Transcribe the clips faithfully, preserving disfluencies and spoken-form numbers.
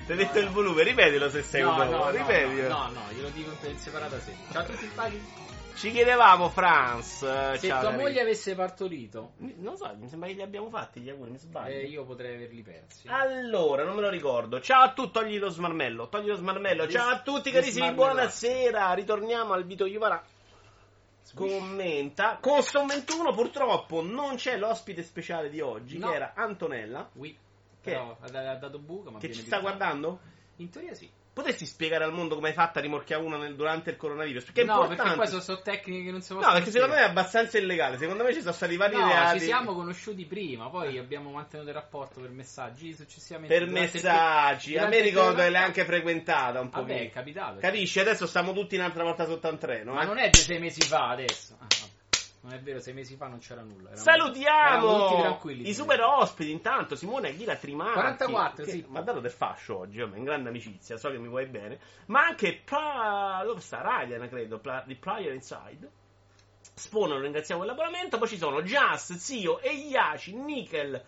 Ti ho detto il volume, ripetilo se sei no, un uomo, no, ripetilo. No, no, no, glielo dico in separata sede. Ciao a tutti simpatici. Ci chiedevamo, Franz, Se ciao, tua cari. moglie avesse partorito, Non so, mi sembra che li abbiamo fatti gli auguri, mi sbaglio. eh, io potrei averli persi. Allora, non me lo ricordo. Ciao a tutti, togli lo smarmello, togli lo smarmello. Des- Ciao a tutti carissimi, desmarmellato. buonasera. Ritorniamo al Vito Iuvara. Commenta. Costa un ventuno, purtroppo non c'è l'ospite speciale di oggi, No. che era Antonella, Oui. Che- Però ha ha dato buca, ma che viene ci sta di- guardando. In teoria sì. Potresti spiegare al mondo come hai fatto a rimorchiare una nel- durante il coronavirus? Perché è no, importante. perché poi sono, sono tecniche che non si No, possono perché secondo me spiegare. è abbastanza illegale. Secondo me ci sono stati vari No, reati. ci siamo conosciuti prima, poi abbiamo mantenuto il rapporto per messaggi successivamente. Per durante il- messaggi. A durante me il ricordo che l'hai periodo- anche frequentata un po'. Vabbè, è capitato. Capisci? Adesso stiamo tutti un'altra volta sotto un treno. Ma eh? non è di sei mesi fa adesso. Ah, vabbè. Non è vero, sei mesi fa non c'era nulla. Eravamo- Salutiamo eravamo tutti tranquilli. i super ospiti. Intanto Simone Aghira Trimarchi, quarantaquattro, che sì. mi ha dato del fascio oggi, vabbè, in grande amicizia, so che mi vuoi bene. Ma anche pra... dove sta? Ryan, credo, Pla... di Player Inside. Spono, lo ringraziamo per l'abbonamento. Poi ci sono Just, Zio, Eiaci, Nickel,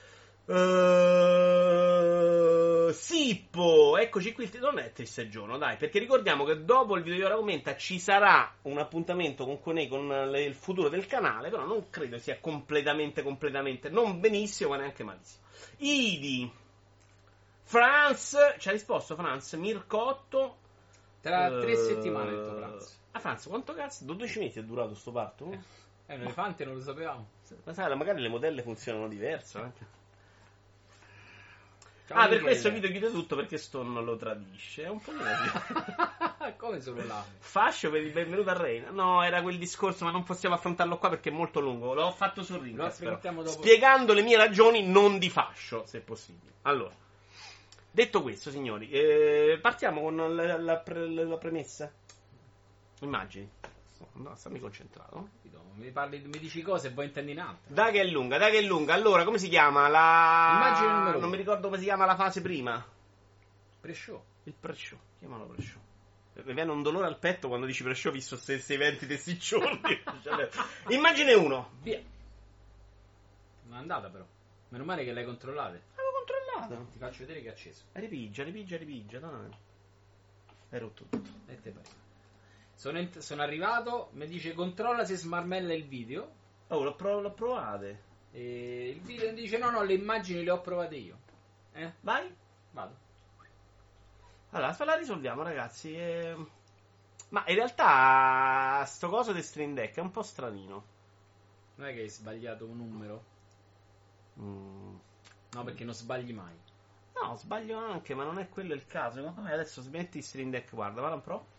Uh, Sippo, eccoci qui. Non è triste giorno, dai, perché ricordiamo che dopo il video di ora commenta ci sarà un appuntamento con Conei con le- il futuro del canale, però non credo sia completamente, completamente, non benissimo, ma neanche malissimo. Idi, Franz, ci ha risposto Franz, Mircotto. Tra eh, tre settimane, detto Franz. Ah, Franz, quanto cazzo? dodici mesi è durato sto parto? È un elefante, non lo sapevamo. Ma sai, magari le modelle funzionano diverso anche. Ciao, Ah, per Michele. questo video chiude tutto perché Stone lo tradisce. È un po' così. Come solo là? Fascio per il benvenuto a Reina. No, era quel discorso, ma non possiamo affrontarlo qua perché è molto lungo. L'ho fatto sul ring. Lo affrontiamo dopo. Spiegando le mie ragioni non di fascio, se possibile. Allora, detto questo, signori, eh, partiamo con la, la, pre- la premessa. Immagini. No, stammi concentrato. Mi parli, mi dici cose e poi intendi in altro. Dai che è lunga, dai che è lunga. Allora, come si chiama? La... Immagine numero uno. Non mi ricordo come si chiama la fase prima. Pre-show. Il pre-show. Chiamalo pre-show. Mi viene un dolore al petto quando dici pre-show visto questi eventi di questi giorni. Immagine uno. Via. Non è andata però. Meno male che l'hai controllate. Avevo controllato. Ti faccio vedere che è acceso. Ripigia, ripigia, ripigia. Dai. Hai rotto tutto. E te prego. Sono, ent- sono arrivato, mi dice controlla se smarmella il video. Oh, l'ho, prov- l'ho provate. E il video mi dice no, no, le immagini le ho provate io. Eh? Vai. Vado. Allora, se la risolviamo, ragazzi. eh. Ma in realtà, sto coso del Stream Deck è un po' stranino. Non è che hai sbagliato un numero? Mm. No, perché non sbagli mai. No, sbaglio anche, ma non è quello il caso. Secondo me adesso smetti il Stream Deck, guarda, guarda un po'.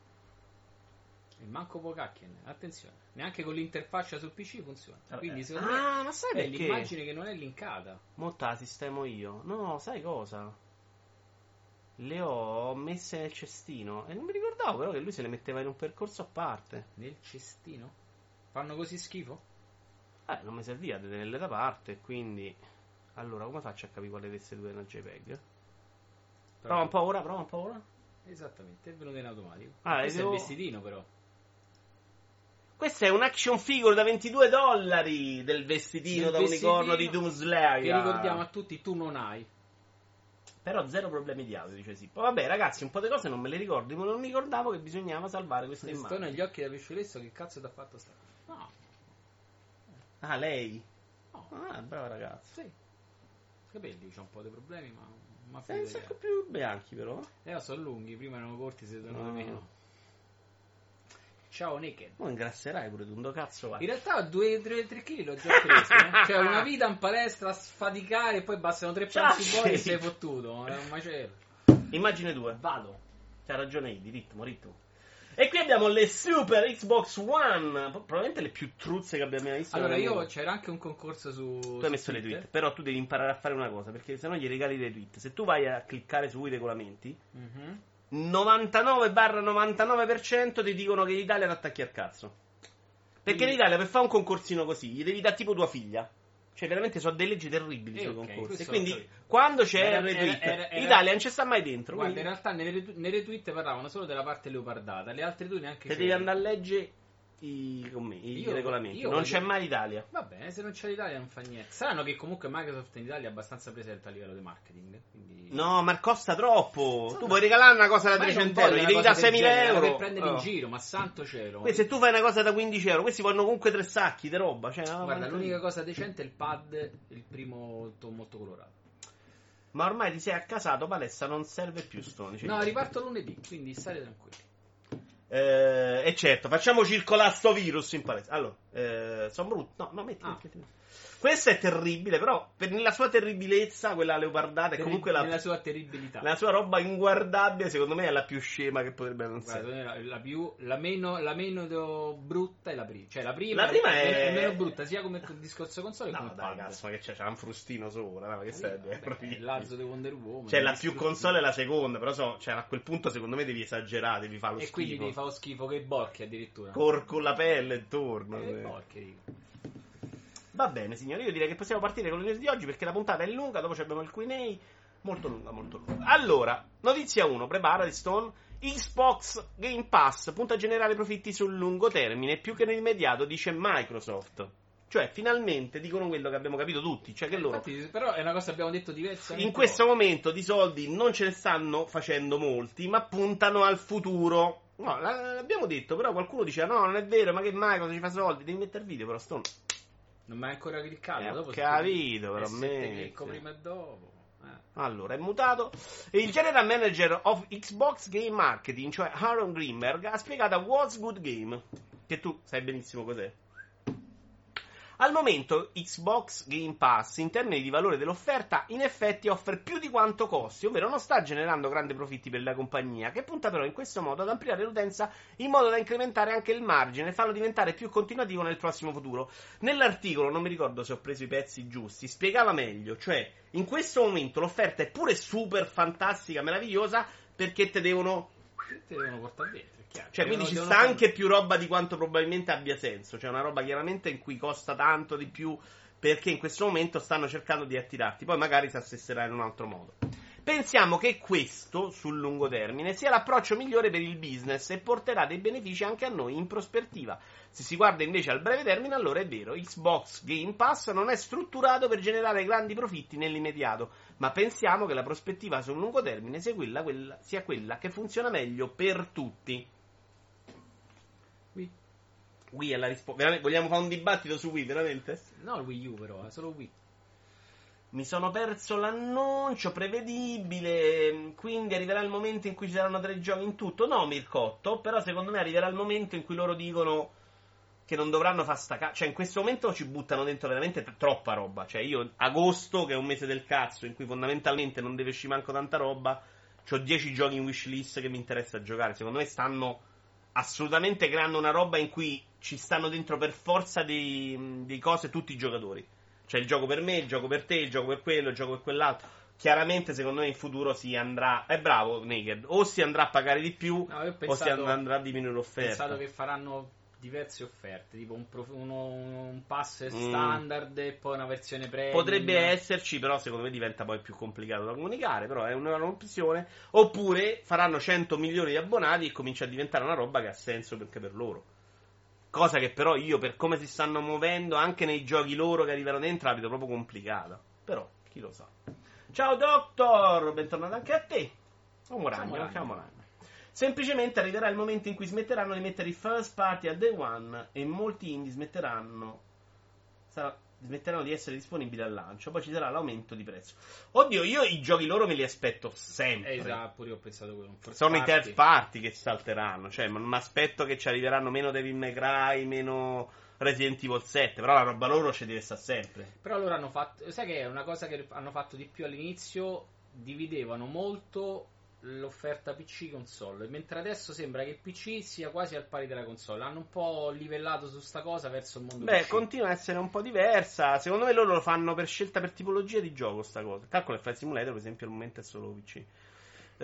E manco può cacchien. Attenzione. Neanche con l'interfaccia sul P C funziona. Quindi Eh, secondo ah, me ma sai è perché? l'immagine che non è linkata. Molta la sistemo io. No, sai cosa? Le ho messe nel cestino. E non mi ricordavo però che lui se le metteva in un percorso a parte. Nel cestino? Fanno così schifo? Eh, non mi serviva di tenerle da parte, quindi... Allora, come faccio a capire quale di queste due è una JPEG? Prova un po' ora, prova un po' ora. Esattamente, è venuto in automatico. Ah, Questo devo- è il vestitino però. Questa è un action figure da ventidue dollari del vestitino Del da unicorno vestitino di Doomslayer. Che ricordiamo a tutti, tu non hai. Però zero problemi di audio, dice Sippo. Vabbè, ragazzi, un po' di cose non me le ricordo. Ma non mi ricordavo che bisognava salvare queste Se sto immagini. negli occhi da pesciolezzo, che cazzo ti ha fatto sta? No, Ah, lei? no, Ah, brava ragazza. sì. I capelli c'ho un po' di problemi, ma... ma Sei un sacco più bianchi, però. Eh, sono lunghi, prima erano corti, si vedono No. meno. Ciao Naked. Ma ingrasserai pure tu, dove cazzo vai? In realtà due tre chili l'ho già preso, eh. Cioè una vita in palestra a sfaticare e poi bastano tre Ciao, pranzi buoni e sì. sei fottuto. È un macello. Immagine due. Vado. C'ha ragione di ritmo, ritmo. E qui abbiamo le Super Xbox One. Probabilmente le più truzze che abbiamo mai visto. Allora nella io vita. c'era anche un concorso su Tu hai messo le tweet, però tu devi imparare a fare una cosa, perché sennò gli regali le tweet. Se tu vai a cliccare sui regolamenti, Mhm. novantanove novantanove per cento ti dicono che in Italia ti attacchi al cazzo. Perché Quindi- in Italia per fare un concorsino così gli devi dare tipo tua figlia. Cioè veramente sono delle leggi terribili Eh, sui ok, concorsi. questo E quindi ho capito. quando c'è Era- il retweet, era- era- in Italia non ci sta mai dentro. Guarda, in Quindi realtà nelle, retu- nelle tweet parlavano solo della parte leopardata, le altre due neanche te c'erano. devi andare a leggere i, come, i Io- regolamenti. io Non voglio- c'è mai l'Italia. Va bene, se non c'è l'Italia non fa niente. Saranno che comunque Microsoft in Italia è abbastanza presente a livello di marketing. Quindi... No, ma costa troppo. Insomma, tu puoi regalare una cosa da ma io non trecento euro, voglio gli una devi cosa da del seimila genere, euro. per prendere in Oh. giro, ma santo cielo. Poi se tu fai una cosa da quindici euro, questi vogliono comunque tre sacchi di roba. Cioè, no, Guarda, ma- l'unica cosa decente è il pad, il primo to- molto colorato. Ma ormai ti sei accasato, Palessa, non serve più sto. dice. No, riparto lunedì, quindi state tranquilli. Eh, e certo, facciamo circolare sto virus in palestra. Allora, eh, sono brutto. No, no, metti, Ah. metti, metti. Questo è terribile, però per, nella sua terribilezza, quella leopardata è Terri- comunque la, nella sua terribilità. la sua roba inguardabile, secondo me è la più scema che potrebbe non Guarda, essere. la, la più, la meno, la meno do- brutta è la prima. Cioè, la prima, La prima è- è, è meno brutta, sia come il discorso console che No, come dai, pad. cazzo, ma che c'è? C'è un frustino sopra, no? Ma che Sì, stai a dire? vabbè, Proprio- il lazzo di Wonder Woman. Cioè, la il più distruttivo. console è la seconda, però so, cioè, a quel punto secondo me devi esagerare, devi fare lo E schifo. quindi ti fa lo schifo che i borchi addirittura. Cor- con la pelle intorno. Eh, sì. borchi, dico. Va bene, signori, io direi che possiamo partire con le news di oggi perché la puntata è lunga, dopo ci abbiamo il Q and A, molto lunga, molto lunga. Allora, notizia uno, preparati Stone, Xbox Game Pass punta a generare profitti sul lungo termine, più che nell'immediato, dice Microsoft. Cioè, finalmente dicono quello che abbiamo capito tutti, cioè che loro Infatti, però è una cosa che abbiamo detto diversa. in questo momento di soldi non ce ne stanno facendo molti, ma puntano al futuro. No, l- l'abbiamo detto, però qualcuno dice no, non è vero, ma che Microsoft ci fa soldi, devi mettere video però Stone. Non mi hai ancora cliccato. Eh, ho dopo capito, però se metti. clicco prima e dopo. Eh. Allora, è mutato. E il general manager of Xbox Game Marketing, cioè Aaron Greenberg, ha spiegato a What's Good Game, che tu sai benissimo cos'è. Al momento Xbox Game Pass, in termini di valore dell'offerta, in effetti offre più di quanto costi, ovvero non sta generando grandi profitti per la compagnia, che punta però in questo modo ad ampliare l'utenza in modo da incrementare anche il margine e farlo diventare più continuativo nel prossimo futuro. Nell'articolo, non mi ricordo se ho preso i pezzi giusti, spiegava meglio, cioè in questo momento l'offerta è pure super fantastica, meravigliosa, perché te devono... Te devono portare dentro, è chiaro. Cioè, quindi Devono- ci devono sta fare- anche più roba di quanto probabilmente abbia senso. Cioè, una roba chiaramente in cui costa tanto di più, perché in questo momento stanno cercando di attirarti. Poi magari si assesserà in un altro modo. Pensiamo che questo, sul lungo termine, sia l'approccio migliore per il business e porterà dei benefici anche a noi in prospettiva. Se si guarda invece al breve termine, allora è vero, Xbox Game Pass non è strutturato per generare grandi profitti nell'immediato, ma pensiamo che la prospettiva sul lungo termine sia quella, quella, sia quella che funziona meglio per tutti. Wii. Wii è la risposta. Vogliamo fare un dibattito su Wii, veramente? No, il Wii U però, è solo Wii. Mi sono perso l'annuncio prevedibile, quindi arriverà il momento in cui ci saranno tre giochi in tutto. No, Mircotto, però secondo me arriverà il momento in cui loro dicono che non dovranno far sta ca- Cioè, in questo momento ci buttano dentro veramente t- troppa roba. Cioè, io, agosto, che è un mese del cazzo, in cui fondamentalmente non deve uscire manco tanta roba, c'ho dieci giochi in wishlist che mi interessa giocare. Secondo me stanno assolutamente creando una roba in cui ci stanno dentro per forza dei, dei cose tutti i giocatori. Cioè il gioco per me, il gioco per te, il gioco per quello, il gioco per quell'altro. Chiaramente secondo me in futuro si andrà... È bravo Naked, o si andrà a pagare di più No, io ho o si pensato- andrà a diminuire Ho l'offerta. pensato che faranno diverse offerte, tipo un, prof- uno- un pass Mm. standard e poi una versione premium. Potrebbe esserci, però secondo me diventa poi più complicato da comunicare, però è una- un'opzione. Oppure faranno cento milioni di abbonati e comincia a diventare una roba che ha senso anche per loro. Cosa che però io, per come si stanno muovendo, anche nei giochi loro che arriveranno dentro, la vedo proprio complicata. Però, chi lo sa. Ciao Doctor, bentornato anche a te. Oh, Ragno, Ragno. ciao Ragno. Semplicemente arriverà il momento in cui smetteranno di mettere i first party al day one e molti indie smetteranno sarà, smetteranno di essere disponibili al lancio. Poi ci sarà l'aumento di prezzo. Oddio, io i giochi loro me li aspetto sempre. Eh, esatto, pure io ho pensato quello. un first Sono i party. third party che salteranno. Cioè, mi aspetto che ci arriveranno meno Devil May Cry, meno Resident Evil sette. Però la roba loro ci deve stare sempre. Però loro hanno fatto, sai che è una cosa che hanno fatto di più all'inizio, dividevano molto l'offerta P C console, mentre adesso sembra che il P C sia quasi al pari della console. Hanno un po' livellato su sta cosa verso il mondo Beh, P C. continua a essere un po' diversa. Secondo me loro lo fanno per scelta, per tipologia di gioco sta cosa. Calcola il Flight Simulator, per esempio, al momento è solo P C. Eh,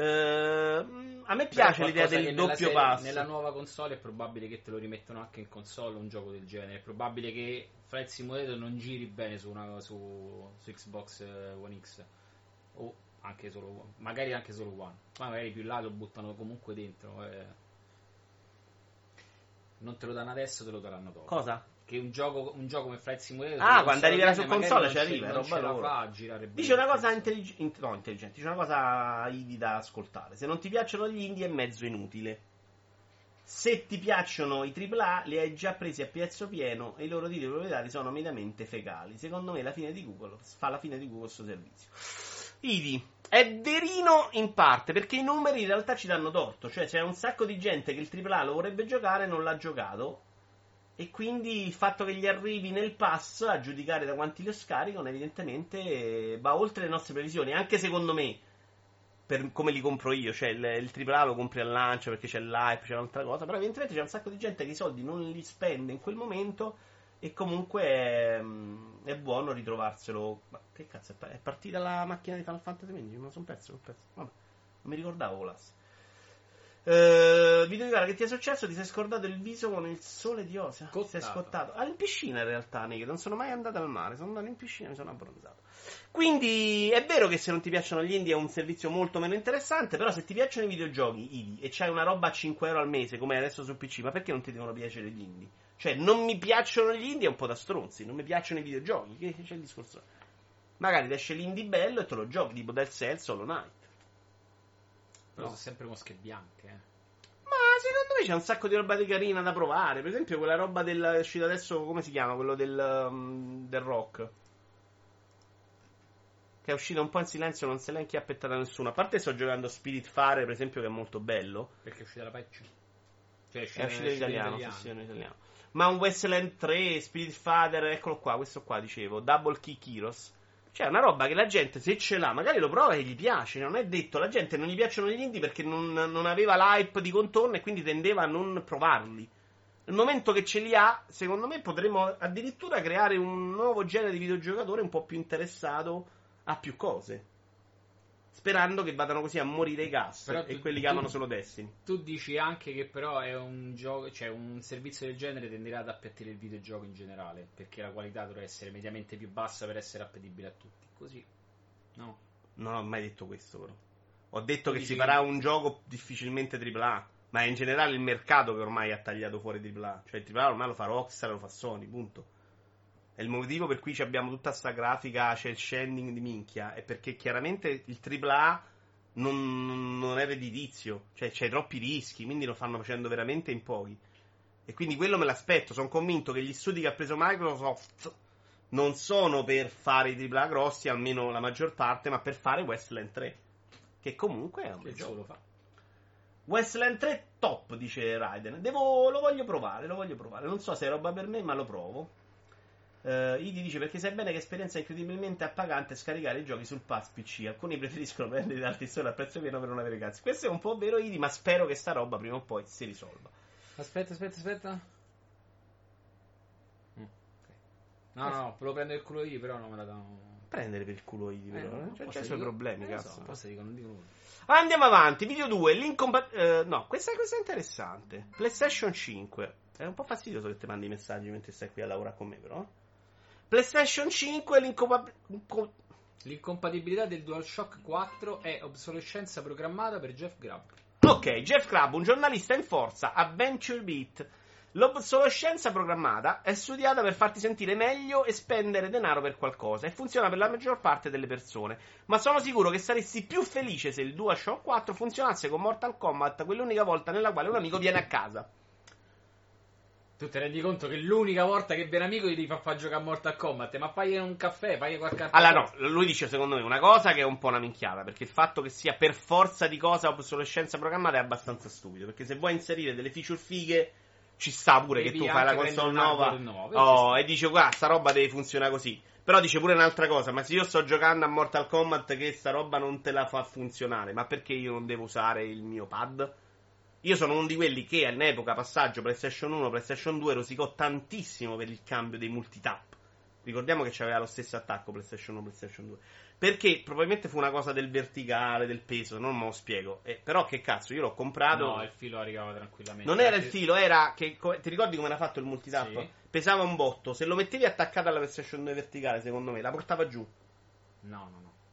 a me piace Però l'idea qualcosa del che nella doppio serie- pass. Nella nuova console è probabile che te lo rimettano anche in console un gioco del genere. È probabile che Flight Simulator non giri bene su, una, su, su Xbox One X. O anche solo One. Magari anche solo One. Ma magari più là lo buttano comunque dentro. Eh. Non te lo danno adesso, te lo daranno dopo. Cosa? Che un gioco, un gioco come Flight Simulator... Ah, quando arriverà su magari console non ci ce- arriva, è non roba ce la loro. fa a girare Dice una bene, cosa penso. intelligente, no, intelligente, dice una cosa Idi da ascoltare. Se non ti piacciono gli indie è mezzo inutile. Se ti piacciono i tripla A li hai già presi a prezzo pieno e i loro titoli proprietari sono mediamente fecali. Secondo me la fine di Google fa la fine di Google questo servizio. Idi, è verino in parte, perché i numeri in realtà ci danno torto. Cioè c'è un sacco di gente che il tripla A lo vorrebbe giocare e non l'ha giocato. E quindi il fatto che gli arrivi nel pass, a giudicare da quanti lo scaricano, evidentemente eh, va oltre le nostre previsioni. Anche secondo me, per come li compro io, cioè il, il tripla A lo compri al lancio perché c'è l'hype, c'è un'altra cosa. Però evidentemente c'è un sacco di gente che i soldi non li spende in quel momento. E comunque è, è buono ritrovarselo. Ma che cazzo, è, pa- è partita la macchina di Final Fantasy quindici? Me lo sono perso, l'ho perso. Vabbè, non mi ricordavo volasse. Uh, video di gara, che ti è successo? Ti sei scordato il viso con il sole di Osa? Ti sei scottato? Ah, in piscina in realtà, Nick. Non sono mai andato al mare, sono andato in piscina e mi sono abbronzato. Quindi è vero che se non ti piacciono gli indie è un servizio molto meno interessante. Però se ti piacciono i videogiochi indie e c'hai una roba a cinque euro al mese come adesso su P C, ma perché non ti devono piacere gli indie? Cioè, non mi piacciono gli indie è un po' da stronzi. Non mi piacciono i videogiochi. Che c'è il discorso? Magari ti esce l'indie bello e te lo giochi, tipo Dead Cells o Hollow Knight. Però No. sono sempre mosche bianche, eh. Ma secondo me c'è un sacco di roba di carina da provare. Per esempio quella roba del è uscita adesso, come si chiama? Quello del, um, del rock, che è uscito un po' in silenzio, non se l'ha inchiappettata nessuno. A parte sto giocando Spiritfarer, per esempio, che è molto bello. Perché è uscita la patch? Cioè è È uscito in italiano, sì, sì, in italiano. italiano. Ma un Wasteland tre, Spiritfarer, eccolo qua, questo qua dicevo, Double Kick Heroes. Cioè, è una roba che la gente, se ce l'ha, magari lo prova e gli piace. Non è detto, la gente non gli piacciono gli indie perché non, non aveva l'hype di contorno e quindi tendeva a non provarli. Nel momento che ce li ha, secondo me potremmo addirittura creare un nuovo genere di videogiocatore un po' più interessato a più cose. Sperando che vadano così a morire i gas Però e tu- quelli che tu- amano solo Destiny. Tu dici anche che però è un gioco, cioè un servizio del genere tenderà ad appiattire il videogioco in generale, perché la qualità dovrà essere mediamente più bassa per essere appetibile a tutti. Così, no? Non ho mai detto questo, però. Ho detto Tu che dici si che- farà un gioco difficilmente tripla A. Ma è in generale il mercato che ormai ha tagliato fuori tripla A. Cioè il tripla A ormai lo fa Rockstar, lo fa Sony, punto. È il motivo per cui ci abbiamo tutta sta grafica, c'è il shading di minchia. È perché chiaramente il tripla A non, non è redditizio. Cioè c'hai troppi rischi, quindi lo fanno facendo veramente in pochi. E quindi quello me l'aspetto. Sono convinto che gli studi che ha preso Microsoft non sono per fare i tripla A grossi, almeno la maggior parte, ma per fare Wasteland tre. Che comunque è un Che bel il gioco. solo fa. Wasteland tre top, dice Raiden. Devo, lo voglio provare, lo voglio provare. Non so se è roba per me, ma lo provo. Uh, Idi dice perché sai bene che esperienza incredibilmente appagante scaricare i giochi sul pass P C. Alcuni preferiscono prendere altri solo a prezzo pieno per non avere cazzi. Questo è un po' vero, Idi, ma spero che sta roba prima o poi si risolva. Aspetta, aspetta, aspetta. Mm, ok. No, no, volevo prendere il culo io, però non me la danno. Prendere per il culo Idi, però. Eh, Eh, no, cioè, forse c'è i suoi dico- problemi, eh, lo cazzo. so, forse dico, non dico nulla. Andiamo avanti, video due, l'incompa- eh, no, questa, questa è interessante. PlayStation cinque. È un po' fastidioso che ti mandi i messaggi mentre stai qui a lavorare con me, però. PlayStation cinque, l'incompa- inco- L'incompatibilità del DualShock quattro è obsolescenza programmata per Jeff Grubb. Ok, Jeff Grubb, un giornalista in forza a VentureBeat. L'obsolescenza programmata è studiata per farti sentire meglio e spendere denaro per qualcosa e funziona per la maggior parte delle persone. Ma sono sicuro che saresti più felice se il DualShock quattro funzionasse con Mortal Kombat, quell'unica volta nella quale un amico viene a casa. Tu ti rendi conto che l'unica volta che viene amico gli devi far fare giocare a Mortal Kombat, ma fagli un caffè, fagli qualche altra Allora no, cosa. lui dice secondo me una cosa che è un po' una minchiata, perché il fatto che sia per forza di cosa obsolescenza programmata è abbastanza stupido, perché se vuoi inserire delle feature fighe ci sta pure Devi che tu fai la anche console prendere un nuova hardware nuovo, ci oh, sta. e dici guarda sta roba deve funzionare così. Però dice pure un'altra cosa, ma se io sto giocando a Mortal Kombat che sta roba non te la fa funzionare, ma perché io non devo usare il mio pad? Io sono uno di quelli che all'epoca passaggio PlayStation uno, PlayStation due rosicò tantissimo per il cambio dei multitap. Ricordiamo che c'aveva lo stesso attacco PlayStation uno, PlayStation due. Perché probabilmente fu una cosa del verticale, del peso, non me lo spiego. Eh, però che cazzo, io l'ho comprato. No, il filo arrivava tranquillamente. Non era il Anche- filo, era che co- ti ricordi come era fatto il multitap? Sì. Pesava un botto. Se lo mettevi attaccato alla PlayStation due verticale, secondo me, la portava giù. No, no, no.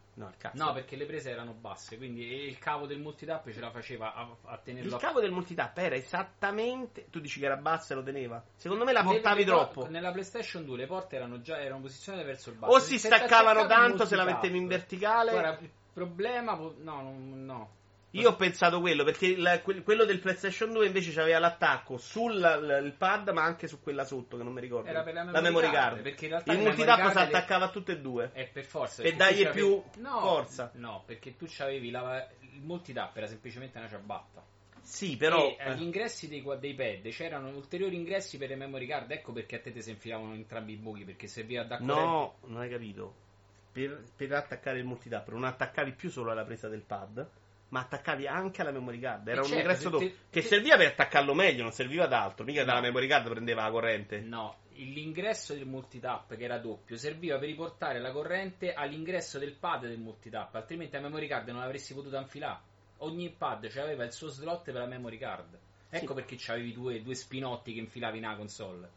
No, il cazzo. No, perché le prese erano basse, quindi il cavo del multitap ce la faceva a, a tenerlo. Il a... cavo del multitap era esattamente. Tu dici che era basso e lo teneva? Secondo me la Le- portavi le- troppo. Nella PlayStation due le porte erano già erano posizionate verso il basso. O si Se t'attaccavi staccavano il tanto se la multitap. mettevi in verticale. Guarda, il problema. po- No, no, no. Io ho pensato quello, perché il- que- quello del PlayStation due invece c'aveva l'attacco sul l- il pad, ma anche su quella sotto, che non mi ricordo. Era per la memory memory card. card, perché in realtà Il le multitap memory si card le- attaccava a tutte e due. È per forza. Per perché tu dargli c'avevi- più no, forza. No, perché tu c'avevi la... il multitap era semplicemente una ciabatta. Sì, però. E agli ingressi dei, qua- dei pad c'erano ulteriori ingressi per le memory card. Ecco perché a te ti si infilavano entrambi i buchi. Perché serviva da corrente. No, non hai capito. Per, per attaccare il multitap non attaccavi più solo alla presa del pad, ma attaccavi anche alla memory card. Era E un certo, ingresso se doppio. te- Che se- serviva per attaccarlo meglio, non serviva ad altro. Mica No. dalla memory card prendeva la corrente. No, l'ingresso del multitap, che era doppio, serviva per riportare la corrente all'ingresso del pad del multitap. Altrimenti la memory card non l'avresti potuta infilare. Ogni pad aveva il suo slot per la memory card. Ecco Sì. perché c'avevi due, due spinotti che infilavi nella console.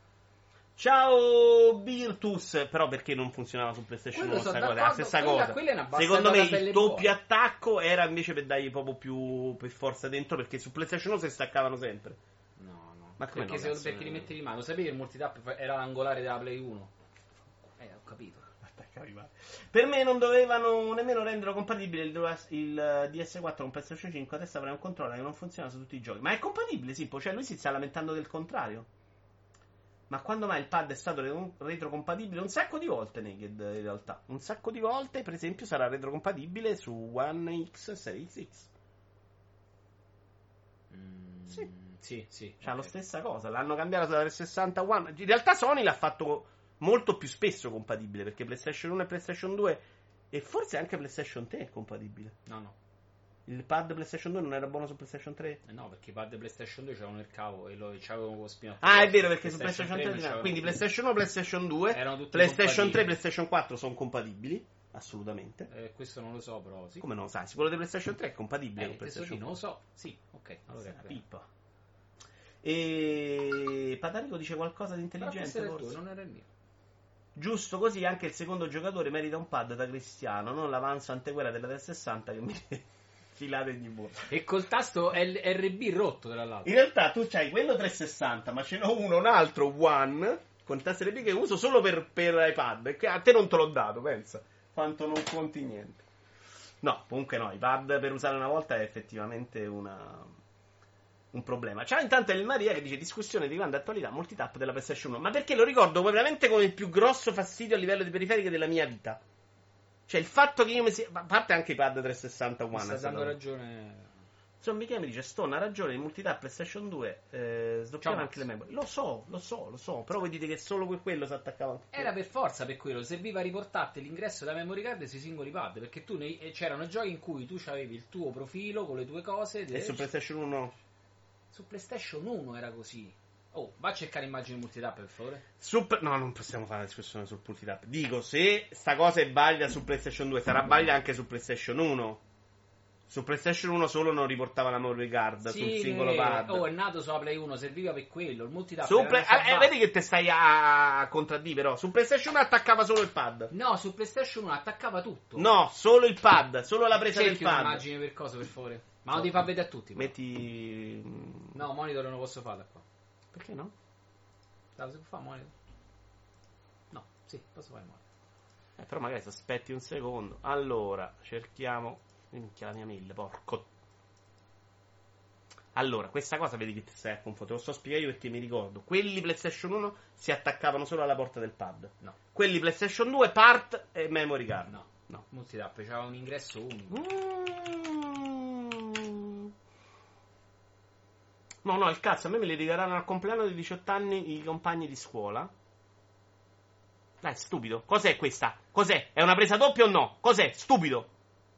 Ciao Virtus, però perché non funzionava su PlayStation Quello uno sta sono cosa? È la d'accordo, stessa quella- cosa. quella è una bassa Secondo me data il pelle doppio buona. attacco era invece per dargli proprio più per forza dentro, perché su PlayStation uno si staccavano sempre. No, no. Ma come perché, no, se, cazzo, perché li eh? mettevi in mano? Sapevi che il multitap fa- era l'angolare della Play uno? Eh, ho capito. Attaccavi male. Per me non dovevano nemmeno renderlo compatibile il, il D S quattro con PlayStation cinque. Adesso avrei un controller che non funziona su tutti i giochi. Ma è compatibile, sì, poi, cioè lui si sta lamentando del contrario. Ma quando mai il pad è stato re- retrocompatibile? Un sacco di volte, Naked, in realtà. Un sacco di volte, per esempio, sarà retrocompatibile su One X e Series X. Mm, Sì. Sì, sì. Cioè, ok. la stessa cosa. L'hanno cambiato dalla trecentosessanta One. In realtà Sony l'ha fatto molto più spesso compatibile, perché PlayStation uno e PlayStation due e forse anche PlayStation tre è compatibile. No, no. Il pad PlayStation due non era buono su PlayStation tre? Eh no, perché i pad PlayStation due c'avevano il cavo e lo c'avevano lo spinotto. Ah, è vero, perché su PlayStation PlayStation tre tre non c'avevano quindi più. PlayStation uno, PlayStation due, Erano tutti PlayStation tre, compatibili. PlayStation quattro sono compatibili, assolutamente. Eh, questo non lo so, però sì. Come non lo sai? Quello di PlayStation tre è compatibile Eh, con questo PlayStation sì, non lo so. Sì, ok. Allora, quattro. è Pippa. E Patarico dice qualcosa di Però intelligente, questo era il forse. tuo, non era il mio. Giusto così anche il secondo giocatore merita un pad da Cristiano, non l'avanzo anteguerra della trecentosessanta che mi filate di buono. E col tasto L- R B rotto, tra l'altro. In realtà tu c'hai quello trecentosessanta, ma ce n'ho uno, un altro One con tasto R B che uso solo per, per iPad. Che a te non te l'ho dato, pensa. Quanto non conti niente. No, comunque no, iPad per usare una volta è effettivamente una, un problema. Ciao intanto El Maria che dice discussione di grande attualità, multitap della PlayStation uno. Ma perché lo ricordo veramente come il più grosso fastidio a livello di periferiche della mia vita. Cioè il fatto che io mi sia... A parte anche i pad trecentosessanta One. Mi sta è stato- dando ragione. Insomma, Michele mi dice: Stone ha ragione. Il multitap PlayStation due eh, sdoppiava Ciao, anche le Max. memory. Lo so, lo so, lo so. Però voi dite che solo que- quello si attaccava anche. Era per forza per quello, serviva a riportarti l'ingresso della memory card sui singoli pad, perché tu nei- eh, c'erano giochi in cui tu avevi il tuo profilo con le tue cose. E de- su PlayStation uno. Su PlayStation uno era così. Oh, va a cercare immagini multitap per favore. Super... No, non possiamo fare una discussione sul multitap. Dico, se sta cosa è valida su PlayStation due, sarà valida anche su PlayStation uno. Su PlayStation uno solo non riportava la memory card Sì, sul singolo eh, pad. Oh, è nato sulla Play uno, serviva per quello. Il multitap Su era Play- una eh, eh, ciabatta. vedi che te stai a, a contraddire, però. Su PlayStation uno attaccava solo il pad. No, su PlayStation uno attaccava tutto. No, solo il pad, solo la presa Cerchi del pad. un'immagine per cosa, per favore. Ma non ti fa vedere a tutti. però. Metti. No, monitor non lo posso fare da qua. Perché no? Dai, si può fare monitor? No, sì, posso fare monitor. Eh, però magari se aspetti un secondo. Allora, cerchiamo. Minchia la mia mail, porco. Allora, questa cosa vedi che ti stai a confondere. Te lo sto spiegando io perché mi ricordo. Quelli PlayStation uno si attaccavano solo alla porta del pad. No. Quelli PlayStation due, part e memory card. No, No. multitap, c'era un ingresso unico. Mm. No, no, il cazzo, a me me li regaleranno al compleanno di diciotto anni i compagni di scuola. Dai, stupido. Cos'è questa? Cos'è? È una presa doppia o no? Cos'è? Stupido.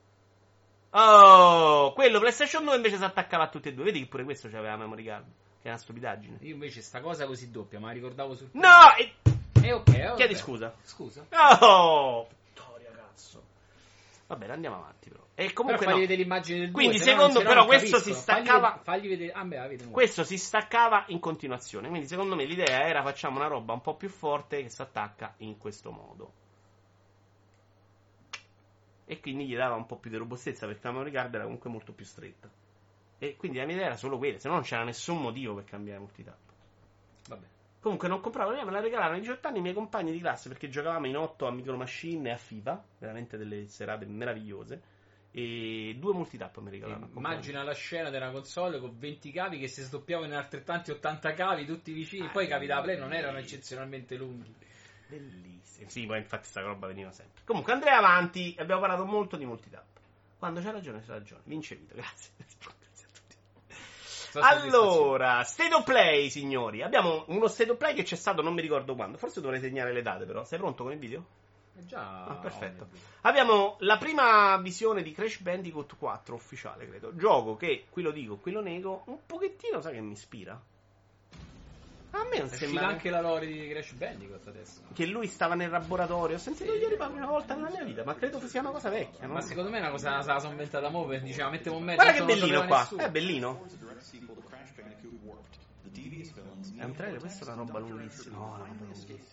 Oh, quello PlayStation due invece si attaccava a tutti e due. Vedi che pure questo c'aveva la memory card. Che è una stupidaggine. Io invece sta cosa così doppia, ma la ricordavo sul... No! E... E ok, eh, Chiedi vabbè. scusa. Scusa. Oh! Vittoria, cazzo. Va bene, andiamo avanti però. E comunque però fagli no. vedere l'immagine del due, Quindi, se no secondo- non- se no però non questo capisco. si staccava- Fagli, fagli vedere... Ah, beh, la vedo. Questo si staccava in continuazione. Quindi, secondo me, l'idea era facciamo una roba un po' più forte che si attacca in questo modo. e quindi gli dava un po' più di robustezza perché la memory card era comunque molto più stretta. E quindi la mia idea era solo quella, se no non c'era nessun motivo per cambiare multitap. Vabbè. Comunque non compravo niente, me la regalarono a diciotto anni i miei compagni di classe perché giocavamo in otto a Micro Machine e a FIFA, veramente delle serate meravigliose. E due multitap mi regalarono. Immagina la scena della console con venti cavi che si sdoppiavano in altrettanti ottanta cavi tutti vicini. Ah, poi i cavi da Play non erano eccezionalmente lunghi. Bellissimo. Sì, poi infatti sta roba veniva sempre. Comunque andrei avanti, abbiamo parlato molto di multitap. Quando c'è ragione c'è ragione. Vince Vito, grazie. Allora, State of Play, signori. Abbiamo uno State of Play che c'è stato, non mi ricordo quando. Forse dovrei segnare le date, però. Sei pronto con il video? È già. Ah, perfetto. Abbiamo la prima visione di Crash Bandicoot quattro ufficiale, credo. Gioco che, qui lo dico, qui lo nego, un pochettino, sai che mi ispira? A me non è sembra anche la lore di Crash Bandicoot adesso. Che lui stava nel laboratorio. Ho sentito ieri per la prima volta nella mia vita, ma credo sia una cosa vecchia, no? Ma secondo me è una cosa se la sono inventata mo' per diceva mettiamo un mezzo. Guarda che bellino qua. Nessuno. È bellino. È un trailer, questa è una roba lunghissima. No, una roba lunghissima.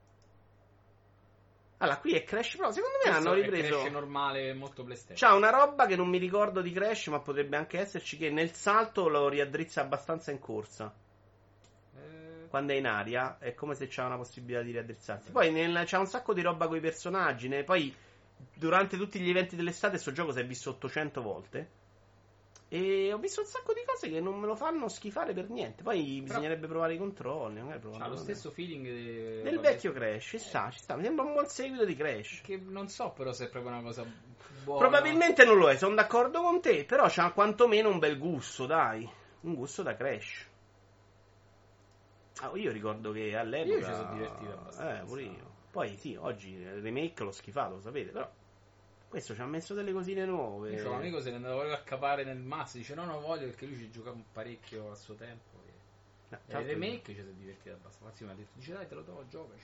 Allora, qui è Crash Pro. Secondo me questo hanno ripreso. Crash normale, molto PlayStation. C'ha una roba che non mi ricordo di Crash, ma potrebbe anche esserci. Che nel salto lo riaddrizza abbastanza in corsa. Eh... Quando è in aria, è come se c'ha una possibilità di riaddrizzarsi. Poi nel... c'ha un sacco di roba con i personaggi. Ne... Poi durante tutti gli eventi dell'estate, questo gioco si è visto ottocento volte. E ho visto un sacco di cose che non me lo fanno schifare per niente. Poi però bisognerebbe provare i controlli. Ha lo stesso feeling de... del vecchio Crash. Ci sta, ci sta. Mi sembra un buon seguito di Crash. Che non so però se è proprio una cosa buona. Probabilmente non lo è, sono d'accordo con te. Però c'ha quantomeno un bel gusto, dai. Un gusto da Crash. Ah, io ricordo che all'epoca io ci sono divertito abbastanza. Eh, pure io. Poi sì, oggi il remake l'ho schifato, lo sapete, però questo ci ha messo delle cosine nuove. Io c'ho un amico se ne andava a capare nel mazzo, dice no, non voglio perché lui ci giocava parecchio a suo tempo. E... No, e il remake ci si è divertito abbastanza. Mi ha detto, dice dai te lo do, giocaci.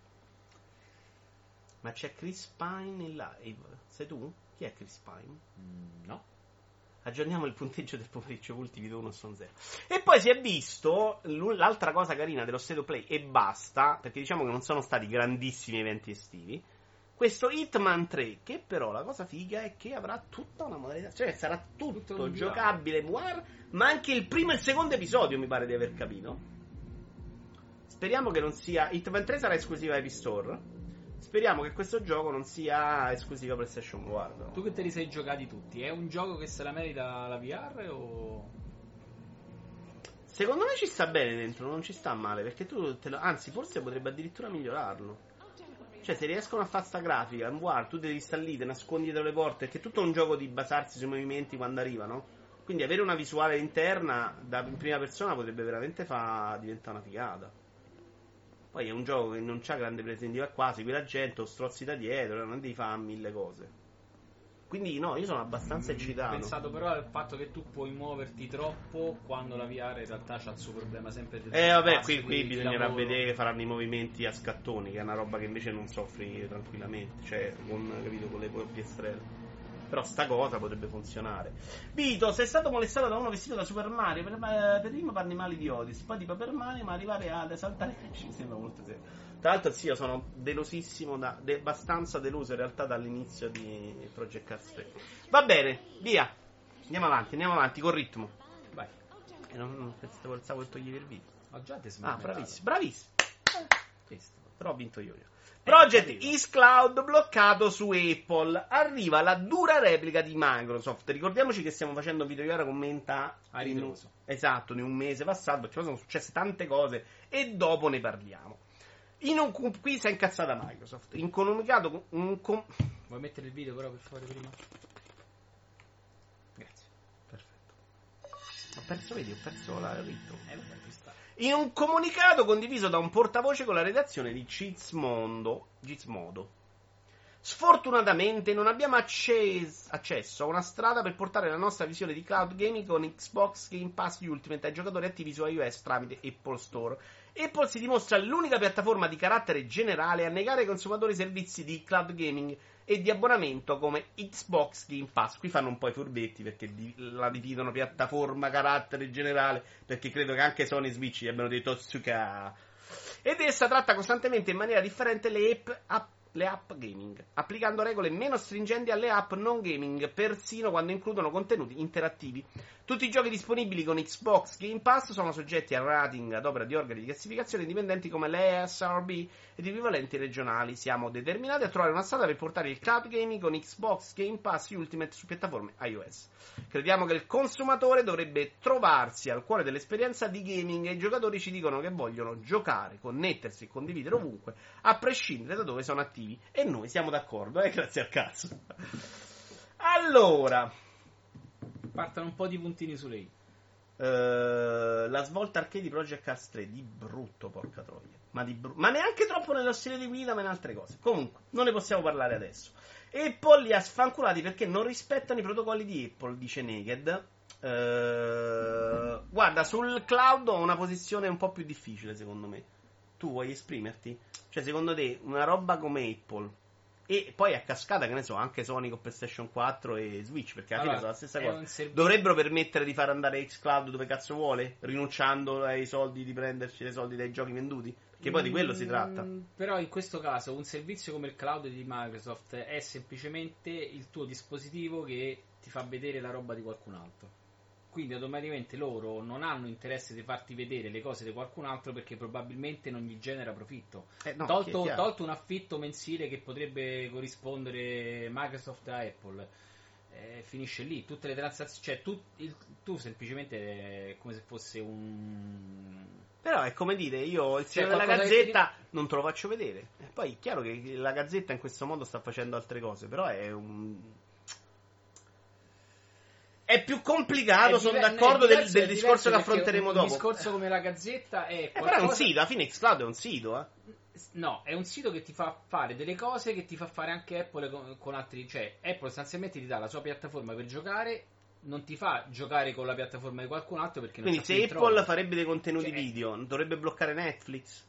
Ma c'è Chris Pine in live? Sei tu? Chi è Chris Pine? Mm, no. Aggiorniamo il punteggio del pomeriggio, ultimi uno sono zero. E poi si è visto l'altra cosa carina dello State of Play e basta, perché diciamo che non sono stati grandissimi eventi estivi. Questo Hitman tre, che però la cosa figa è che avrà tutta una modalità, cioè sarà tutto, tutto giocabile V R, ma anche il primo e il secondo episodio mi pare di aver capito. Speriamo che non sia... Hitman tre sarà esclusiva Epic Store. Speriamo che questo gioco non sia esclusiva PlayStation Guarda. Tu che te li sei giocati tutti, è un gioco che se la merita la V R o... Secondo me ci sta bene dentro, non ci sta male, perché tu te lo... anzi forse potrebbe addirittura migliorarlo. Cioè, se riescono a fare sta grafica, in V R, tu devi stare lì, te nascondi dietro le porte, perché è tutto un gioco di basarsi sui movimenti quando arrivano. Quindi avere una visuale interna da in prima persona potrebbe veramente fa diventare una figata. Poi è un gioco che non c'ha grande presenza qua, segui la gente, o strozzi da dietro, non devi fare mille cose. Quindi no, io sono abbastanza eccitato. Ho pensato però al fatto che tu puoi muoverti troppo quando la V R in realtà c'ha il suo problema sempre del Eh vabbè, qui, qui bisognerà vedere che faranno i movimenti a scattoni, che è una roba che invece non soffri tranquillamente, cioè con, capito, con le piastrelle. Però sta cosa potrebbe funzionare. Vito, sei stato molestato da uno vestito da Super Mario. Per, per prima parli male di Odyssey, poi di Paper Mario, ma arrivare ad esaltare ci sembra molto serio. Tra l'altro sì, io sono delosissimo, da, de, abbastanza deluso in realtà dall'inizio di Project Cars tre. Va bene, via. Andiamo avanti, andiamo avanti col ritmo. Vai. E non, non pensavo, pensavo che togliere il video. Ho già te Ah, bravissimo, bravissimo. Eh, però ho vinto io. io. Project xCloud bloccato su Apple. Arriva la dura replica di Microsoft. Ricordiamoci che stiamo facendo video ora commenta a ritroso. Esatto, in un mese passato, perché sono successe tante cose e dopo ne parliamo. In un, qui si è incazzata Microsoft. In comunicato un com- Vuoi mettere il video però per fare prima? Grazie. Perfetto. Ho perso, vedi, ho perso la ritmo. Eh, vabbè, sta. In un comunicato condiviso da un portavoce con la redazione di Gizmodo, Gizmodo. Sfortunatamente non abbiamo acces- accesso a una strada per portare la nostra visione di cloud gaming con Xbox Game Pass Ultimate ai giocatori attivi su iOS tramite Apple Store. Apple si dimostra l'unica piattaforma di carattere generale a negare ai consumatori servizi di cloud gaming e di abbonamento come Xbox Game Pass. Qui fanno un po' i furbetti perché di- la dividono piattaforma carattere generale, perché credo che anche Sony e Switch gli abbiano detto Tsuka. Ed essa tratta costantemente in maniera differente le app, app le app gaming, applicando regole meno stringenti alle app non gaming, persino quando includono contenuti interattivi. Tutti i giochi disponibili con Xbox Game Pass sono soggetti a rating ad opera di organi di classificazione indipendenti come l'E S R B ed equivalenti regionali. Siamo determinati a trovare una strada per portare il cloud gaming con Xbox Game Pass Ultimate su piattaforme iOS. Crediamo che il consumatore dovrebbe trovarsi al cuore dell'esperienza di gaming e i giocatori ci dicono che vogliono giocare, connettersi e condividere ovunque, a prescindere da dove sono attivi. E noi siamo d'accordo, eh, grazie al cazzo. Allora, Partono un po' di puntini su lei. uh, la svolta arcade di Project Cars tre, di brutto, porca troia. Ma, di bru- ma neanche troppo nello stile di guida, ma in altre cose. Comunque, non ne possiamo parlare adesso. Apple li ha sfanculati perché non rispettano i protocolli di Apple, dice Naked. Uh, guarda, sul cloud ho una posizione un po' più difficile, secondo me. Tu vuoi esprimerti? Cioè, secondo te, una roba come Apple e poi a cascata, che ne so, anche Sony con PlayStation quattro e Switch, perché alla Allora, fine sono la stessa è cosa, un serv- dovrebbero permettere di far andare xCloud dove cazzo vuole, rinunciando ai soldi di prenderci dei soldi dai giochi venduti? Perché poi di quello si tratta. Mm, Però in questo caso un servizio come il cloud di Microsoft è semplicemente il tuo dispositivo che ti fa vedere la roba di qualcun altro. Quindi automaticamente loro non hanno interesse di farti vedere le cose di qualcun altro perché probabilmente non gli genera profitto. Eh, no, tolto, che è chiaro. tolto un affitto mensile che potrebbe corrispondere Microsoft a Apple, eh, finisce lì. Tutte le transazioni, cioè tu, il- tu semplicemente è come se fosse un... Però è come dire, io il signore della qualcosa che Gazzetta non te lo faccio vedere. E poi è chiaro che la Gazzetta in questo modo sta facendo altre cose, però è un... È più complicato, È sono diver- d'accordo è del, diverso- del è discorso diverso che perché affronteremo un dopo. discorso come la Gazzetta è Eh, però qualcosa... è un sito, alla fine xCloud è un sito, eh. No, è un sito che ti fa fare delle cose che ti fa fare anche Apple con, con altri. Cioè, Apple sostanzialmente ti dà la sua piattaforma per giocare, non ti fa giocare con la piattaforma di qualcun altro perché non Quindi c'ha se più Apple introiti. farebbe dei contenuti Cioè, video, dovrebbe bloccare Netflix?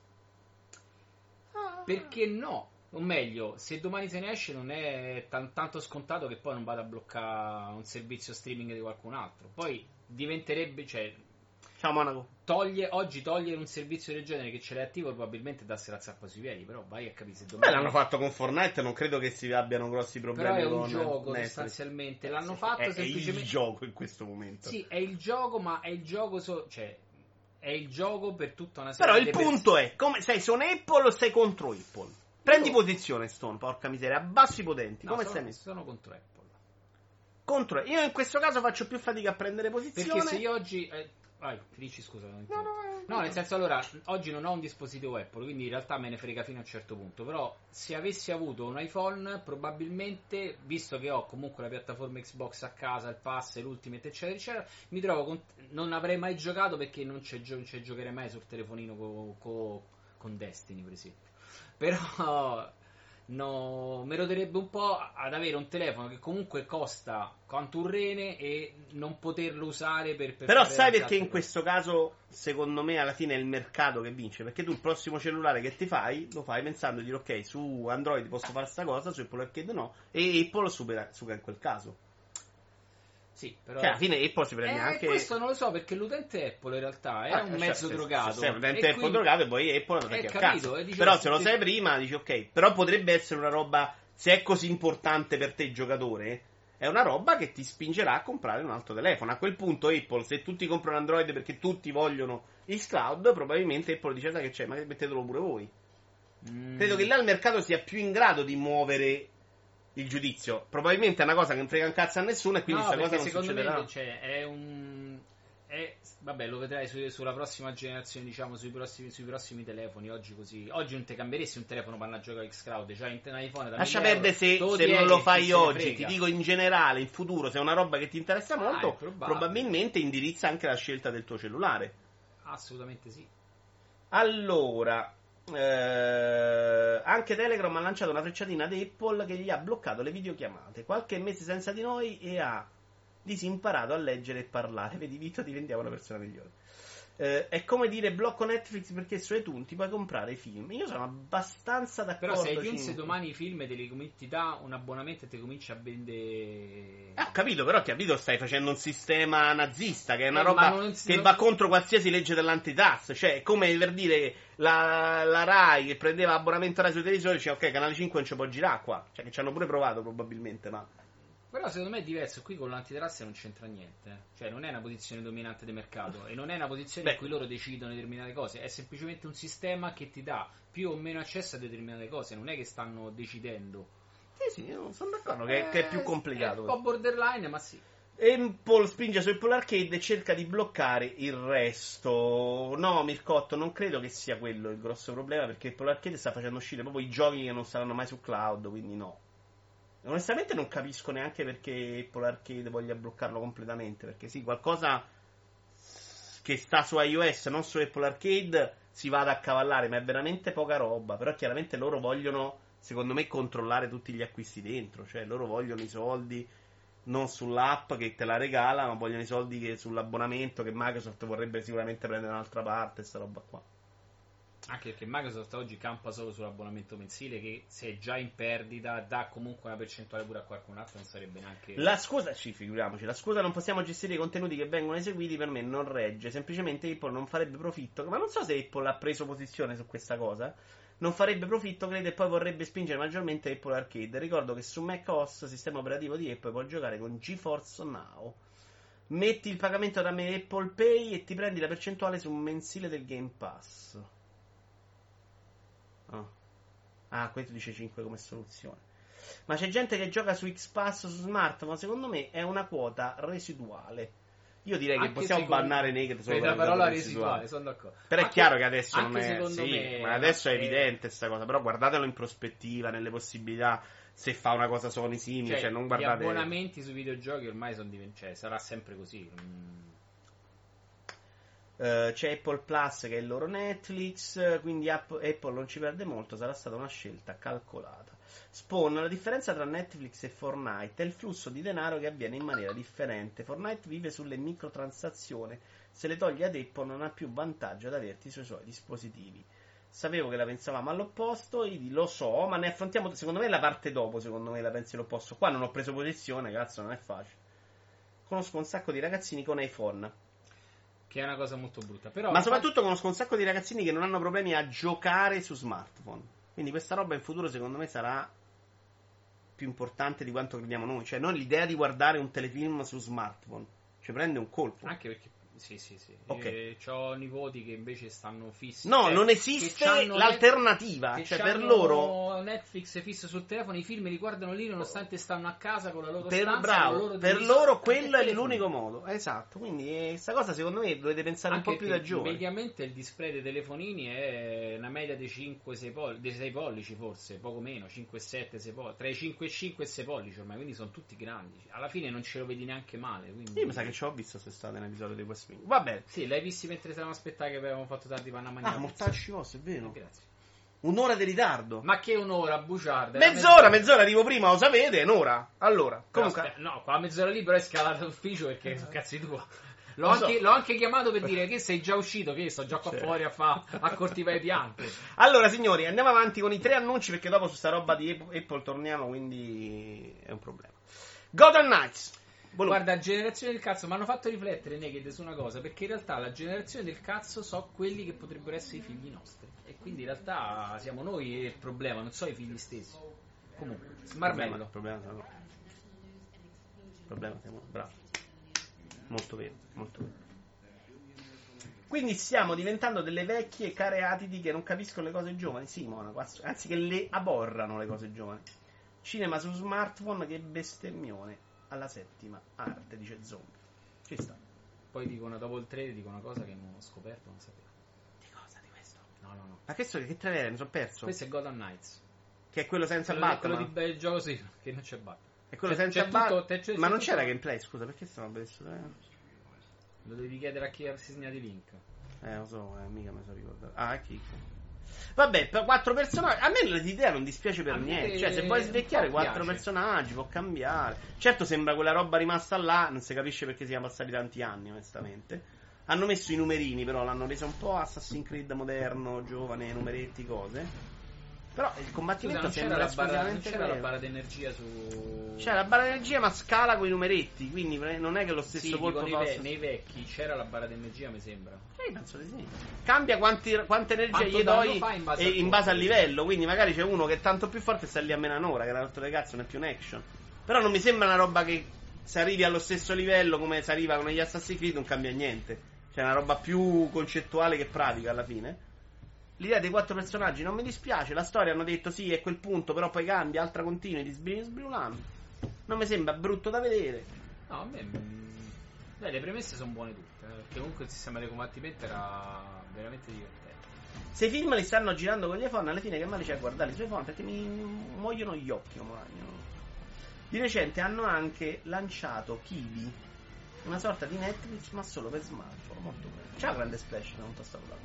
Perché no? O meglio, se domani se ne esce non è tan- tanto scontato che poi non vada a bloccare un servizio streaming di qualcun altro. Poi diventerebbe, cioè, Ciao Monaco. toglie, oggi togliere un servizio del genere che ce l'hai attivo probabilmente darsi la zappa sui piedi, però vai a capire se Beh, domani... l'hanno fatto con Fortnite, non credo che si abbiano grossi Però problemi è un con gioco Netflix. sostanzialmente, Eh, l'hanno sì, fatto è, è semplicemente... il gioco in questo momento. Sì, è il gioco, ma è il gioco, so- cioè, è il gioco per tutta una serie Però di il pers- punto è, come, sei su un Apple o sei contro Apple? Prendi Io- posizione, Stone, porca miseria, abbassi i potenti, No, come sono, stai messo? sono contro Apple. Contro, io in questo caso faccio più fatica a prendere posizione. Perché se io oggi... Eh, vai, finisci, scusa. non No, interrompo. no, No, nel senso, allora, oggi non ho un dispositivo Apple, quindi in realtà me ne frega fino a un certo punto. Però, se avessi avuto un iPhone, probabilmente, visto che ho comunque la piattaforma Xbox a casa, il Pass, l'Ultimate, eccetera, eccetera, mi trovo con... non avrei mai giocato perché non ci gio- ci giocherei mai sul telefonino co- co- con Destiny, per esempio. Però... No, mi roderebbe un po' ad avere un telefono che comunque costa quanto un rene e non poterlo usare per... per Però fare sai tante perché altre in cose. questo caso, secondo me, alla fine è il mercato che vince? Perché tu il prossimo cellulare che ti fai, lo fai pensando di dire, ok, su Android posso fare sta cosa, su Apple Arcade no, e Apple supera, supera in quel caso. Sì, però... Cioè, alla fine Apple si Eh, prende anche... questo non lo so perché l'utente Apple in realtà è Ah, un cioè, mezzo se- drogato. se sei un utente e Apple quindi- drogato e poi Apple non Eh, ti a capito, caso. e dice, Però se se lo ti- sai prima dici ok, però potrebbe essere una roba, se è così importante per te giocatore, è una roba che ti spingerà a comprare un altro telefono. A quel punto Apple, se tutti comprano Android perché tutti vogliono il cloud, probabilmente Apple dice sai che c'è, ma mettetelo pure voi. Mm. Credo che là il mercato sia più in grado di muovere il giudizio. Probabilmente è una cosa che non frega un cazzo a nessuno e quindi No, questa cosa perché non secondo succederà. me cioè, è un... È, vabbè, lo vedrai su- sulla prossima generazione, diciamo, sui prossimi, sui prossimi telefoni. Oggi così. Oggi non ti cambieresti un telefono per andare a giocare a xCloud. Cioè, in un iPhone da Lascia mille perdere se, euro, se lo non tieni, lo chi fai se ne oggi, frega. ti dico in generale, in futuro, se è una roba che ti interessa Ah, molto, è probabile. probabilmente indirizza anche la scelta del tuo cellulare. Assolutamente sì. Allora, eh, anche Telegram ha lanciato una frecciatina ad Apple che gli ha bloccato le videochiamate. Qualche mese senza di noi e ha disimparato a leggere e parlare. Vedi, Vito, diventiamo una persona migliore. Eh, è come dire blocco Netflix perché su iTunes ti puoi comprare i film. Io sono abbastanza d'accordo. Però se iTunes cinque. domani i film te li com- ti dà un abbonamento e ti cominci a vendere. Eh, ho capito, però capito stai facendo un sistema nazista che è una Eh, roba ma non si- che non- va contro qualsiasi legge dell'antitrust. Cioè, è come per dire la, la Rai che prendeva abbonamento Rai sui televisori, dice ok, Canale cinque non ci può girare qua. Cioè, che ci hanno pure provato probabilmente, ma Però secondo me è diverso, qui con l'antitrust non c'entra niente. Cioè non è una posizione dominante di mercato e non è una posizione Beh. in cui loro decidono determinate cose, è semplicemente un sistema che ti dà più o meno accesso a determinate cose, non è che stanno decidendo. sì, sì, io sono d'accordo che, che è più complicato. È un po' borderline, ma sì. Apple spinge su Apple Arcade e cerca di bloccare il resto. No, Mircotto, non credo che sia quello il grosso problema, perché Apple Arcade sta facendo uscire proprio i giochi che non saranno mai su cloud, quindi no. Onestamente non capisco neanche perché Apple Arcade voglia bloccarlo completamente, perché sì, qualcosa che sta su iOS, non su Apple Arcade, si va ad accavallare, ma è veramente poca roba. Però chiaramente loro vogliono, secondo me, controllare tutti gli acquisti dentro, cioè loro vogliono i soldi non sull'app che te la regala, ma vogliono i soldi che sull'abbonamento che Microsoft vorrebbe sicuramente prendere da un'altra parte, sta roba qua. Anche perché Microsoft oggi campa solo sull'abbonamento mensile, che se è già in perdita dà comunque una percentuale pure a qualcun altro, non sarebbe neanche... La scusa, sì, figuriamoci, la scusa non possiamo gestire i contenuti che vengono eseguiti per me non regge, semplicemente Apple non farebbe profitto, ma non so se Apple ha preso posizione su questa cosa, non farebbe profitto, credo, e poi vorrebbe spingere maggiormente Apple Arcade. Ricordo che su macOS, sistema operativo di Apple, puoi giocare con GeForce Now. Metti il pagamento da me Apple Pay e ti prendi la percentuale su un mensile del Game Pass. Oh. Ah, questo dice cinque come soluzione. Ma c'è gente che gioca su X-Pass su smartphone, secondo me è una quota residuale. Io direi che Anche possiamo secondo- bannare Naked solo per per la il parola dato residuale, sono d'accordo. Però è Anche- chiaro che adesso non anche è secondo sì, me ma adesso è è- evidente sta cosa, però guardatelo in prospettiva, nelle possibilità, se fa una cosa Sony simile, cioè, Cioè, non gli guardate. abbonamenti sui videogiochi ormai sono diventati, cioè, sarà sempre così. Mm. Eh, c'è Apple Plus che è il loro Netflix, quindi App- Apple non ci perde molto, sarà stata una scelta calcolata. Spawn, la differenza tra Netflix e Fortnite è il flusso di denaro che avviene in maniera differente. Fortnite vive sulle microtransazioni, se le togli ad Apple non ha più vantaggio ad averti sui suoi dispositivi. Sapevo che la pensavamo all'opposto, Idi, lo so, ma ne affrontiamo, secondo me la parte dopo, secondo me la pensi l'opposto. Qua non ho preso posizione, cazzo, non è facile. Conosco un sacco di ragazzini con iPhone. Che è una cosa molto brutta. Però, Ma soprattutto conosco un sacco di ragazzini che non hanno problemi a giocare su smartphone. Quindi questa roba in futuro secondo me sarà più importante di quanto crediamo noi. Cioè, noi l'idea di guardare un telefilm su smartphone ci prende un colpo. Anche perché, sì, sì, sì. Ok. Eh, c'ho nipoti che invece stanno fissi. No, cioè, non che esiste c'hanno l'alternativa. Net- Cioè, che per c'hanno loro. Netflix fisso sul telefono, i film li guardano lì nonostante stanno a casa con la loro Per, stanza. bravo, con la loro per televisione, loro anche quello il è telefono. l'unico modo. Esatto. Quindi, questa cosa secondo me dovete pensare Anche un po' più da perché giovani. mediamente il display dei telefonini è una media dei cinque sei pollici, dei sei pollici forse, poco meno, cinque sette, sei pollici, tra i cinque e cinque e sei pollici ormai, quindi sono tutti grandi. Alla fine non ce lo vedi neanche male. Quindi... Io mi sa che ci ho visto se state un episodio di West Wing. Va bene. Sì, l'hai visti mentre stavamo aspettando che avevamo fatto tardi per una mangiare. Ah, mortacci vostri, è vero. Grazie. Un'ora di ritardo. Ma che un'ora, bugiarda? Mezz'ora, mezz'ora, arrivo prima, lo sapete, è un'ora. Allora, comunque. Aspetta, no, qua mezz'ora lì però è scalato l'ufficio perché sono cazzi tua. L'ho, Lo so. anche, l'ho anche chiamato per dire che sei già uscito, che sto già qua Certo. fuori a, fa, a coltivare piante. Allora, signori, andiamo avanti con i tre annunci perché dopo su sta roba di Apple, Apple torniamo, quindi è un problema. Gotham Knights. Volume. Guarda, generazione del cazzo, mi hanno fatto riflettere Naked su una cosa, perché in realtà la generazione del cazzo so quelli che potrebbero essere i figli nostri. E quindi in realtà siamo noi il problema, non so i figli stessi. Comunque, smarmello. Il problema siamo noi. Il problema siamo noi, bravo. Molto vero, molto vero. Quindi stiamo diventando delle vecchie careatidi che non capiscono le cose giovani. Sì, Monaco, anzi che le aborrano le cose giovani. Cinema su smartphone, che bestemmione. Alla settima arte, dice Zombie. Ci sta. Poi dicono, dopo il trailer, dico una cosa che non ho scoperto, non sapevo. Di cosa di questo? No, no, no. Ma questo che trailer? Mi sono perso. Questo è Gotham Knights. Che è quello senza Quello, Batman? quello di bel gioco, sì, che non c'è Batman. È quello C'è- senza c'è Batman. tutto- c'è- c'è Ma non tutto- c'era gameplay, scusa, perché stiamo a vedere questo trailer? Lo devi chiedere a chi ha segnato i link. Eh, lo so, eh, mica me so ricordare. Ah, è chi? Vabbè, per quattro personaggi. A me l'idea non dispiace per A me niente. Cioè, se vuoi svecchiare un po' quattro piace. personaggi, può cambiare. Certo, sembra quella roba rimasta là. Non si capisce perché siamo passati tanti anni, onestamente. Hanno messo i numerini, però l'hanno reso un po' Assassin's Creed moderno, giovane, numeretti, cose. Però il combattimento Scusa, sembra non c'era, la barra, non esclusivamente c'era la quello. barra d'energia su... C'è la barra d'energia, ma scala con i numeretti, quindi non è che lo stesso sì, colpo dico, nei, possa... ve- nei vecchi c'era la barra d'energia, mi sembra. Sì, penso di sì. Cambia quanti, quanta energia Quanto gli danno doi fa in base e al in base al colpo. livello. Quindi magari c'è uno che è tanto più forte e sta lì a meno un'ora, che la rotto le cazzo non è più un action. Però non mi sembra una roba che se arrivi allo stesso livello come si arriva con gli Assassin's Creed non cambia niente. C'è una roba più concettuale che pratica alla fine. L'idea dei quattro personaggi non mi dispiace. La storia hanno detto sì, è quel punto, però poi cambia, altra continua, di sbrilulando. Non mi sembra brutto da vedere. No, a me... mm, Beh, le premesse sono buone tutte, eh, perché comunque il sistema di combattimento era veramente divertente. Se i film li stanno girando con gli iPhone, alla fine che male c'è a guardare i suoi iPhone perché mi muoiono gli occhi. Muoiono. Di recente hanno anche lanciato Kiwi, una sorta di Netflix ma solo per smartphone. Molto bello. C'è la grande splash, non sto stavolando.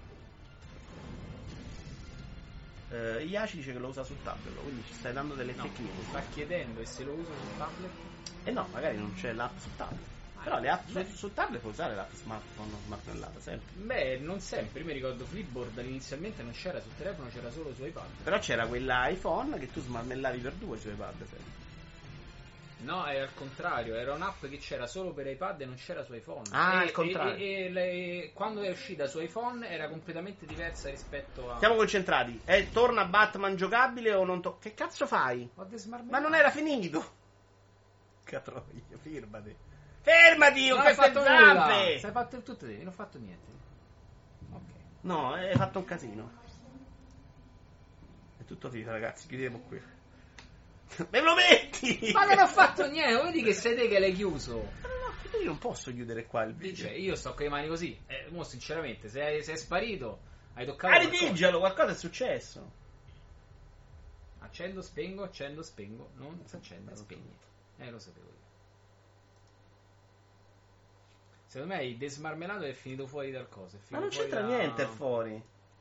Uh, Iaci dice che lo usa sul tablet, quindi ci stai dando delle No, fake news. sta chiedendo e se lo uso sul tablet? E no, magari non c'è l'app sul tablet. Ah, Però le app beh. su, sul tablet puoi usare l'app smartphone, smartphone sempre. Beh, non sempre. Io mi ricordo Flipboard inizialmente non c'era sul telefono, c'era solo su iPad. Però c'era quella iPhone che tu smarmellavi per due su iPad sempre. No, è al contrario, era un'app che c'era solo per iPad e non c'era su iPhone. Ah, e, al contrario. E, e, e le- quando è uscita su iPhone era completamente diversa rispetto a... Siamo concentrati. Eh, torna Batman giocabile o non to- Che cazzo fai? Ho desmarmellato. Ma non era finito. Catroia, fermati. Fermati con Non ho queste fatto nulla. zampe. Stai fatto tutto te, non ho fatto niente. Ok. No, hai fatto un casino. È tutto finito, ragazzi. Chiudiamo qui. Me lo metti! Ma non ho fatto niente, vedi che sei te che l'hai chiuso. Ma no, io non posso chiudere qua il video. Dice, io sto con le mani così. Eh, mo sinceramente, se è, se è sparito, hai toccato Ah, qualcosa. ripigialo, qualcosa è successo. Accendo, spengo, accendo, spengo. Non si accende, spegniti. Eh, lo sapevo io. Secondo me il desmarmelato è finito fuori dal coso. È Ma finito non fuori c'entra da- niente fuori.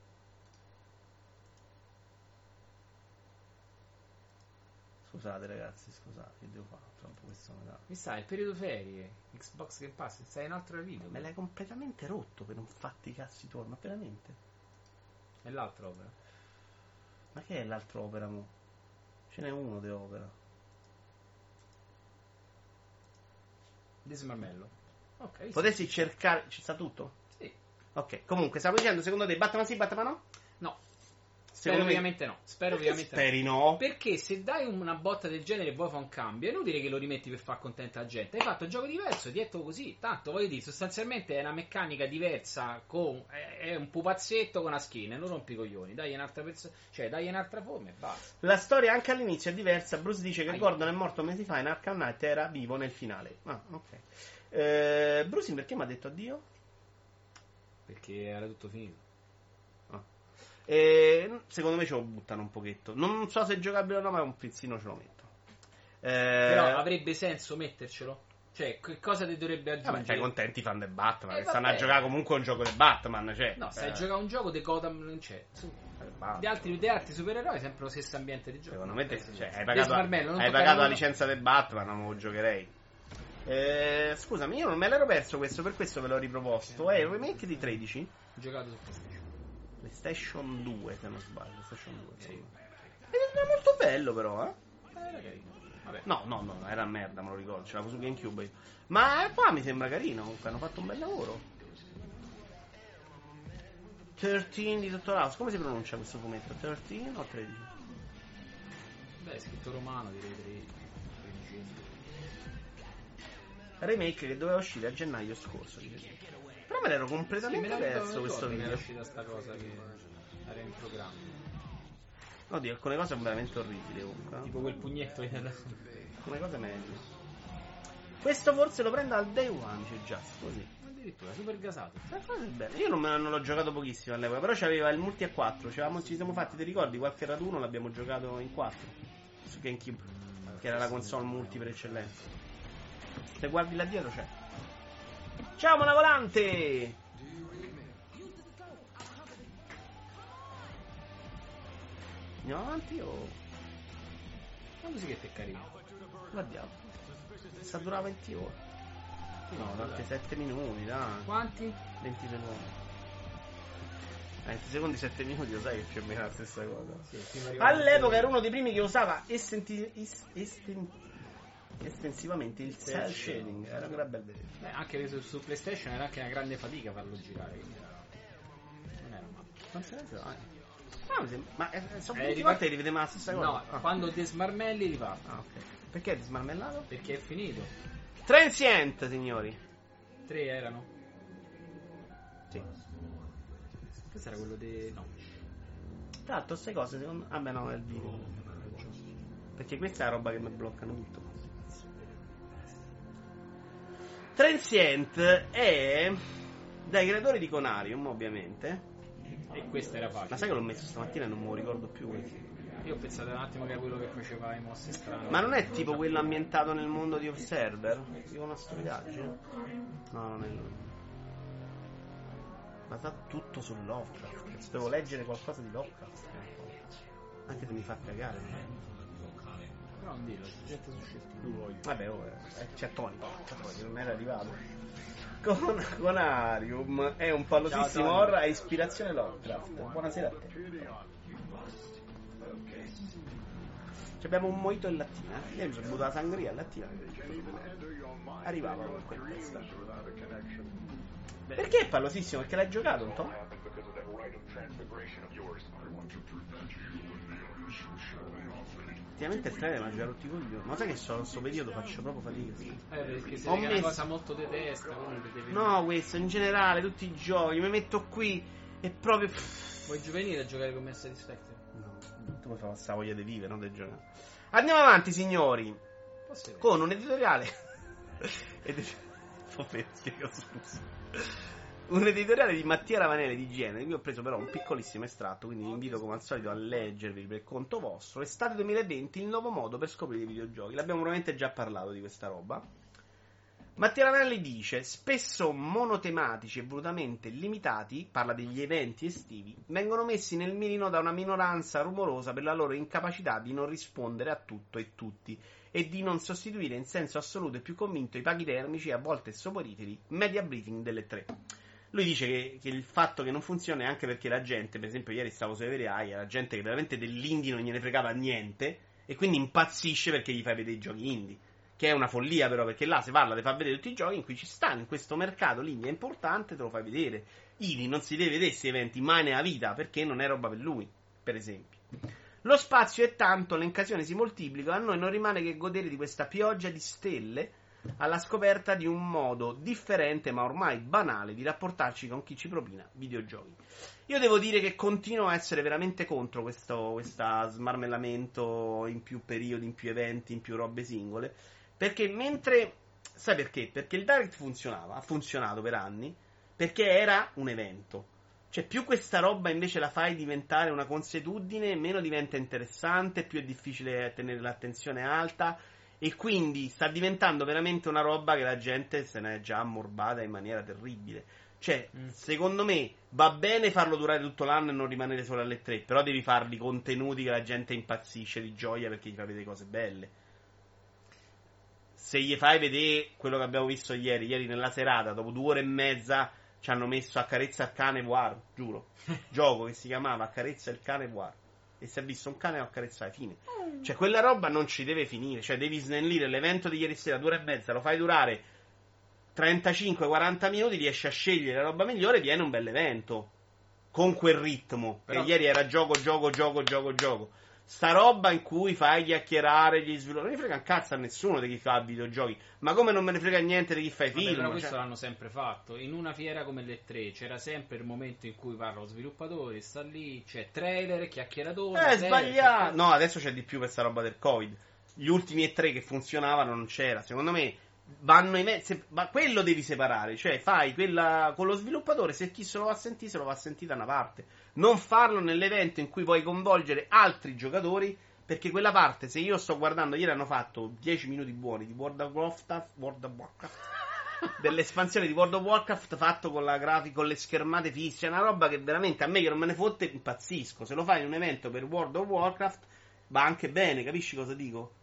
Scusate ragazzi, scusate, che devo fare? Troppo questo mi dà. Mi sa, è il periodo ferie. Xbox Game Pass, stai in altro video. Me l'hai completamente rotto per non fatti i cazzi tuoi, ma veramente? È l'altra opera. Ma che è l'altra opera, mo? Ce n'è uno di opera. Desmarmello. Ok. sì. Potessi cercare... Ci sta tutto? Sì. Ok, comunque, stavo dicendo, secondo te Batman sì, Batman no? No. Spero Secondo me- ovviamente no. Spero Perché ovviamente no. speri no? Perché se dai una botta del genere e vuoi fare un cambio, è inutile che lo rimetti per far contenta la gente. Hai fatto un gioco diverso, dietto così. Tanto voglio dire, sostanzialmente è una meccanica diversa. Con, è, è un pupazzetto con una skin. E non rompi i coglioni. Dai un'altra persona. Cioè, dai un'altra forma e basta. La storia anche all'inizio è diversa. Bruce dice che Ai. Gordon è morto mesi fa in Arkham Knight e era vivo nel finale. Ah, ok. Eh, Bruce perché mi ha detto addio? Perché era tutto finito. Eh, secondo me ce lo buttano un pochetto. Non so se è giocabile o no, ma un pizzino ce lo metto. Eh, Però avrebbe senso mettercelo. Cioè, che cosa ti dovrebbe vabbè, aggiungere? stai contenti i fan del Batman. Eh, che stanno a vabbè. giocare comunque un gioco di Batman. Cioè, No, stai eh, a giocare un gioco di Gotham non c'è. Su. eh, basta. Di altri, di altri supereroi sempre lo stesso ambiente di gioco. Secondo me te- Eh, sì. cioè, hai pagato, Desmarmello, non hai toccare pagato la nulla. licenza del Batman, non lo giocherei. Eh, scusami, io non me l'ero perso questo, per questo ve l'ho riproposto. È il remake di tredici? Ho giocato su PlayStation. PlayStation due, se non sbaglio. PlayStation due, Sì. insomma. Ed era molto bello, però, eh. Eh, era carino. Vabbè. No, no, no, era merda, me lo ricordo. Ce l'avevo su GameCube io. Ma qua mi sembra carino. Comunque hanno fatto un bel lavoro. tredici di Dottor House. Come si pronuncia questo fumetto? tredici o tredici? Beh, è scritto romano, direi tre. Remake che doveva uscire a gennaio scorso. Dice. Però me l'ero completamente perso questo Era video. uscita sta cosa che era in programma. Oddio, alcune cose sono veramente orribili comunque. eh. Tipo quel pugnetto che era... Alcune cose meglio. Questo forse lo prendo al day one, dice Just, così. Addirittura, super gasato. Ma cosa è bello? Io non, me- non l'ho giocato pochissimo all'epoca, però c'aveva il multi a quattro. C'avevamo- ci siamo fatti, ti ricordi, qualche raduno l'abbiamo giocato in quattro su GameCube, che era la console multi per eccellenza. Se guardi là dietro c'è. Ciao Monavolante! Andiamo avanti o La musichetta è carina. guardiamo? Sta dura venti ore. No, ventisette minuti, dai. Quanti? venti secondi. venti secondi, sette minuti, lo sai che più o meno è la stessa cosa. Sì, all'epoca ero uno dei primi che usava estenti- es- esten- estensivamente il cell shading. Era una bella vedere. Beh, anche su, su PlayStation era anche una grande fatica farlo girare. Quindi era... non era male. Non se ne sa. Ah, mi sembra- ma eh, sono Eh, venti ripart- volte che rivede la stessa cosa. No, Ah. quando desmarmelli riparte. Ah, ok. Perché è smarmellato? Perché è finito. Transient, signori. Tre erano. Sì. Questo era quello di... no. Tra l'altro, queste cose, secondo me. Ah, beh, no, è il video. Perché questa è la roba che mi bloccano tutto. Transient è dai creatori di Conarium, ovviamente. E questo era facile. Ma sai che l'ho messo stamattina e non me lo ricordo più questo. Io ho pensato un attimo che era quello che faceva i mossi strani. Ma non è tipo quello ambientato nel mondo di Observer? Dico una stupidaggine? No, non è lui. Ma sta tutto su Lovecraft. Cazzo, devo leggere qualcosa di Lovecraft. Anche se mi fa cagare. No, non dillo, c'è gente suscettibile. Vabbè, oh, eh, c'è Tony, porca Tony, non era arrivato. Con, Conarium è un pallosissimo Ciao, horror a ispirazione Lovecraft. Buonasera a te. Ci abbiamo un mojito in lattina. Io mi sono bevuto la sangria in lattina. Arrivava con quel testa. Perché è pallosissimo? Perché l'hai giocato un po'? Effettivamente il trailer mi ha già rotto i coglioni. Ma sai che so, questo periodo faccio proprio fatica. Eh, perché se Ho è una messo- cosa molto di testa, uno ti devi... No, questo in generale, tutti i giochi. Mi metto qui e proprio. Vuoi venire a giocare con me a Satisfactory? No, tu mi fai passare voglia di vivere, non di giocare. Andiamo avanti, signori. Posso vedere? Con un editoriale. Ed- Che scusa. Un editoriale di Mattia Ravanelli di Genere. Io ho preso però un piccolissimo estratto, quindi vi invito come al solito a leggervi per conto vostro. Estate duemilaventi, il nuovo modo per scoprire i videogiochi. L'abbiamo probabilmente già parlato di questa roba. Mattia Ravanelli dice: spesso monotematici e volutamente limitati, parla degli eventi estivi, vengono messi nel mirino da una minoranza rumorosa per la loro incapacità di non rispondere a tutto e tutti e di non sostituire in senso assoluto e più convinto i pachidermici e a volte soporiferi media briefing delle tre. Lui dice che, che il fatto che non funziona è anche perché la gente, per esempio ieri stavo su Everai, la gente che veramente dell'indie non gliene fregava niente e quindi impazzisce perché gli fai vedere i giochi indie. Che è una follia però, perché là si parla di far vedere tutti i giochi in cui ci stanno, in questo mercato l'indie è importante, te lo fai vedere. Ivi non si deve vedere questi eventi mai nella vita, perché non è roba per lui, per esempio. Lo spazio è tanto, le occasioni si moltiplicano, a noi non rimane che godere di questa pioggia di stelle alla scoperta di un modo differente ma ormai banale di rapportarci con chi ci propina videogiochi. Io devo dire che continuo a essere veramente contro questo questa smarmellamento in più periodi, in più eventi, in più robe singole. Perché mentre... Sai perché? Perché il Direct funzionava, ha funzionato per anni, perché era un evento. Cioè più questa roba invece la fai diventare una consuetudine, meno diventa interessante, più è difficile tenere l'attenzione alta e quindi sta diventando veramente una roba che la gente se ne è già ammorbata in maniera terribile. Cioè, mm. secondo me va bene farlo durare tutto l'anno e non rimanere solo alle tre, però devi farli contenuti che la gente impazzisce di gioia perché gli fa vedere cose belle. Se gli fai vedere quello che abbiamo visto ieri, ieri nella serata, dopo due ore e mezza ci hanno messo Accarezza il cane War, giuro, gioco che si chiamava Accarezza il cane War, e si è visto un cane a accarezzare, fine. Cioè quella roba non ci deve finire, cioè devi snellire l'evento di ieri sera, due ore e mezza, lo fai durare trentacinque quaranta minuti, riesci a scegliere la roba migliore, viene un bel evento, con quel ritmo, però... che ieri era gioco, gioco, gioco, gioco, gioco. Sta roba in cui fai chiacchierare gli sviluppatori, non mi frega un cazzo a nessuno di chi fa videogiochi, ma come non me ne frega niente di chi fa i Vabbè, film. però questo cioè... l'hanno sempre fatto. In una fiera come le tre c'era sempre il momento in cui parla lo sviluppatore, sta lì, c'è trailer, chiacchieratori. Eh, è sbagliato. No, adesso c'è di più questa roba del Covid. Gli ultimi e tre che funzionavano non c'era. Secondo me vanno in mezzo, ma quello devi separare, cioè fai quella con lo sviluppatore, se chi se lo va a sentire se lo va a sentire da una parte, non farlo nell'evento in cui puoi coinvolgere altri giocatori, perché quella parte, se io sto guardando, ieri hanno fatto dieci minuti buoni di World of Warcraft, World of Warcraft dell'espansione di World of Warcraft fatto con la grafica, con le schermate fisse, è una roba che veramente a me che non me ne fotte impazzisco. Se lo fai in un evento per World of Warcraft va anche bene, capisci cosa dico?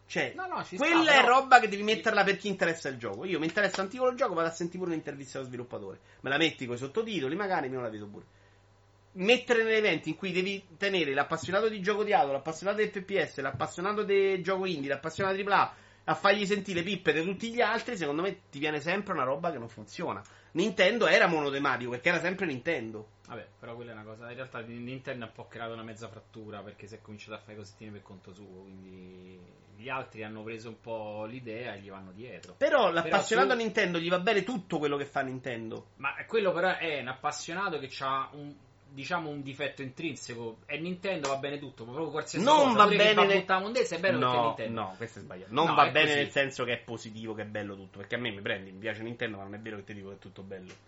Cioè, No, no, ci quella sta, è però- roba che devi metterla per chi interessa il gioco. Io mi interessa tanto il gioco, vado a sentire pure un'intervista allo sviluppatore. Me la metti con i sottotitoli, magari me la vedo pure. Mettere nei eventi in cui devi tenere l'appassionato di gioco di auto, l'appassionato di F P S, l'appassionato di gioco indie, l'appassionato di tripla A, a fargli sentire pippe di tutti gli altri, secondo me ti viene sempre una roba che non funziona. Nintendo era monotematico, perché era sempre Nintendo. Vabbè, però quella è una cosa. In realtà Nintendo ha un po' creato una mezza frattura perché si è cominciato a fare cosettine per conto suo. Quindi gli altri hanno preso un po' l'idea e gli vanno dietro. Però l'appassionato Però a su- Nintendo gli va bene tutto quello che fa Nintendo. Ma quello però è un appassionato che ha un, diciamo, un difetto intrinseco. E Nintendo va bene tutto, proprio qualsiasi Non cosa. va Pure bene che va nel- buttare la mondezza è bello perché è No, Nintendo. no, questo è sbagliato. Non No, va è bene così. nel senso che è positivo, che è bello tutto. Perché a me mi prendi, mi piace Nintendo, ma non è vero che ti dico che è tutto bello.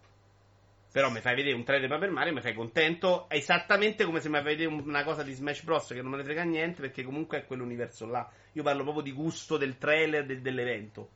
Però mi fai vedere un trailer di Paper Mario e mi fai contento. È esattamente come se mi fai vedere una cosa di Smash Bros. Che non me ne frega niente, perché comunque è quell'universo là. Io parlo proprio di gusto del trailer del- dell'evento.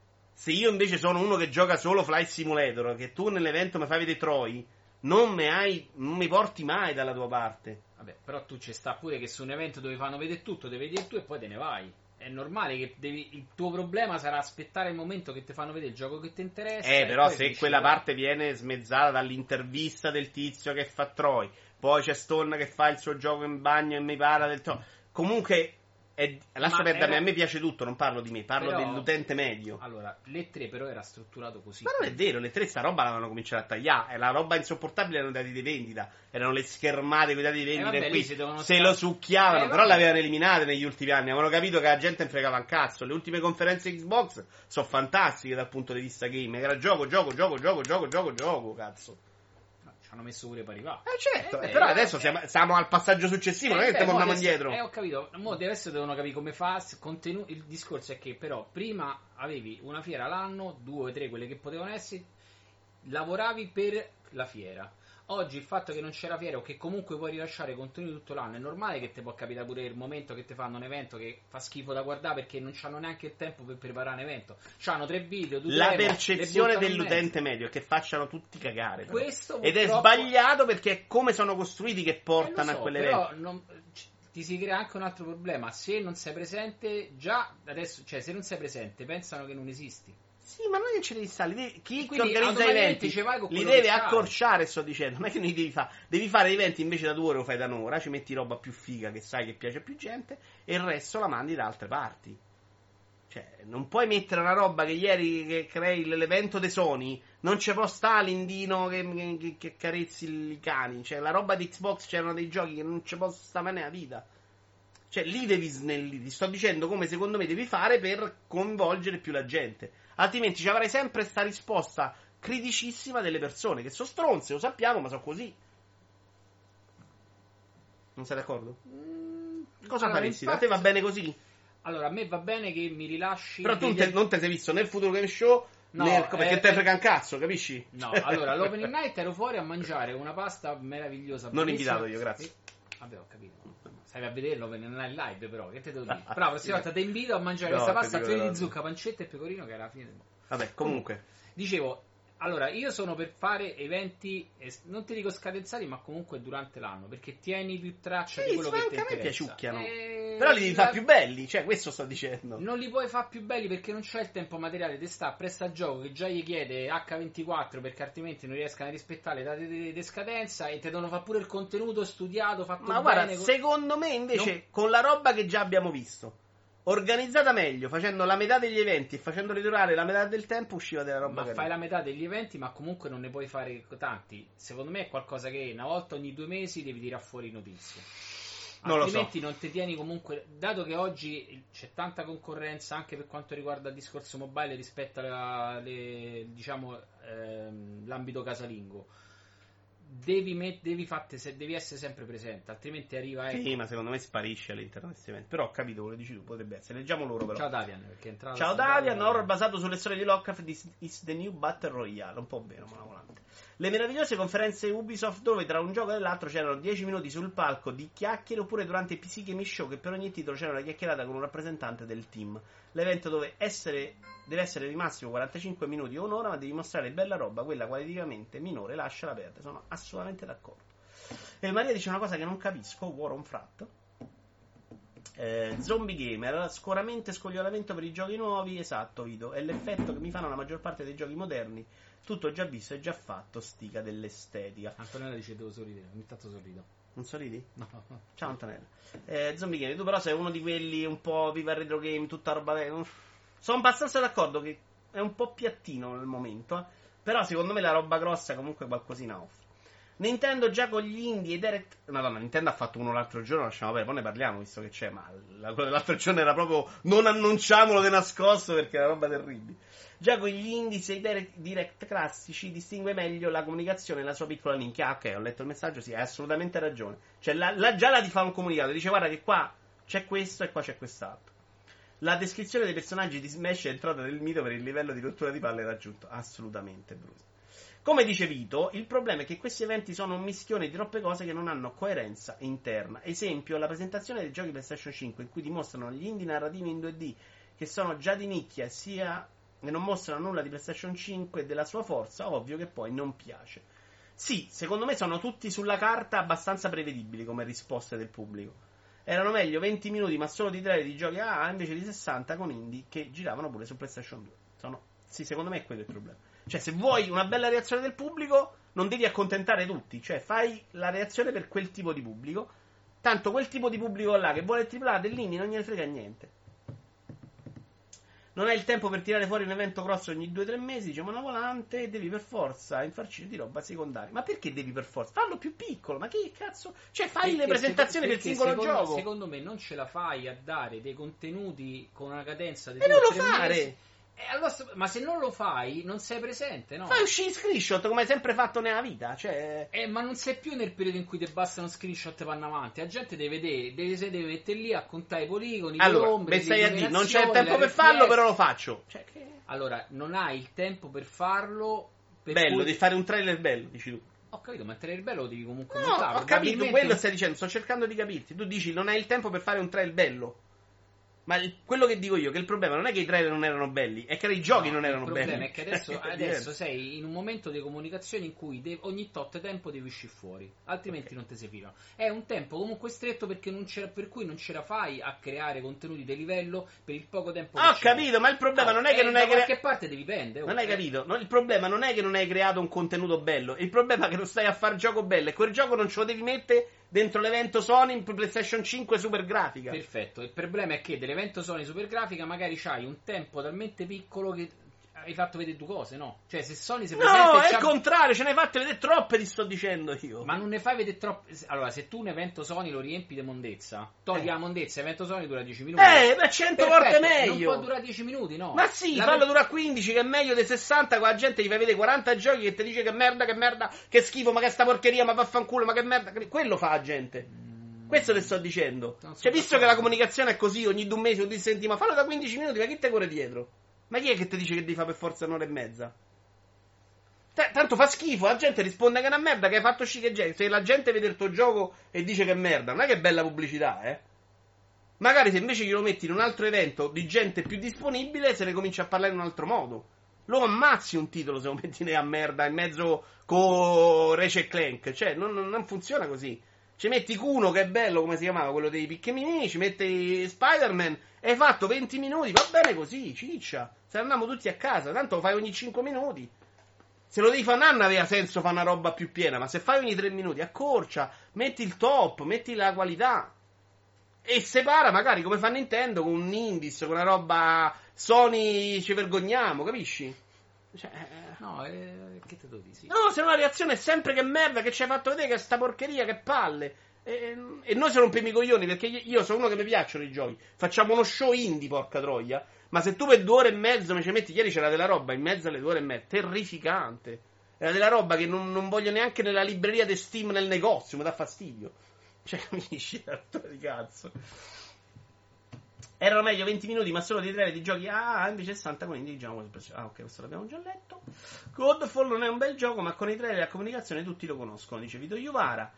Se io invece sono uno che gioca solo Flight Simulator, che tu nell'evento mi fai vedere Troy, non mi hai, non mi porti mai dalla tua parte. Vabbè, però tu ci sta pure che su un evento dove fanno vedere tutto, devi vedere tu e poi te ne vai. È normale che devi, il tuo problema sarà aspettare il momento che ti fanno vedere il gioco che ti interessa. Eh, e però poi se finisci quella là. parte viene smezzata dall'intervista del tizio che fa Troy, poi c'è Stone che fa il suo gioco in bagno e mi parla del Troy. Comunque, è, lascia Ma perdere, era- a me piace tutto, non parlo di me, parlo Però- dell'utente medio. Allora, l'E tre però era strutturato così. Ma non è vero, le tre sta roba l'avevano cominciato a tagliare. E la roba insopportabile erano i dati di vendita. Erano le schermate con i dati di vendita. vabbè, in lì cui si devono se sta- lo succhiavano. Eh, però vabbè. l'avevano eliminate negli ultimi anni. Avevano capito che la gente ne fregava un cazzo. Le ultime conferenze Xbox sono fantastiche dal punto di vista game. Era gioco, gioco, gioco, gioco, gioco, gioco, gioco, cazzo. No, ci hanno messo pure pari va. Eh certo, Eh, eh, beh, però eh, adesso eh. siamo, siamo al passaggio successivo, non è Eh, che beh, stiamo mo andando adesso- indietro. Eh, ho capito. Mo adesso devono capire come fa. Contenu- il discorso è che, però, prima avevi una fiera l'anno, due o tre, quelle che potevano essere. Lavoravi per la fiera. Oggi il fatto che non c'era fiera o che comunque puoi rilasciare contenuti tutto l'anno è normale che ti può capitare pure il momento che ti fanno un evento che fa schifo da guardare perché non hanno neanche il tempo per preparare un evento. C'hanno tre video, due La demo, percezione le buttano in dell'utente medio è che facciano tutti cagare. però. Questo Ed è purtroppo- sbagliato perché è come sono costruiti che Eh, lo portano so, a quell'evento. però non- c- ti si crea anche un altro problema. Se non sei presente, già adesso, cioè, se non sei presente, pensano che non esisti. Sì, ma non è che ce devi stare. li devi- Chi Quindi organizza automaticamente eventi ci vai con li quello deve che c'hai. accorciare, sto dicendo. Non è che non li devi fare. Devi fare eventi invece da due ore, lo fai da un'ora. Ci metti roba più figa che sai che piace a più gente. E il resto la mandi da altre parti. Cioè, non puoi mettere una roba che ieri che crei l'evento dei Sony. Non ci può stare l'indino che, che, che carezzi i cani. Cioè, la roba di Xbox c'erano dei giochi che non ci può stare mai nella vita. Cioè, lì devi snellire. Ti sto dicendo come secondo me devi fare per coinvolgere più la gente. Altrimenti ci avrai sempre sta risposta criticissima delle persone che sono stronze, lo sappiamo, ma sono così. Non sei d'accordo? Mm, Cosa allora, faresti? A infatti- te va bene così? Allora, a me va bene che mi rilasci. Però tu degli- te- non te sei visto nel futuro game show No, né- perché eh, te eh, frega un cazzo, capisci? No, allora, l'opening night ero fuori a mangiare una pasta meravigliosa. Non bellissima. invitato io, grazie. Sì. Vabbè, ho capito. Stai a vederlo l'opening night live, però. Che te devo dire? Però la prossima volta ti invito a mangiare No, questa ti pasta a dico fiori la di verità. zucca, pancetta e pecorino, che è la fine del mondo. Vabbè, comunque. Dicevo, allora, io sono per fare eventi, es- non ti dico scadenzati, ma comunque durante l'anno, perché tieni più traccia Sì, di quello sì, ma che ti anche a me interessa. piaciucchiano. Eh, Però li devi la- fare più belli, cioè, questo sto dicendo. Non li puoi fare più belli perché non c'è il tempo materiale di sta presta a gioco che già gli chiede acca ventiquattro perché altrimenti non riescono a rispettare le date di, di scadenza e ti devono fare pure il contenuto studiato, fatto Ma bene. guarda, con- secondo me invece Non- con la roba che già abbiamo visto, organizzata meglio, facendo la metà degli eventi e facendoli durare la metà del tempo, usciva della roba Ma carina. fai la metà degli eventi, ma comunque non ne puoi fare tanti. Secondo me è qualcosa che una volta ogni due mesi devi tirare fuori notizie. Non lo so. Altrimenti non ti tieni comunque. Dato che oggi c'è tanta concorrenza anche per quanto riguarda il discorso mobile rispetto alla, le- diciamo, ehm, l'ambito casalingo, devi, met- devi, fatte se- devi essere sempre presente, altrimenti arriva. Ecco. Sì, ma secondo me sparisce all'interno di questi eventi. Però ho capito quello che dici tu, potrebbe essere. Leggiamo loro però. Ciao Davian, perché è entrato. Ciao Davian, horror basato sulle storie di Lovecraft di It's the New Battle Royale. Un po' vero, ma una volante. Le meravigliose conferenze Ubisoft dove tra un gioco e l'altro c'erano dieci minuti sul palco di chiacchiere, oppure durante i P C Game Show che per ogni titolo c'era una chiacchierata con un rappresentante del team. L'evento dove essere, deve essere di massimo quarantacinque minuti o un'ora, ma devi mostrare bella roba, quella qualitativamente minore, lasciala perdere. Sono assolutamente d'accordo. E Maria dice una cosa che non capisco, War on Frat. Eh, Zombie Gamer, sicuramente scogliolamento per i giochi nuovi. Esatto, Vito. È l'effetto che mi fanno la maggior parte dei giochi moderni. Tutto già visto e già fatto, stica dell'estetica. Antonella dice devo sorridere, ogni tanto sorrido. Non sorridi? No, no. Ciao Antonella. Eh, Zombie Gamer, tu però sei uno di quelli un po' viva il retro game, tutta roba. Sono abbastanza d'accordo che è un po' piattino nel momento, eh. Però secondo me la roba grossa comunque qualcosina offre. Nintendo già con gli indie e Direct. Madonna, Nintendo ha fatto uno l'altro giorno, lasciamo perdere, poi ne parliamo visto che c'è, ma la, quello dell'altro giorno era proprio non annunciamolo di nascosto perché è una roba terribile. Già con gli indies e i direct, direct classici distingue meglio la comunicazione e la sua piccola nicchia. Ah, ok, ho letto il messaggio, sì, hai assolutamente ragione. Cioè, la, la, già la ti fa un comunicato, dice guarda che qua c'è questo e qua c'è quest'altro. La descrizione dei personaggi di Smash è entrata nel mito per il livello di rottura di palle raggiunto. Assolutamente, Bruce. Come dice Vito, il problema è che questi eventi sono un mischione di troppe cose che non hanno coerenza interna. Esempio, la presentazione dei giochi PlayStation cinque in cui dimostrano gli indie narrativi in due D che sono già di nicchia sia e non mostrano nulla di PlayStation cinque e della sua forza, ovvio che poi non piace. Sì, secondo me sono tutti sulla carta abbastanza prevedibili come risposte del pubblico. Erano meglio venti minuti ma solo di trailer di giochi A A invece di sessanta con indie che giravano pure su PlayStation due. Sono... Sì, secondo me è quello il problema. Cioè, se vuoi una bella reazione del pubblico, non devi accontentare tutti. Cioè, fai la reazione per quel tipo di pubblico. Tanto quel tipo di pubblico là che vuole il tripla A dell'indie non gliene frega niente. Non hai il tempo per tirare fuori un evento grosso ogni due tre mesi, dice Monovolante, e devi per forza infarcire di roba secondaria. Ma perché devi per forza? Fallo più piccolo, ma che cazzo? Cioè, fai perché le presentazioni se, per singolo secondo, gioco. Secondo me non ce la fai a dare dei contenuti con una cadenza di E due non lo tre fare! mesi. Eh, allora, ma se non lo fai, non sei presente, no? Fai uscire screenshot come hai sempre fatto nella vita, cioè... Eh, ma non sei più nel periodo in cui ti bastano screenshot e vanno avanti. La gente deve vedere, deve, deve mettere lì a contare i poligoni, allora, le ombre, mi stai le a dire, non c'è il tempo per farlo, però lo faccio. Cioè, che... Allora, non hai il tempo per farlo. Per bello, cui... devi fare un trailer bello, dici tu. Ho capito, ma il trailer bello lo devi comunque No, montare. ho capito, quello stai dicendo, sto cercando di capirti. Tu dici, non hai il tempo per fare un trailer bello. Ma il, quello che dico io, che il problema non è che i trailer non erano belli, è che i giochi no, non erano belli. Il problema è che adesso, è adesso sei in un momento di comunicazione in cui de- ogni tot tempo devi uscire fuori, altrimenti okay. non ti si filano. È un tempo comunque stretto perché non c'era, per cui non ce la fai a creare contenuti di livello per il poco tempo che Ho c'è. capito, ma il problema ah, non è che non hai creato. Da qualche parte dipende. Non hai capito? No, il problema non è che non hai creato un contenuto bello, il problema è che non stai a fare gioco bello e quel gioco non ce lo devi mettere dentro l'evento Sony in PlayStation cinque super grafica. Perfetto, il problema è che dell'evento Sony super grafica magari c'hai un tempo talmente piccolo che hai fatto vedere due cose, no? Cioè se Sony si presenta no, è il c'ha... contrario, ce ne hai fatte vedere troppe, ti sto dicendo io. Ma non ne fai vedere troppe. Allora, se tu un evento Sony lo riempi di mondezza, togli eh. la mondezza, l'evento Sony dura dieci minuti. Eh, ma cento volte meglio. Non può durare dieci minuti, no? Ma sì, la fallo durare quindici, che è meglio dei sessanta, qua la gente gli fa vedere quaranta giochi che ti dice che merda, che merda, che schifo, ma che sta porcheria, ma vaffanculo, ma che merda. Quello fa la gente. Mm. Questo ti sto dicendo. So cioè, visto che la comunicazione è così, ogni due mesi, ogni settimana, fallo da quindici minuti, ma chi te corre dietro? Ma chi è che ti dice che devi fare per forza un'ora e mezza? T- tanto fa schifo, la gente risponde che è una merda, che hai fatto uscire gente. Se la gente vede il tuo gioco e dice che è merda, non è che è bella pubblicità, eh? Magari se invece glielo metti in un altro evento di gente più disponibile, se ne comincia a parlare in un altro modo. Lo ammazzi un titolo se lo metti a merda in mezzo con Ratchet Clank. Cioè, non, non funziona così. Ci metti Kuno, che è bello, come si chiamava, quello dei picchemini, ci metti Spider-Man, e hai fatto venti minuti, va bene così, ciccia. Se andiamo tutti a casa, tanto lo fai ogni cinque minuti. Se lo devi fare un anno aveva senso fare una roba più piena, ma se fai ogni tre minuti, accorcia, metti il top, metti la qualità. E separa magari come fa Nintendo con un Indies, con una roba Sony ci vergogniamo, capisci? Cioè, no, eh, che te lo dici? No, se no la reazione è sempre che merda, che ci hai fatto vedere, che sta porcheria, che palle. E, e noi se rompiamo i coglioni, perché io sono uno che mi piacciono i giochi. Facciamo uno show indie, porca troia. Ma se tu per due ore e mezzo mi ci metti, ieri c'era della roba in mezzo alle due ore e mezzo, terrificante. Era della roba che non, non voglio neanche nella libreria di Steam nel negozio, mi dà fastidio. Cioè, capisci? Di cazzo. Erano meglio venti minuti, ma solo di trailer di giochi A, invece sessanta, quindi diciamo. Ah, ok, questo l'abbiamo già letto. Godfall non è un bel gioco, ma con i trailer e la comunicazione tutti lo conoscono, dice Vito Iuvara.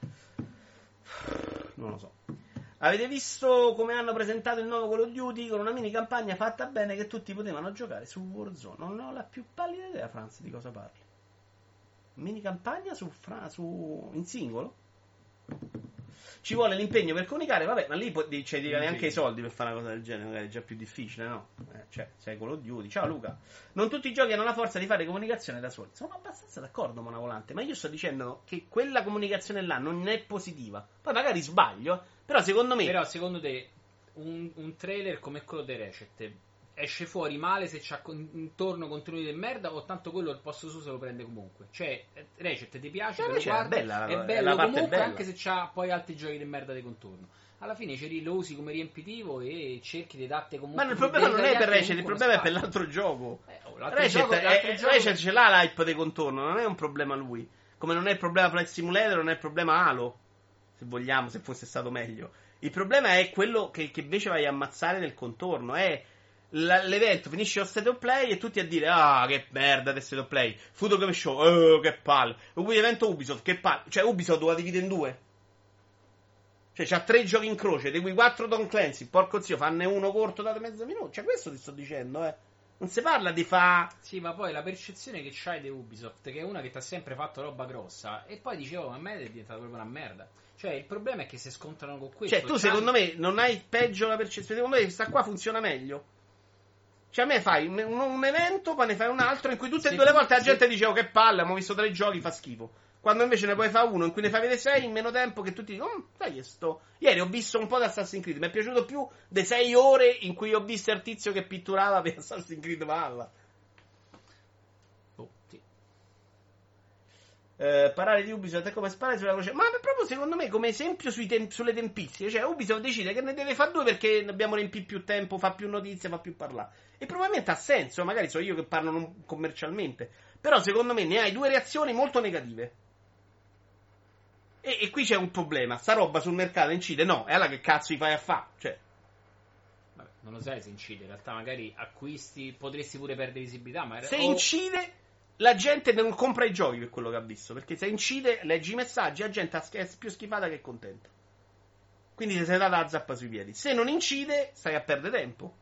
Non lo so. Avete visto come hanno presentato il nuovo Call of Duty con una mini campagna fatta bene che tutti potevano giocare su Warzone? Non ho la più pallida idea, Franz, di cosa parli. Mini campagna su, fra, su in singolo? ci vuole l'impegno per comunicare, vabbè, ma lì poi cioè, devi neanche Sì. i soldi per fare una cosa del genere, magari è già più difficile, no? Eh, cioè, sei Call of Duty. Ciao Luca. Non tutti i giochi hanno la forza di fare comunicazione da soli. Sono abbastanza d'accordo, Mona Volante, ma io sto dicendo che quella comunicazione là non è positiva. Poi magari sbaglio, però secondo me... Però secondo te un, un trailer come quello di Ratchet esce fuori male se c'ha con- intorno contenuti di merda o tanto quello al posto suo se lo prende comunque? Cioè, Ratchet ti piace, Cioè, te lo Ratchet è guardi, bella, è la- bello la parte comunque bella. anche se c'ha poi altri giochi di merda di contorno. Alla fine ci ri- lo usi come riempitivo e cerchi di date comunque... Ma il problema non è per Ratchet, il comunque problema è uno per spazio. l'altro gioco. Eh, oh, l'altro Ratchet, gioco- è- l'altro è- gioco- Ratchet ce l'ha l'hype di contorno, non è un problema lui. Come non è il problema Flight Simulator, non è il problema Halo. Se vogliamo, se fosse stato meglio. Il problema è quello che, che invece vai a ammazzare nel contorno. È la- l'evento finisce lo state of play e tutti a dire ah che merda del state of play. Futo Game Show, oh, che palle. L'evento Ubisoft, che palle. Cioè Ubisoft lo divide in due. Cioè c'ha tre giochi in croce, di cui quattro Tom Clancy. Porco zio, fanne uno corto da mezzo minuto. Cioè questo ti sto dicendo, eh. Non si parla di fa... Sì, ma poi la percezione che c'hai di Ubisoft, che è una che ti ha sempre fatto roba grossa, e poi dicevo, ma a me è diventata proprio una merda. Cioè, il problema è che si scontrano con questo. Cioè, tu C'hanno- secondo me non hai peggio la percezione. Secondo me questa qua funziona meglio. Cioè, a me fai un, un- un evento, poi ne fai un altro in cui tutte e Se due le tu- volte la se- gente dice, oh, che palle, abbiamo visto tre giochi, fa schifo. Quando invece ne puoi fare uno in cui ne fai vedere sei in meno tempo che tutti dicono, oh, sai che sto... Ieri ho visto un po' di Assassin's Creed, mi è piaciuto più dei sei ore in cui ho visto il tizio che pitturava per Assassin's Creed Valhalla. Oh, sì. Eh, parlare di Ubisoft è come sparare sulla croce. Ma proprio secondo me come esempio sui tem- sulle tempistiche. Cioè Ubisoft decide che ne deve fare due perché abbiamo riempito più tempo, fa più notizie, fa più parlare. E probabilmente ha senso, magari so io che parlo non commercialmente. Però secondo me ne hai due reazioni molto negative. E, e qui c'è un problema. Sta roba sul mercato incide? No, e allora che cazzo gli fai a fa? Cioè, Vabbè, non lo sai se incide. In realtà, magari acquisti, potresti pure perdere visibilità. Ma se o- incide, la gente non compra i giochi per quello che ha visto. Perché se incide, leggi i messaggi, la gente è più schifata che contenta. Quindi se sei data la zappa sui piedi. Se non incide, stai a perdere tempo.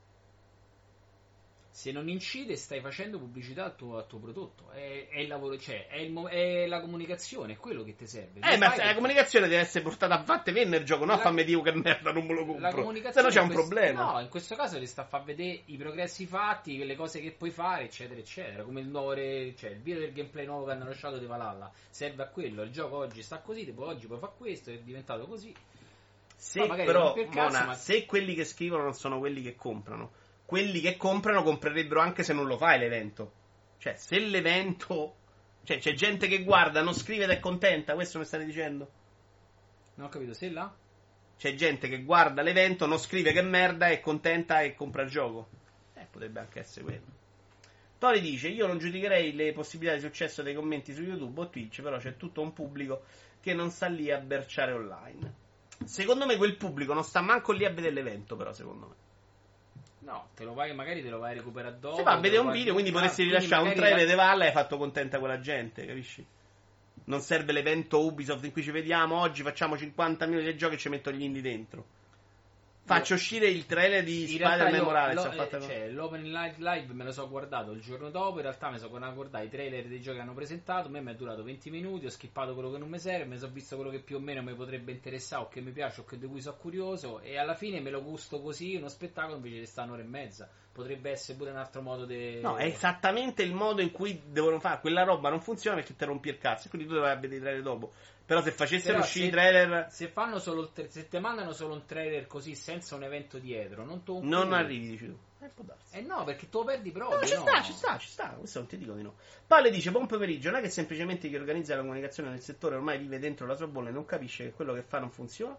se non incide, stai facendo pubblicità al tuo, al tuo prodotto. È, è il lavoro, cioè, è, il mo- è la comunicazione, è quello che ti serve. Eh, Se ma fai- la comunicazione deve essere portata a fatte vendere il gioco, no a La- fammi dire che merda, non me lo La compro. Se no comunicazione c'è in un questo- problema. No, in questo caso ti sta a far vedere i progressi fatti, le cose che puoi fare, eccetera, eccetera. Come il nuovo re- cioè il video del gameplay nuovo che hanno lasciato di Valhalla serve a quello. Il gioco oggi sta così, tipo oggi puoi fare questo, è diventato così. Se Poi magari però, rompe il cazzo, Mona, ma- se quelli che scrivono non sono quelli che comprano, quelli che comprano comprerebbero anche se non lo fai l'evento. Cioè, se l'evento... Cioè, c'è gente che guarda, non scrive ed è contenta, questo mi stai dicendo? Non ho capito, se là? C'è gente che guarda l'evento, non scrive che merda, è contenta e compra il gioco. Eh, potrebbe anche essere quello. Tori dice, io non giudicherei le possibilità di successo dei commenti su YouTube o Twitch, però c'è tutto un pubblico che non sta lì a berciare online. Secondo me quel pubblico non sta manco lì a vedere l'evento, però, secondo me. No, te lo vai, magari te lo vai a recuperare dopo. Se va a te vedere lo un guardi video, quindi in potresti casa, rilasciare un quindi trailer magari di Valla e hai fatto contenta quella gente, capisci? Non serve l'evento Ubisoft in cui ci vediamo oggi, facciamo cinquanta minuti di gioco e ci metto gli indie dentro. Faccio uscire il trailer di in realtà Spider-Man io, Morales. lo- ho fatto- eh, cioè, l'Opening Night Live me lo so guardato il giorno dopo. In realtà mi sono guardato i trailer dei giochi che hanno presentato. A me mi è durato venti minuti. Ho skippato quello che non mi serve. Mi sono visto quello che più o meno mi potrebbe interessare o che mi piace o che di cui sono curioso. E alla fine me lo gusto così. Uno spettacolo invece di sta un'ora e mezza. Potrebbe essere pure un altro modo di. No, è esattamente il modo in cui devono fare. Quella roba non funziona perché ti rompi il cazzo. Quindi tu devi vedere i trailer dopo. Però se facessero Però uscire se- i trailer, Se fanno solo il tra- se te mandano solo un trailer così senza un evento dietro, non tu non arrivi, dici tu. Eh, può darsi. Eh no, perché tu lo perdi proprio. No, ci no. sta, ci sta, ci sta. Questo non ti dico di no. Palle dice: buon pomeriggio. Non è che semplicemente chi organizza la comunicazione nel settore ormai vive dentro la sua bolla e non capisce che quello che fa non funziona.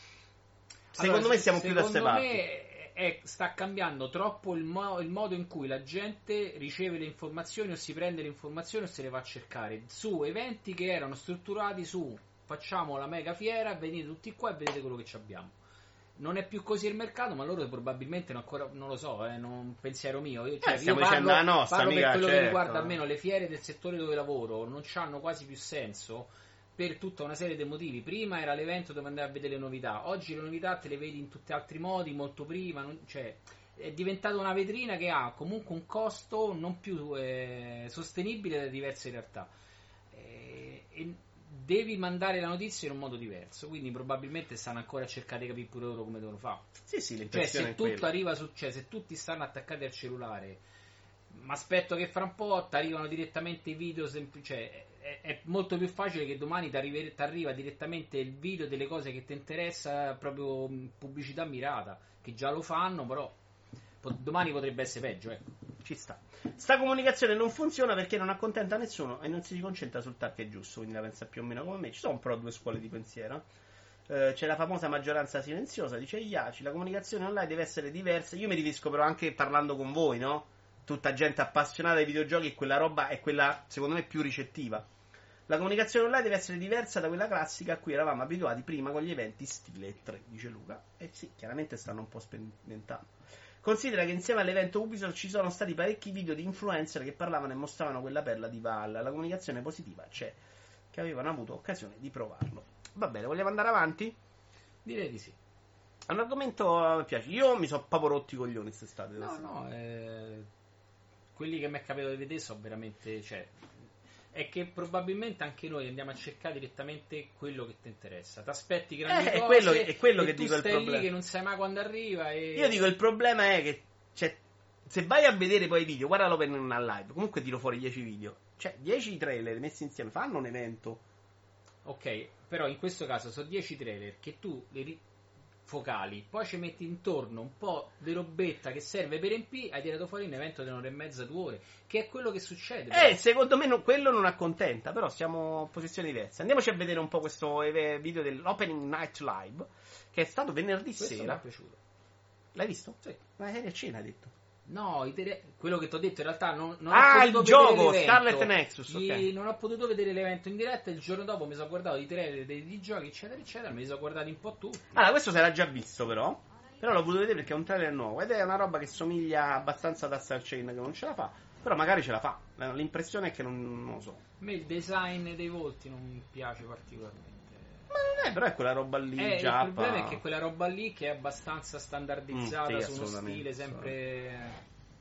Secondo Allora, me se- siamo più da ste Secondo parti. me è- sta cambiando troppo il, mo- il modo in cui la gente riceve le informazioni o si prende le informazioni o se le va a cercare su eventi che erano strutturati su facciamo la mega fiera, venite tutti qua e vedete quello che ci abbiamo. Non è più così il mercato, ma loro probabilmente non, ancora, non lo so, è un pensiero mio. Io, cioè, Eh, stiamo io parlo, dicendo la nostra, parlo per mica, quello che certo. riguarda almeno le fiere del settore dove lavoro, non hanno quasi più senso per tutta una serie di motivi. Prima era l'evento dove andavi a vedere le novità, oggi le novità te le vedi in tutti altri modi, molto prima, non- cioè è diventata una vetrina che ha comunque un costo non più eh, sostenibile da diverse realtà. Eh, e devi mandare la notizia in un modo diverso, quindi probabilmente stanno ancora a cercare di capire pure loro come devono fare. Sì, sì, Cioè, l'impressione se è tutto quella. arriva su, cioè, se tutti stanno attaccati al cellulare, ma aspetto che fra un po' ti arrivano direttamente i video, sempl- cioè, è, è molto più facile che domani ti arriva direttamente il video delle cose che ti interessa, proprio mh, pubblicità mirata, che già lo fanno, però po- domani potrebbe essere peggio, ecco. Ci sta. Sta comunicazione non funziona perché non accontenta nessuno e non si concentra sul target giusto, quindi la pensa più o meno come me. Ci sono però due scuole di pensiero. Eh, c'è la famosa maggioranza silenziosa, dice Iaci, la comunicazione online deve essere diversa. Io mi riferisco però anche parlando con voi, no? Tutta gente appassionata ai videogiochi e quella roba è quella, secondo me, più ricettiva. La comunicazione online deve essere diversa da quella classica a cui eravamo abituati prima con gli eventi stile E tre, dice Luca. E sì, chiaramente stanno un po' sperimentando. Considera che insieme all'evento Ubisoft ci sono stati parecchi video di influencer che parlavano e mostravano quella perla di Valhalla. La comunicazione positiva c'è, che avevano avuto occasione di provarlo. Va bene, vogliamo andare avanti? Direi di sì. È un argomento che mi piace. Io mi sono proprio rotti i coglioni quest'estate. No, no, eh, quelli che mi è capitato di vedere sono veramente, cioè, è che probabilmente anche noi andiamo a cercare direttamente quello che ti interessa. Ti aspetti grandi Eh, è cose, quello che- è quello e che tu dico il stai problema. lì che non sai mai quando arriva. E... Io dico il problema è che cioè, se vai a vedere poi i video, guarda l'open in una live, comunque tiro fuori dieci video. Cioè, dieci trailer messi insieme fanno un evento. Ok, però in questo caso sono dieci trailer che tu li ri- focali, poi ci metti intorno un po' di robetta che serve per riempire, hai tirato fuori un evento di un'ora e mezza, due ore, che è quello che succede. Eh, secondo me no- quello non accontenta, però siamo in posizioni diverse. Andiamoci a vedere un po' questo eve- video dell'Opening Night Live, che è stato venerdì Questo mi è sera. piaciuto. L'hai visto? Sì. Ma eri a cena, hai detto. No, i tele- quello che ti ho detto in realtà non, non Ah, ho il potuto gioco, vedere l'evento. Scarlet Nexus, ok. Gli- Non ho potuto vedere l'evento in diretta. Il giorno dopo mi sono guardato i trailer dei, dei giochi, eccetera, eccetera. Me li sono guardati un po' tutti. Allora, questo si era già visto, però. Però l'ho voluto vedere perché è un trailer nuovo. Ed è una roba che somiglia abbastanza ad Astral Chain, che non ce la fa. Però magari ce la fa. L'impressione è che non, non lo so. A me il design dei volti non mi piace particolarmente. Ma non è, però è quella roba lì, Eh, già. il problema è che quella roba lì che è abbastanza standardizzata Mm, sì, su uno assolutamente, stile sempre.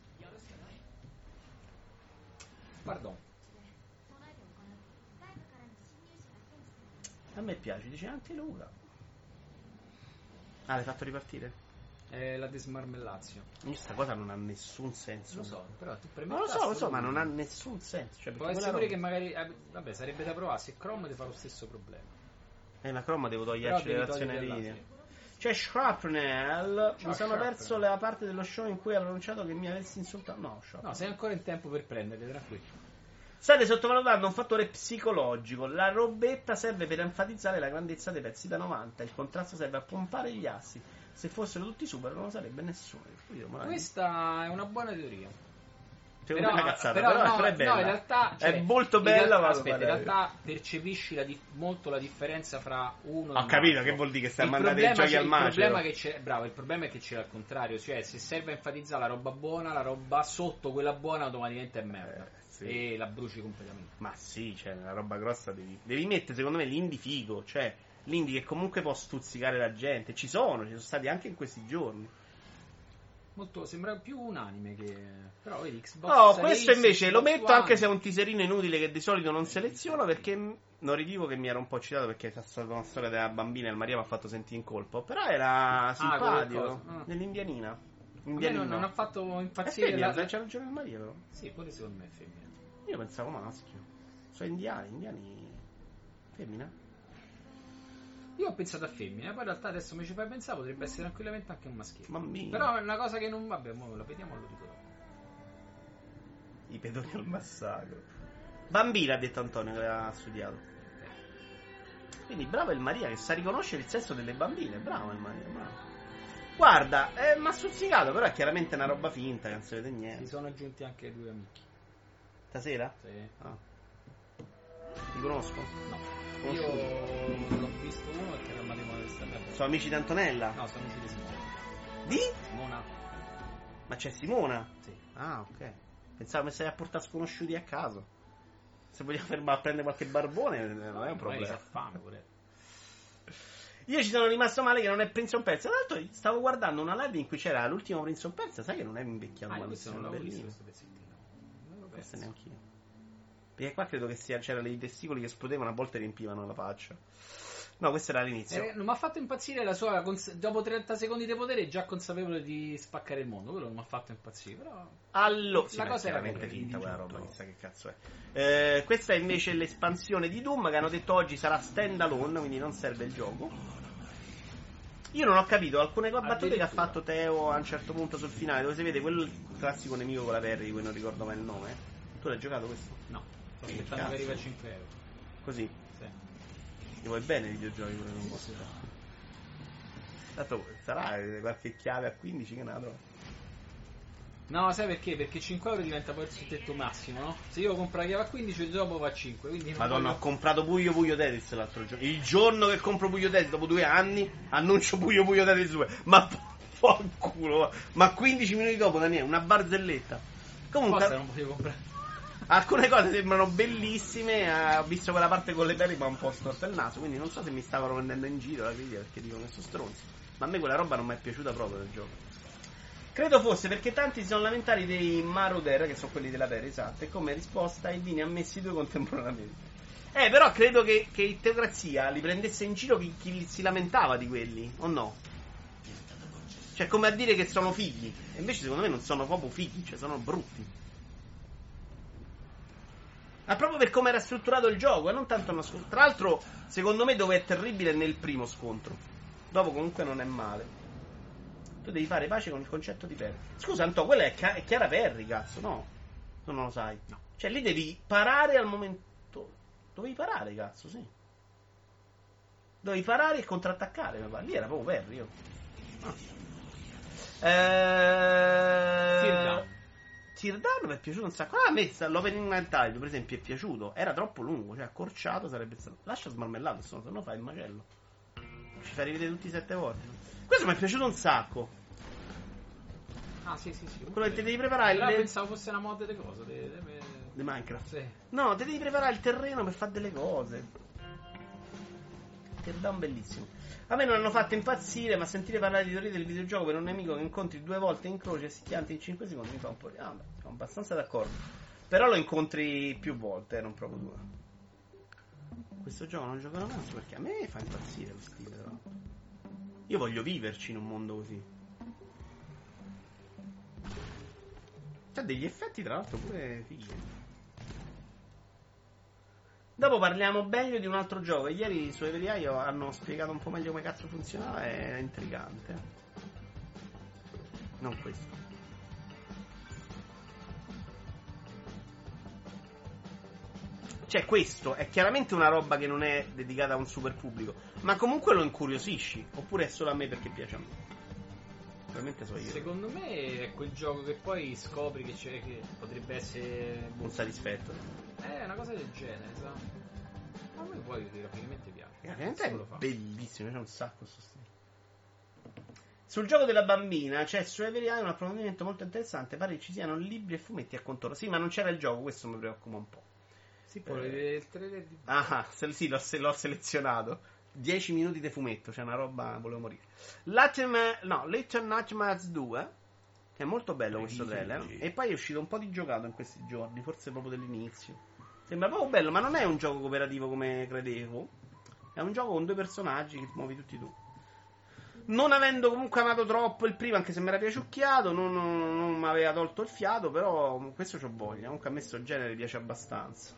Pardon. A me piace, dice anche Luca. Ah, l'hai fatto ripartire? È la desmarmellazio. Questa cosa non ha nessun senso. Lo so, però tu premi Ma lo il so, tasto, lo so, ma lui- non ha nessun senso. Cioè, Può perché essere quella pure roba- che magari. eh, vabbè, sarebbe da provare. Se Chrome ti fa lo stesso problema. Eh, ma Chrome devo Però togliere devi accelerazione togliere video. là, C'è Shrapnel. Ciao, Mi sono Shrapnel. perso la parte dello show in cui ha pronunciato che mi avessi insultato. No, Shrapnel. No, sei ancora in tempo per prenderle, tranquillo. State sottovalutando un fattore psicologico. La robetta serve per enfatizzare la grandezza dei pezzi da novanta. Il contrasto serve a pompare gli assi. Se fossero tutti super non lo sarebbe nessuno. Io, ma- Questa è una buona teoria. Secondo me è una cazzata, però, però, no, però è bella. no, in realtà cioè, è molto in bella, realtà- ma aspetta, in guarda- realtà percepisci la dif- molto la differenza fra uno e Ho un capito, altro. che vuol dire che stai Il mandando i problema giochi c'è- al il macero. problema che c'è, bravo, il problema è che c'è al contrario, cioè se serve a enfatizzare la roba buona, la roba sotto quella buona automaticamente è merda. Eh, sì. E la bruci completamente. Ma sì, cioè, nella roba grossa devi, devi mettere, secondo me, l'indie figo, cioè, l'indie che comunque può stuzzicare la gente. Ci sono, ci sono stati anche in questi giorni. Molto, sembra più un anime che. Però vedi Xbox. No, Series, questo invece lo Xbox metto One. anche se è un teaserino inutile che di solito non seleziono, perché m- non ridico che mi era un po' citato perché è stata una storia della bambina e il Maria mi ha fatto sentire in colpo. Però era simpatico, quel coso, ah. dell'indianina. A me Indianino. non, non ha fatto È impazzire femmina, la... c'ha ragione il Maria però. Sì, pure secondo me è femmina. Io pensavo maschio. Sono indiani, indiani. Femmina? Io ho pensato a femmina, poi in realtà adesso mi ci fai pensare potrebbe essere tranquillamente anche un maschile. Bambini. Però è una cosa che non. Vabbè, mo la vediamo lo dico dopo. I pedoni al massacro. Bambina, ha detto Antonio che aveva studiato. Quindi bravo il Maria che sa riconoscere il sesso delle bambine. Bravo il Maria, bravo. Guarda, eh, mi ha stuzzicato, però è chiaramente una roba finta che non si vede Si niente. sono aggiunti anche due amici. Stasera? Sì. Ah. Ti conosco? No. Conosciuto. Io l'ho visto uno perché era il matrimonio di sta merda. Sono amici di Antonella? No, sono amici di Simona. Di? Simona? Ma c'è Simona? Sì. Ah, ok. Pensavo mi stai a portare sconosciuti a caso. Se vogliamo fermare a prendere qualche barbone, non è un Magari problema. sa fame pure. Io ci sono rimasto male che non è Prince of Persia. Tra l'altro stavo guardando una live in cui c'era l'ultimo Prince of Persia. Sai che non è invecchiato Ah, io questo malissimo, non l'avevo visto bellino. questo pezzettino. Non l'avevo Questo perso. neanch'io. Perché qua credo che sia, c'erano dei testicoli che esplodevano, a volte riempivano la faccia. No, questo era l'inizio. Eh, non mi ha fatto impazzire la sua. Cons- dopo trenta secondi di potere, è già consapevole di spaccare il mondo. Quello non mi ha fatto impazzire. Però. Allora, sì, la cosa era veramente carina, finta quella tutto. roba, chissà che cazzo è. Eh, questa è invece l'espansione di Doom, che hanno detto oggi sarà stand alone, quindi non serve il gioco. Io non ho capito alcune co- battute che ha fatto Teo a un certo punto sul finale, dove si vede quel classico nemico con la Perry, di cui non ricordo mai il nome. Tu l'hai giocato questo? No, sto Che aspettando cazzo. che arriva a cinque euro. Così. Sì. Ti vuoi bene i videogiochi pure non posso. Tanto sarà eh, qualche chiave a quindici che ne avrò. No, sai perché? Perché cinque euro diventa poi il tetto massimo, no? Se io compro la chiave a quindici, dopo va a cinque. Quindi non Madonna, voglio- ho comprato Puyo Puyo Tetris l'altro giorno. Il giorno che compro Puyo Tetris, dopo due anni, annuncio Puyo Puyo Tetris due. Ma fanculo. Ma quindici minuti dopo, Daniele, una barzelletta. Comunque, Forse non potevo comprare. alcune cose sembrano bellissime. Ho visto quella parte con le perle, ma un po' storto il naso. Quindi non so se mi stavano prendendo in giro la critica, perché dicono che sono stronzi. Ma a me quella roba non mi è piaciuta proprio del gioco. Credo fosse perché tanti si sono lamentati dei Marauder, che sono quelli della Perry, esatto, e come risposta ai vini ammessi due contemporaneamente. Eh, però credo che, che Teocrazia li prendesse in giro chi, chi si lamentava di quelli, o no? Cioè, come a dire che sono fighi. E invece secondo me non sono proprio fighi, cioè sono brutti. Ma proprio per come era strutturato il gioco, e non tanto uno scontro. Tra l'altro, secondo me dove è terribile è nel primo scontro. Dopo comunque non è male. Tu devi fare pace con il concetto di Perry. Scusa, Anto, quella è, Ca- è Chiara Perry, cazzo, no? Tu non lo sai. No. Cioè, lì devi parare al momento. Dovevi parare, cazzo, sì. Dovevi parare e contrattaccare, mi pare. Lì era proprio Perry, io. Ah. Eh... Teardown. Teardown mi è piaciuto un sacco. Ah, a me sta- l'opening night tide, per esempio, è piaciuto. Era troppo lungo, cioè accorciato sarebbe stato. Lascia smarmellato, se no fai il macello. Ci fai rivedere tutti sette volte. Questo mi è piaciuto un sacco. Ah, sì, sì, sì. Quello che ti devi preparare Però il... pensavo fosse una mod delle cose. De, de, de... di Minecraft. Sì. No, ti devi preparare il terreno per fare delle cose. Teardown bellissimo. A me non hanno fatto impazzire, ma sentire parlare di teorie del videogioco per un nemico che incontri due volte in croce e si chianti in cinque secondi mi fa un po' di... Ah, beh, sono abbastanza d'accordo. Però lo incontri più volte, eh, non proprio due. Questo gioco non giocherò mai, perché a me fa impazzire lo stile, però. Io voglio viverci in un mondo così. C'ha degli effetti, tra l'altro, pure fighi. Dopo parliamo meglio di un altro gioco. Ieri su Every Eye hanno spiegato un po' meglio come cazzo funzionava. È intrigante. Non questo. Cioè, questo è chiaramente una roba che non è dedicata a un super pubblico, ma comunque lo incuriosisci. Oppure è solo a me perché piace a me? Probabilmente so io. Secondo me è quel gioco che poi scopri che, c'è, che potrebbe essere Un satisfetto. Eh, una cosa del genere, sa? A me poi graficamente piace. Graficamente Solo è lo fa. bellissimo, c'è un sacco sto stile. Sul gioco della bambina c'è su Every Eye un approfondimento molto interessante. Pare che ci siano libri e fumetti a contorno. Sì, ma non c'era il gioco, questo mi preoccupa un po'. Sì, poi eh. vedere il trailer di... Ah, se, sì, l'ho, se, l'ho selezionato. dieci minuti di fumetto, c'è una roba, volevo morire. Latem, no, Little Nightmares due, che è molto bello questo trailer. E poi è uscito un po' di giocato in questi giorni, forse proprio dell'inizio. Sembra proprio bello, ma non è un gioco cooperativo come credevo. È un gioco con due personaggi che muovi tutti tu. Non avendo comunque amato troppo il primo, anche se mi era piaciucchiato, non, non, non mi aveva tolto il fiato, però questo c'ho voglia. Comunque a me sto genere piace abbastanza.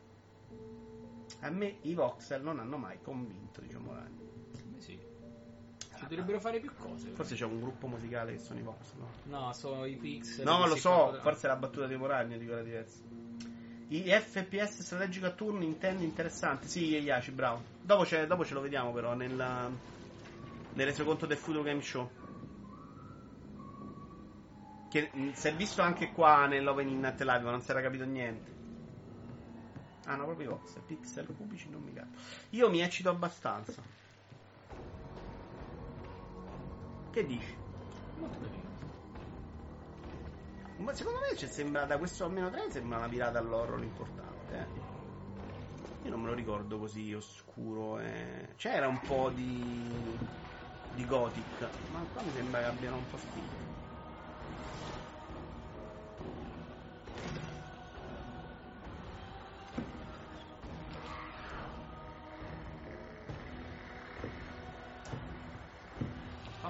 A me i voxel non hanno mai convinto, diciamo. Eh sì. Ci ah, dovrebbero fare più cose. Forse c'è un gruppo musicale che sono i voxel, no? No, sono i pixel. No, lo so, quattro... forse è la battuta di Moragno di quella diversa. I F P S strategico a turno intendi interessante. Sì, Yashi, bravo. Dopo, c'è, dopo ce lo vediamo però nella, nel resoconto del Futuro Game Show. Che mh, si è visto anche qua nell'opening night live, ma non si era capito niente. Ah no, proprio i voxel, pixel cubici non mi cago. Io mi eccito abbastanza. Che dici? Molto carino. Ma secondo me cioè, sembra, da questo almeno tre sembra una virata all'horror importante, eh. Io non me lo ricordo così oscuro, eh. C'era un po' di di gothic, ma qua mi sembra che abbiano un po' spinto.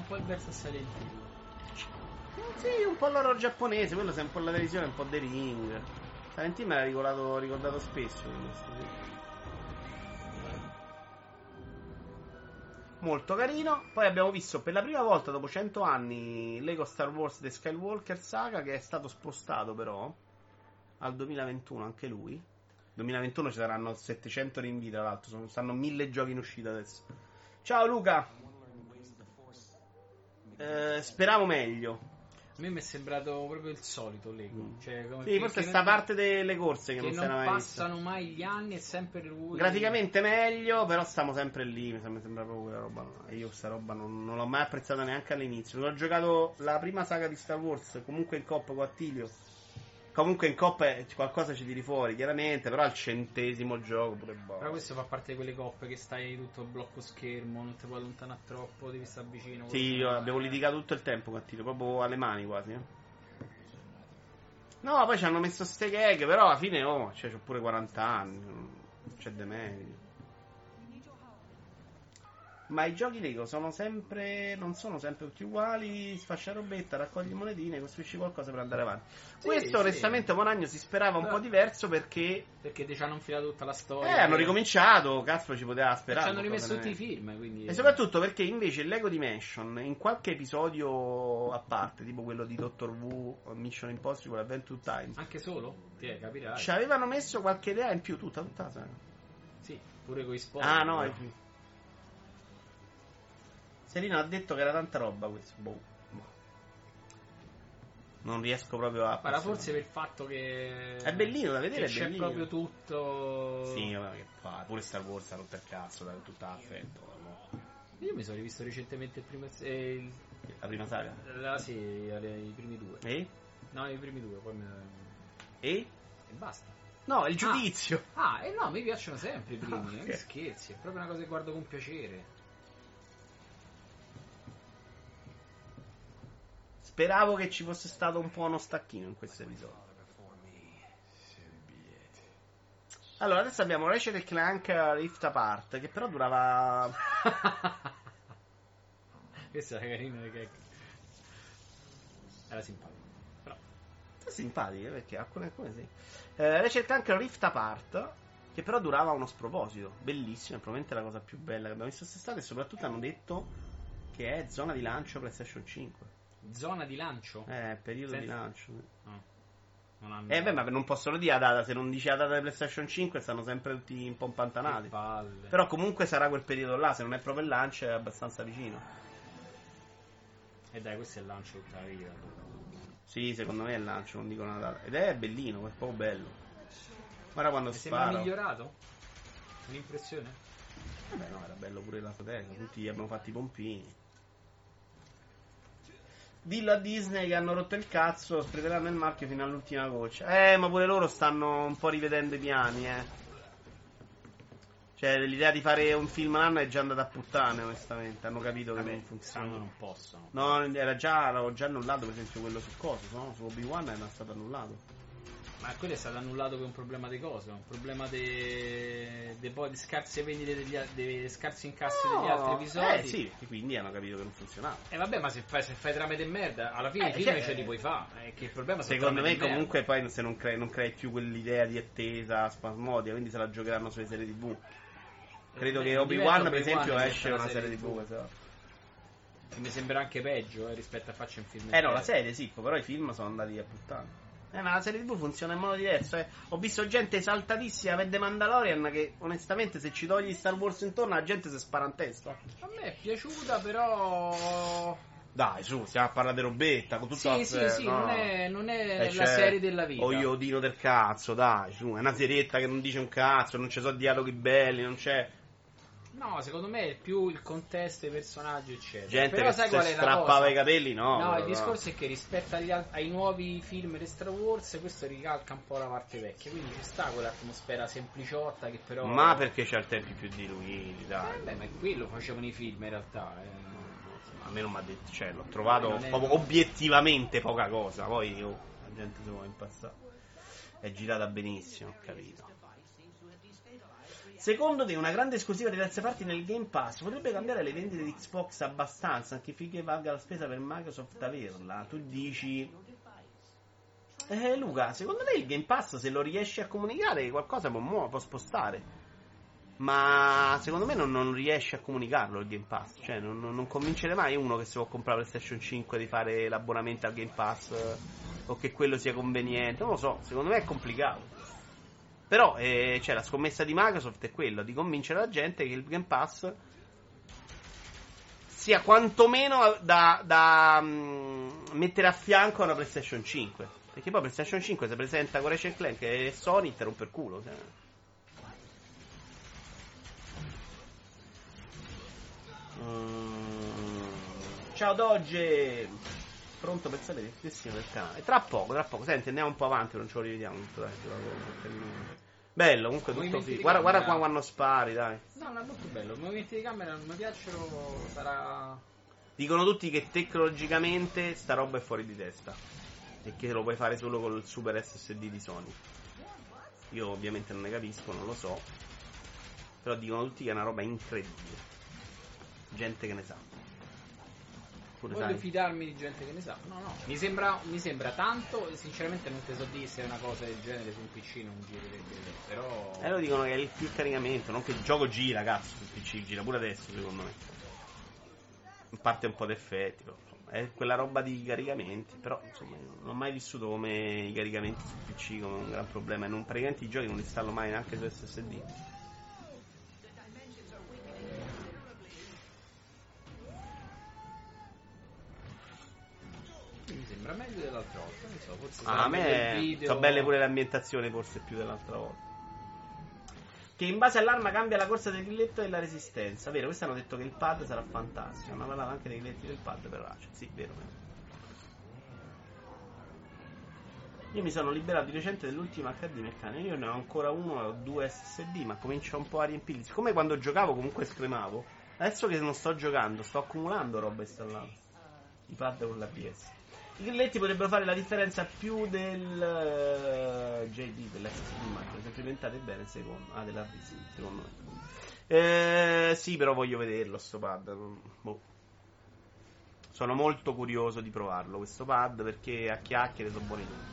po' il verso Silent Hill. Sì, un po' l'horror giapponese, quello sempre un po' la televisione, un po' The Ring. Silent Hill me l'ha ricordato, ricordato spesso questo, sì. Molto carino. Poi abbiamo visto per la prima volta dopo cento anni Lego Star Wars The Skywalker Saga, che è stato spostato però al duemilaventuno anche lui. duemilaventuno ci saranno settecento rinvii, tra l'altro, sono, stanno mille giochi in uscita adesso. Ciao Luca. Eh, speravo meglio. A me mi è sembrato proprio il solito Lego. Mm. Cioè, come Sì, che, forse che sta non, parte delle corse che, che non si non era mai vista. passano mai gli anni, è sempre lui. Graficamente meglio, però stiamo sempre lì. Mi sembra, mi sembra proprio quella roba. No. Io questa roba non, non l'ho mai apprezzata neanche all'inizio. Ho giocato la prima saga di Star Wars, comunque in coop con Attilio. Comunque in coppa qualcosa ci tiri fuori, chiaramente, però al centesimo gioco pure boh. Però questo fa parte di quelle coppe che stai tutto il blocco schermo, non ti puoi allontanare troppo, devi stare vicino. Sì, io abbiamo litigato tutto il tempo con Attilio, proprio alle mani quasi. Eh. No, poi ci hanno messo ste gag, però alla fine, oh, cioè, c'ho pure quaranta anni, non c'è de meglio. Ma i giochi Lego sono sempre, non sono sempre tutti uguali. Sfascia robetta, raccogli monetine, costruisci qualcosa per andare avanti. Sì, Questo sì. onestamente Monagno si sperava un Beh. po' diverso perché Perché ti ci hanno infilato tutta la eh, storia. hanno ricominciato, cazzo ci poteva E ci sperare. hanno rimesso tutti i veramente. film, quindi. E soprattutto perché invece il Lego Dimension in qualche episodio a parte, tipo quello di Doctor Who, Mission Impossible, Adventure Time, Anche solo? Ti eh, capirai. ci avevano messo qualche idea in più, tutta, tutta la saga. Sì, pure con i spoiler. Ah no, però. è... Serino ha detto che era tanta roba questo. Boh. Non riesco proprio a. Guarda, forse per il fatto che. È bellino da vedere, che è c'è bellino. proprio tutto. Sì, vabbè, che fa. Pure Star Wars ha rotto il cazzo, da tutta affetto. Io mi sono rivisto recentemente il primo. Eh, il- La prima saga. la, sì, i primi due. E? No, i primi due, poi me... E? E basta. No, il giudizio. Ah, e no, mi piacciono sempre i primi, Ah, non ok. che scherzi, è proprio una cosa che guardo con piacere. Speravo che ci fosse stato un po' uno stacchino in questo episodio. Allora, adesso abbiamo Ratchet e Clank Rift Apart, che però durava... Questa è carina che era simpatico. Però È simpatica, perché alcune, alcune sì. Eh, Ratchet e Clank Rift Apart, che però durava uno sproposito. Bellissimo, è probabilmente la cosa più bella che abbiamo visto quest'estate, e soprattutto hanno detto che è zona di lancio PlayStation cinque. zona di lancio? Eh, periodo Senza- di lancio. No. Non hanno Eh beh, ma non possono dire la data, se non dici la data di PlayStation cinque stanno sempre tutti un po' impantanati. Che palle. Però comunque sarà quel periodo là, se non è proprio il lancio è abbastanza vicino. E dai, questo è il lancio tutta la vita. Sì, secondo me è il lancio, non dico una data. Ed è bellino, è proprio bello. Guarda quando Ti sembra sparo. migliorato? Un'impressione? Vabbè no, era bello pure la fotografia, tutti gli abbiamo fatti i pompini. Dillo a Disney che hanno rotto il cazzo, spreteranno il marchio fino all'ultima goccia. Eh, ma pure loro stanno un po' rivedendo i piani, eh. Cioè, l'idea di fare un film all'anno è già andata a puttane, onestamente. Hanno capito che Vabbè, non funziona. quest'anno non possono. No, era già, l'avevo già annullato, per esempio, quello su coso, no? Su Obi-Wan era stato annullato. Ma quello è stato annullato per un problema di cosa? Un problema di de poi di scarse vendite degli a- dei scarsi incassi degli altri episodi. Eh sì, e quindi hanno capito che non funzionava. E vabbè, ma se fai, se fai trame di merda, alla fine Eh, i film cioè, ce li puoi fare. È che il problema sono Secondo trame me di merda. comunque poi se non crei, non crei più quell'idea di attesa spasmodica, quindi se la giocheranno sulle serie tivù. Credo Eh, che non Obi-Wan diventa per esempio Obi-Wan, esce diventa una serie tivù. tivù, esatto. E mi sembra anche peggio eh, rispetto a farci un film. Eh no, intero. la serie sì, però i film sono andati a puttane. Eh, ma la serie tivù funziona in modo diverso, eh. Ho visto gente esaltatissima per The Mandalorian che onestamente se ci togli Star Wars intorno la gente si spara in testa. A me è piaciuta, però. Dai, su, stiamo a parlare di robetta con tutto Sì, sì, sì, non è, non è Eh, la c'è serie della vita. O Iodino del cazzo, dai, su, è una serietta che non dice un cazzo, non ci sono dialoghi belli, non c'è No, secondo me è più il contesto, i personaggi, eccetera. gente Però che sai si qual è la strappava cosa? i capelli, no. No, però, il discorso è che rispetto agli al- ai nuovi film di Star Wars, questo ricalca un po' la parte vecchia. Quindi ci sta quell'atmosfera sempliciotta che però. Ma perché c'ha tempi più diluiti, dai. Eh, beh, ma è quello facevano i film in realtà. eh. A me non mi ha detto, cioè, l'ho trovato Non è- proprio obiettivamente poca cosa. Poi oh, la gente si può impazzare. È girata benissimo, ho capito. Secondo te una grande esclusiva di terze parti nel Game Pass potrebbe cambiare le vendite di Xbox abbastanza, anche finché valga la spesa per Microsoft averla? Tu dici... Eh Luca, secondo me il Game Pass, se lo riesci a comunicare, qualcosa può, muo- può spostare. Ma secondo me non, non riesce a comunicarlo il Game Pass. Cioè non, non, non convincere mai uno che si può comprare PlayStation cinque di fare l'abbonamento al Game Pass, eh, o che quello sia conveniente. Non lo so, secondo me è complicato. Però eh, cioè, la scommessa di Microsoft è quella di convincere la gente che il Game Pass sia quantomeno da, da um, mettere a fianco a una PlayStation cinque. Perché poi PlayStation cinque si presenta con Ratchet and Clank e Sony te rompe il culo. Cioè. Mm. Ciao Dogge. Pronto per sapere l'iscrizione del canale. Tra poco, tra poco. Senti, andiamo un po' avanti, non ce lo rivediamo tutto, dai. Bello, comunque tutto figo. Guarda, guarda qua quando spari, dai. No, no, è molto bello. I movimenti di camera non mi piacciono, sarà... Dicono tutti che tecnologicamente sta roba è fuori di testa. E che lo puoi fare solo col super S S D di Sony. Io ovviamente non ne capisco, non lo so. Però dicono tutti che è una roba incredibile. Gente che ne sa. Pure Voglio sai. fidarmi di gente che ne sa. No, no. Mi sembra, mi sembra tanto. E sinceramente non te so dire se una cosa del genere su un P C non girerebbe. Però. Eh lo dicono che è il più caricamento. Non che il gioco gira, cazzo. Sul P C gira pure adesso, secondo me. In parte un po' d'effetti. Però. È quella roba di caricamenti. Però insomma, non ho mai vissuto come i caricamenti sul P C come un gran problema. E non praticamente i giochi non li installo mai neanche su S S D. Mi sembra meglio dell'altra volta, non so, forse ah, a me video... sono belle pure le ambientazioni, forse più dell'altra volta. Che in base all'arma cambia la corsa del grilletto e la resistenza. Vero, questi hanno detto che il pad sarà fantastico. Hanno parlato anche dei grilletti del pad per Ratchet. Sì, vero, vero. Io mi sono liberato di recente dell'ultimo H D meccanica. Io ne ho ancora uno e ho due S S D, ma comincio un po' a riempirli. Siccome quando giocavo comunque scremavo, adesso che non sto giocando sto accumulando roba installata. I pad con l'A B S. I grilletti potrebbero fare la differenza più del uh, J D, dell'S S D, ma se implementate bene secondo. Ah, dell'H D, sì, secondo me. Eh, sì, però voglio vederlo sto pad. Boh. Sono molto curioso di provarlo questo pad, perché a chiacchiere sono buoni tutti.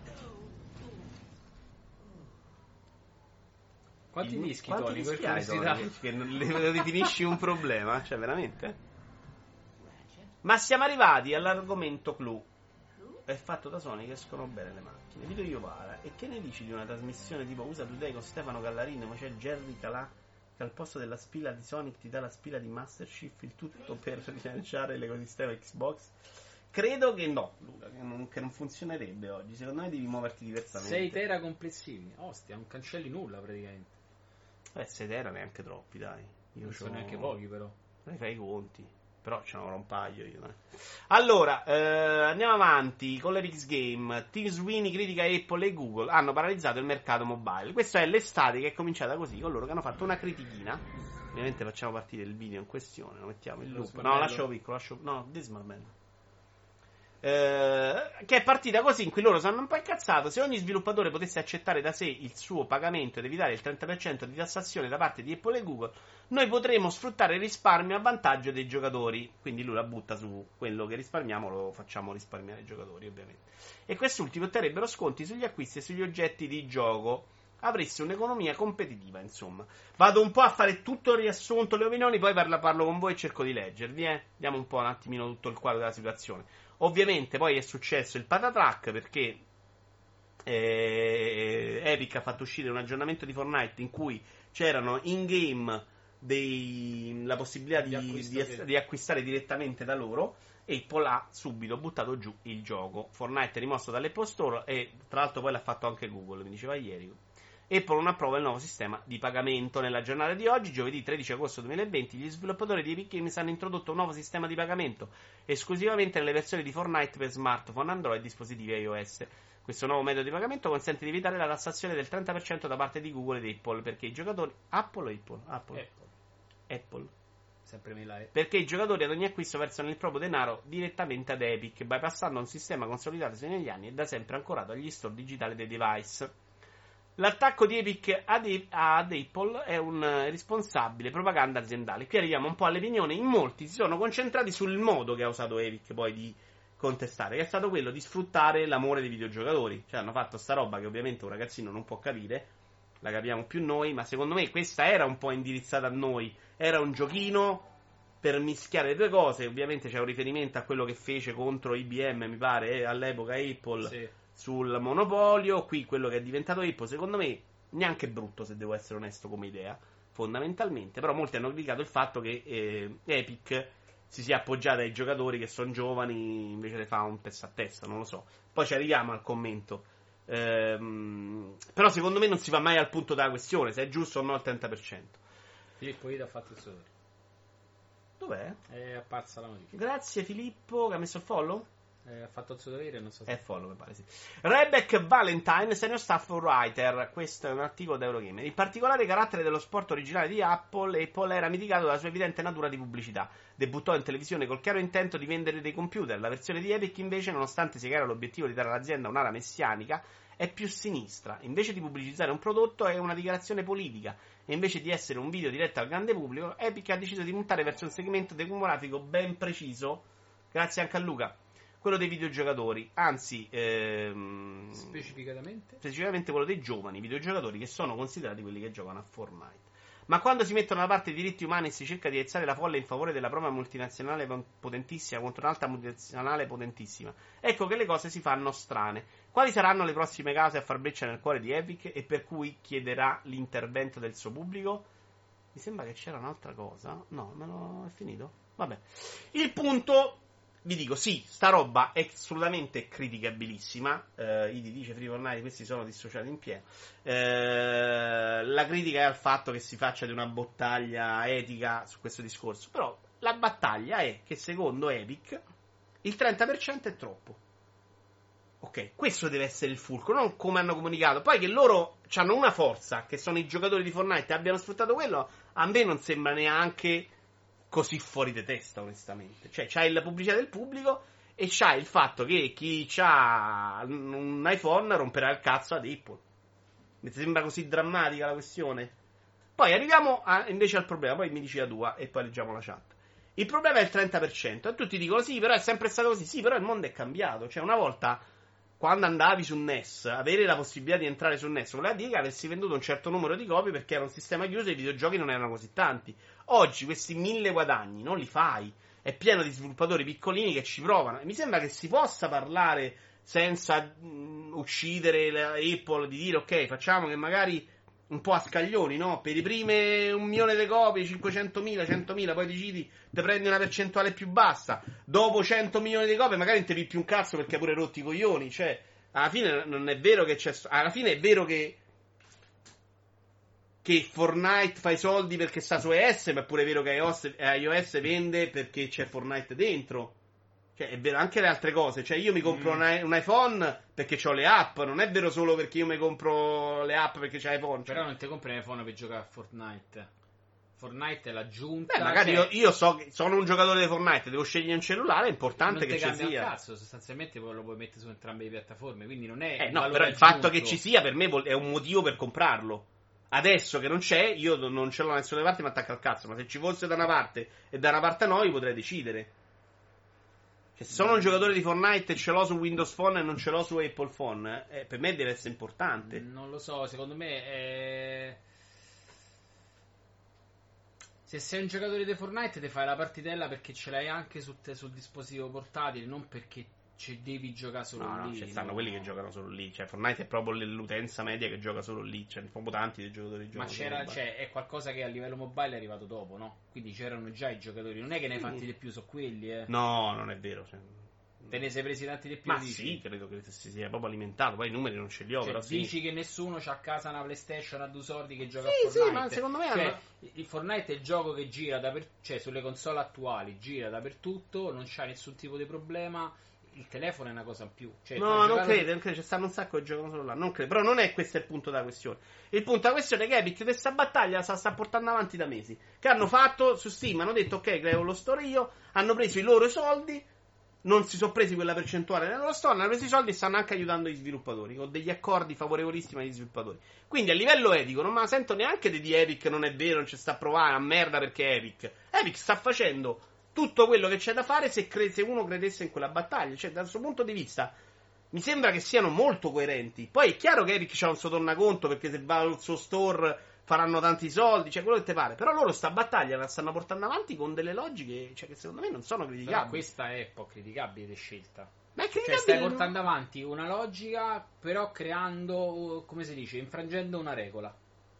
Quanti Il, dischi, quanti Tony, dischi per hai, curiosità? Tony? Che non le definisci un problema, cioè veramente? Ma siamo arrivati all'argomento clou. È fatto da Sony che escono bene le macchine. Vito Iovara. E che ne dici di una trasmissione tipo Usa Today con Stefano Gallarin, ma c'è Jerry Calà che al posto della spilla di Sonic ti dà la spilla di Master Chief, il tutto per rilanciare l'ecosistema Xbox? Credo che no, Luca, che non, che non funzionerebbe oggi. Secondo me devi muoverti diversamente. sei tera complessivi. Ostia, non cancelli nulla praticamente. Eh, sei tera neanche troppi, dai. Io non sono c'ho... neanche pochi, però. Ne fai i conti. Però ce ne avrò un paio io. Eh. Allora, eh, andiamo avanti con l'X Game. Tim Sweeney critica Apple e Google. Hanno paralizzato il mercato mobile. Questa è l'estate che è cominciata così, con loro che hanno fatto una critichina. Ovviamente facciamo partire il video in questione. Lo mettiamo in loop. No, lascialo piccolo. Lascio... No, Dismarman. Eh, che è partita così, in cui loro sono un po' incazzato. Se ogni sviluppatore potesse accettare da sé il suo pagamento ed evitare il trenta per cento di tassazione da parte di Apple e Google, noi potremo sfruttare il risparmio a vantaggio dei giocatori. Quindi lui la butta su quello che risparmiamo, lo facciamo risparmiare i giocatori, ovviamente. E quest'ultimi otterrebbero sconti sugli acquisti e sugli oggetti di gioco. Avresti un'economia competitiva, insomma. Vado un po' a fare tutto il riassunto, le opinioni, poi parlo, parlo con voi e cerco di leggervi, eh. Diamo un po' un attimino tutto il quadro della situazione. Ovviamente poi è successo il patatrack, perché eh, Epic ha fatto uscire un aggiornamento di Fortnite in cui c'erano in game dei, la possibilità di, di, di, di acquistare direttamente da loro, e Apple ha subito buttato giù il gioco. Fortnite è rimosso dall'Apple Store e tra l'altro poi l'ha fatto anche Google, mi diceva ieri. Apple non approva il nuovo sistema di pagamento. Nella giornata di oggi, giovedì tredici agosto duemilaventi, gli sviluppatori di Epic Games hanno introdotto un nuovo sistema di pagamento esclusivamente nelle versioni di Fortnite per smartphone, Android e dispositivi iOS. Questo nuovo metodo di pagamento consente di evitare la tassazione del trenta per cento da parte di Google ed Apple, perché i giocatori... Apple o Apple? Apple. Apple. Apple. Sempre me la è. Perché i giocatori ad ogni acquisto versano il proprio denaro direttamente ad Epic, bypassando un sistema consolidato negli anni e da sempre ancorato agli store digitali dei device. L'attacco di Epic ad, ad Apple è un responsabile propaganda aziendale. Qui arriviamo un po' alle opinioni. In molti si sono concentrati sul modo che ha usato Epic poi di contestare, che è stato quello di sfruttare l'amore dei videogiocatori. Cioè hanno fatto sta roba che ovviamente un ragazzino non può capire, la capiamo più noi, ma secondo me questa era un po' indirizzata a noi. Era un giochino per mischiare le due cose. Ovviamente c'è un riferimento a quello che fece contro I B M, mi pare, eh, all'epoca Apple, sì, sul monopolio. Qui quello che è diventato Apple, secondo me, neanche brutto, se devo essere onesto, come idea, fondamentalmente. Però molti hanno criticato il fatto che eh, Epic si sia appoggiata ai giocatori che sono giovani, invece le fa un testa a testa, non lo so. Poi ci arriviamo al commento. Ehm, però secondo me non si va mai al punto della questione, se è giusto o no il trenta per cento. Filippo Ida ha fatto il suo dovere. Dov'è? È apparsa la notifica. Grazie Filippo che ha messo il follow. Eh, ha fatto il suo dovere, non so se è follow, mi pare, sì. Rebecca Valentine, senior staff writer. Questo è un articolo da Eurogamer. Il particolare carattere dello sport originale di Apple, Apple era mitigato dalla sua evidente natura di pubblicità. Debuttò in televisione col chiaro intento di vendere dei computer. La versione di Epic, invece, nonostante sia chiaro l'obiettivo di dare all'azienda un'ara messianica, è più sinistra. Invece di pubblicizzare un prodotto, è una dichiarazione politica. E invece di essere un video diretto al grande pubblico, Epic ha deciso di puntare verso un segmento demografico ben preciso. Grazie anche a Luca. Quello dei videogiocatori, anzi ehm, specificatamente specificamente quello dei giovani videogiocatori, che sono considerati quelli che giocano a Fortnite. Ma quando si mettono da parte i diritti umani e si cerca di aizzare la folla in favore della propria multinazionale potentissima contro un'altra multinazionale potentissima, ecco che le cose si fanno strane. Quali saranno le prossime cause a far breccia nel cuore di Epic e per cui chiederà l'intervento del suo pubblico? Mi sembra che c'era un'altra cosa. No, me lo è finito? Vabbè. Il punto, vi dico, sì, sta roba è assolutamente criticabilissima. Uh, Idi dice Free Fortnite, questi sono dissociati in pieno. Uh, la critica è al fatto che si faccia di una battaglia etica su questo discorso. Però la battaglia è che secondo Epic il trenta per cento è troppo. Ok, questo deve essere il fulcro, non come hanno comunicato. Poi che loro hanno una forza, che sono i giocatori di Fortnite, e abbiano sfruttato quello, a me non sembra neanche così fuori di testa, onestamente. Cioè, c'hai la pubblicità del pubblico e c'hai il fatto che chi c'ha un iPhone romperà il cazzo ad Apple. Mi sembra così drammatica la questione. Poi arriviamo a, invece al problema, poi mi dici la tua e poi leggiamo la chat. Il problema è il trenta per cento e tutti dicono sì, però è sempre stato così. Sì, però il mondo è cambiato. Cioè, una volta, quando andavi su N E S, avere la possibilità di entrare su N E S voleva dire che avessi venduto un certo numero di copie perché era un sistema chiuso e i videogiochi non erano così tanti. Oggi questi mille guadagni non li fai. È pieno di sviluppatori piccolini che ci provano. E mi sembra che si possa parlare senza mh, uccidere la Apple, di dire ok, facciamo che magari un po' a scaglioni, no? Per i prime un milione di copie, cinquecentomila, centomila, poi decidi, te prendi una percentuale più bassa. Dopo cento milioni di copie magari non te più un cazzo perché hai pure rotti i coglioni. Cioè, alla fine non è vero che c'è... Alla fine è vero che che Fortnite fa i soldi perché sta su iOS, ma è pure vero che iOS, iOS vende perché c'è Fortnite dentro. Cioè, è vero anche le altre cose. Cioè, io mi compro mm. un, un iPhone perché ho le app. Non è vero solo perché io mi compro le app perché c'è iPhone. Cioè. Però non ti compri un iPhone per giocare a Fortnite. Fortnite è l'aggiunta. Beh, magari cioè... io, io so che sono un giocatore di Fortnite, devo scegliere un cellulare, è importante non che ci sia. Un cazzo, sostanzialmente poi lo puoi mettere su entrambe le piattaforme. Quindi non è. Eh, no, però il aggiunto. Fatto che ci sia per me è un motivo per comprarlo. Adesso che non c'è, io non ce l'ho da nessuna parte, mi attacca al cazzo. Ma se ci fosse da una parte e da una parte no, io potrei decidere. Cioè, se sono un giocatore di Fortnite e ce l'ho su Windows Phone e non ce l'ho su Apple Phone, eh, per me deve essere importante. Non lo so, secondo me è... Se sei un giocatore di Fortnite ti fai la partitella perché ce l'hai anche su te, sul dispositivo portatile, non perché ci devi giocare solo no, lì. No, ci stanno no. quelli che giocano solo lì. Cioè, Fortnite è proprio l'utenza media che gioca solo lì. C'è cioè, proprio tanti dei giocatori che giocano. Ma c'era, cioè, è qualcosa che a livello mobile è arrivato dopo, no? Quindi c'erano già i giocatori. Non è che ne hai fatti di più, sono quelli, eh. No, non è vero. Cioè... Te ne sei presi tanti di più? Ma dici? sì, credo che si sia proprio alimentato. Poi i numeri non ce li ho, cioè, però dici sì. che nessuno c'ha a casa una PlayStation a due soldi che gioca sì, a Fortnite? Sì, ma secondo me cioè, hanno... il Fortnite è il gioco che gira dappertutto, cioè sulle console attuali gira dappertutto, non c'ha nessun tipo di problema. Il telefono è una cosa in più. Cioè, no, non credo, non credo, ci stanno un sacco che giocano solo là. Non credo, però non è questo il punto della questione. Il punto della questione è che Epic questa battaglia sta, sta portando avanti da mesi. Che hanno fatto su Steam, hanno detto ok, creo lo store io, hanno preso i loro soldi. non si sono presi quella percentuale nella loro store, hanno preso i soldi e stanno anche aiutando gli sviluppatori, con degli accordi favorevolissimi agli sviluppatori. Quindi a livello etico non me la sento neanche di dire Epic non è vero, non ci sta a provare, a merda perché è Epic. Epic sta facendo tutto quello che c'è da fare se, cre- se uno credesse in quella battaglia. Cioè, dal suo punto di vista, mi sembra che siano molto coerenti. Poi è chiaro che Epic c'ha un suo tornaconto, perché se va al suo store faranno tanti soldi, cioè quello che te pare. Però loro sta battaglia la stanno portando avanti con delle logiche, cioè, che secondo me non sono criticabili. Però questa è un po' criticabile di scelta. Ma è Cioè stai portando avanti una logica, però creando, come si dice, infrangendo una regola.